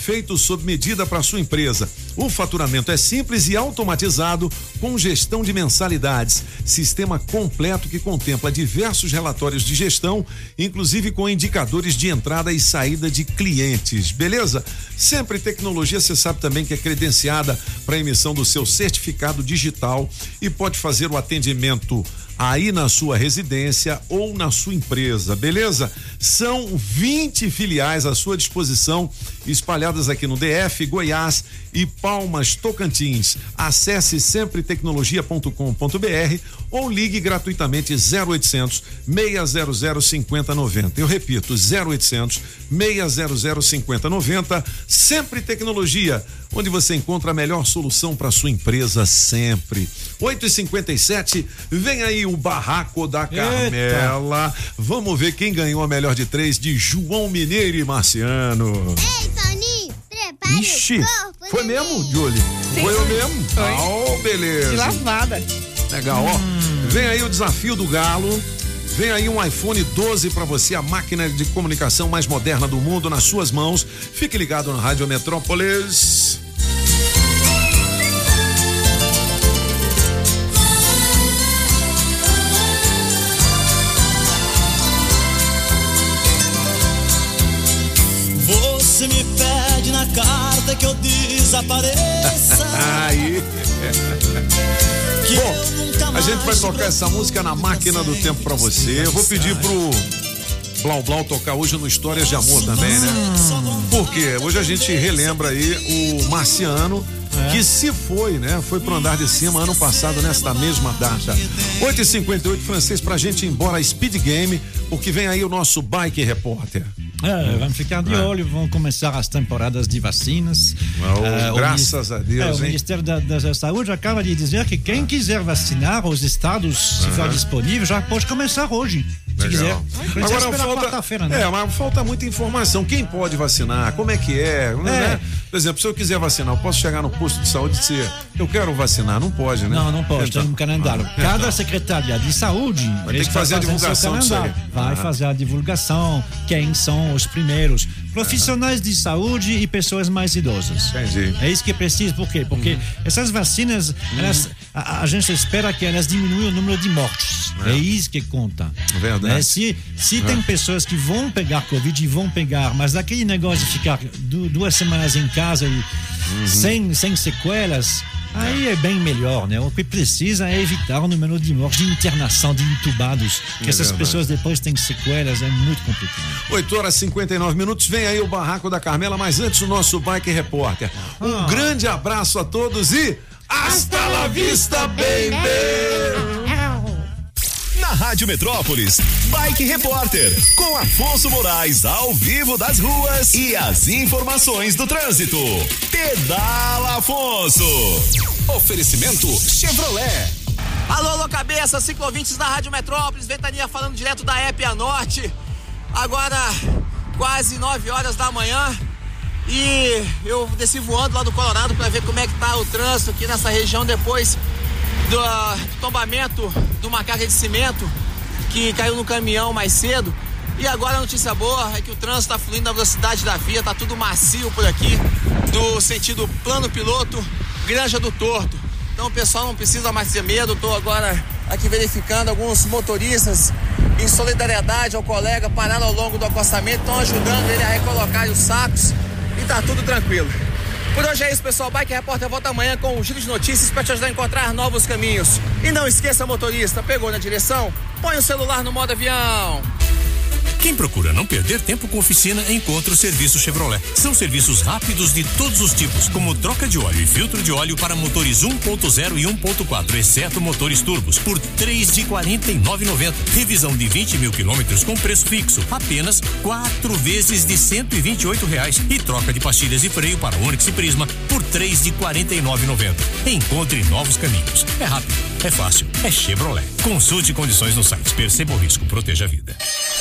feito sob medida para sua empresa. O faturamento é simples e automatizado, com gestão de mensalidades. Sistema completo que contempla diversos relatórios de gestão, inclusive com indicadores de entrada e saída de clientes. Beleza? Sempre Tecnologia, você sabe também que é credenciada para emissão do seu certificado digital e pode fazer o atendimento aí na sua residência ou na sua empresa, beleza? São 20 filiais à sua disposição, espalhadas aqui no DF, Goiás e Palmas, Tocantins. Acesse sempretecnologia.com.br ou ligue gratuitamente 0800 600 5090. Eu repito, 0800 600 5090. Sempre Tecnologia, onde você encontra a melhor solução para sua empresa sempre. 8h57, vem aí o Barraco da Carmela. Eita. Vamos ver quem ganhou a melhor de 3 de João Mineiro e Marciano. Ei, Toninho, prepare Ixi, o corpo. foi mesmo, Julie? Foi eu mesmo? Foi. Beleza. De lavada. Legal, ó. Vem aí o desafio do Galo. Vem aí um iPhone 12 para você, a máquina de comunicação mais moderna do mundo nas suas mãos. Fique ligado na Rádio Metrópolis. Você me pede na carta que eu desapareça. Aí. Bom, a gente vai tocar essa música na Máquina do Tempo pra você. Eu vou pedir pro Blau Blau tocar hoje no Histórias de Amor também, né? Por quê? Hoje a gente relembra aí o Marciano, que se foi, né? Foi pro andar de cima ano passado, nesta mesma data. 8h58, Francês, pra gente ir embora a Speed Game, porque vem aí o nosso Bike Repórter. Vamos ficar de olho, vão começar as temporadas de vacinas. Graças a Deus, o Ministério da Saúde acaba de dizer que quem quiser vacinar, os estados, se for disponível, já pode começar hoje. Se quiser. Agora falta, né? Mas falta muita informação. Quem pode vacinar? Como é que é? Né? Por exemplo, se eu quiser vacinar, eu posso chegar no posto de saúde e dizer, eu quero vacinar. Não pode, né? Não pode, tem um calendário. Cada secretaria de saúde vai ter que fazer a divulgação disso aí. Vai fazer a divulgação, quem são os primeiros. Profissionais de saúde e pessoas mais idosas. Entendi. É isso que é preciso. Por quê? Porque essas vacinas, a gente espera que elas diminuam o número de mortes. É isso que conta. Verdade. Se tem pessoas que vão pegar Covid e vão pegar, mas aquele negócio de ficar 2 semanas em casa e sem sequelas, aí é bem melhor, né? O que precisa é evitar o número de mortes, de internação, de entubados, que essas pessoas depois têm sequelas, é muito complicado. 8h59, vem aí o Barraco da Carmela, mas antes o nosso Bike Repórter. Um grande abraço a todos e hasta la vista, baby! Na Rádio Metrópolis, Bike Repórter, com Afonso Moraes ao vivo das ruas e as informações do trânsito. Pedala Afonso. Oferecimento Chevrolet. Alô, cabeça, ciclovintes da Rádio Metrópolis, Ventania falando direto da EPA Norte. Agora, quase 9 horas da manhã. E eu desci voando lá do Colorado para ver como é que tá o trânsito aqui nessa região depois do tombamento de uma carga de cimento que caiu no caminhão mais cedo. E agora a notícia boa é que o trânsito está fluindo na velocidade da via, tá tudo macio por aqui, do sentido Plano Piloto, Granja do Torto. Então o pessoal não precisa mais ter medo. Estou agora aqui verificando alguns motoristas em solidariedade ao colega, pararam ao longo do acostamento, estão ajudando ele a recolocar os sacos e tá tudo tranquilo. Por hoje é isso, pessoal. Bike Repórter volta amanhã com um giro de notícias para te ajudar a encontrar novos caminhos. E não esqueça, motorista, pegou na direção? Põe o celular no modo avião. Quem procura não perder tempo com oficina, encontra o serviço Chevrolet. São serviços rápidos de todos os tipos, como troca de óleo e filtro de óleo para motores 1.0 e 1.4, exceto motores turbos, por R$ 3.049,90. Revisão de 20 mil quilômetros com preço fixo, apenas 4 vezes de R$ 128,00. E troca de pastilhas e freio para Onix e Prisma por R$ 3.049,90. Encontre novos caminhos. É rápido, é fácil, é Chevrolet. Consulte condições no site. Perceba o risco, proteja a vida.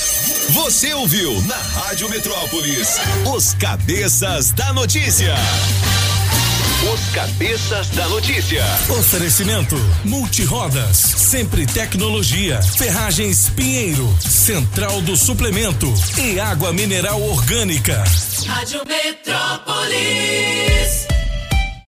Você ouviu na Rádio Metrópolis os Cabeças da Notícia. Os cabeças da notícia. Oferecimento Multirodas, Sempre Tecnologia, Ferragens Pinheiro, Central do Suplemento e Água Mineral Orgânica. Rádio Metrópolis.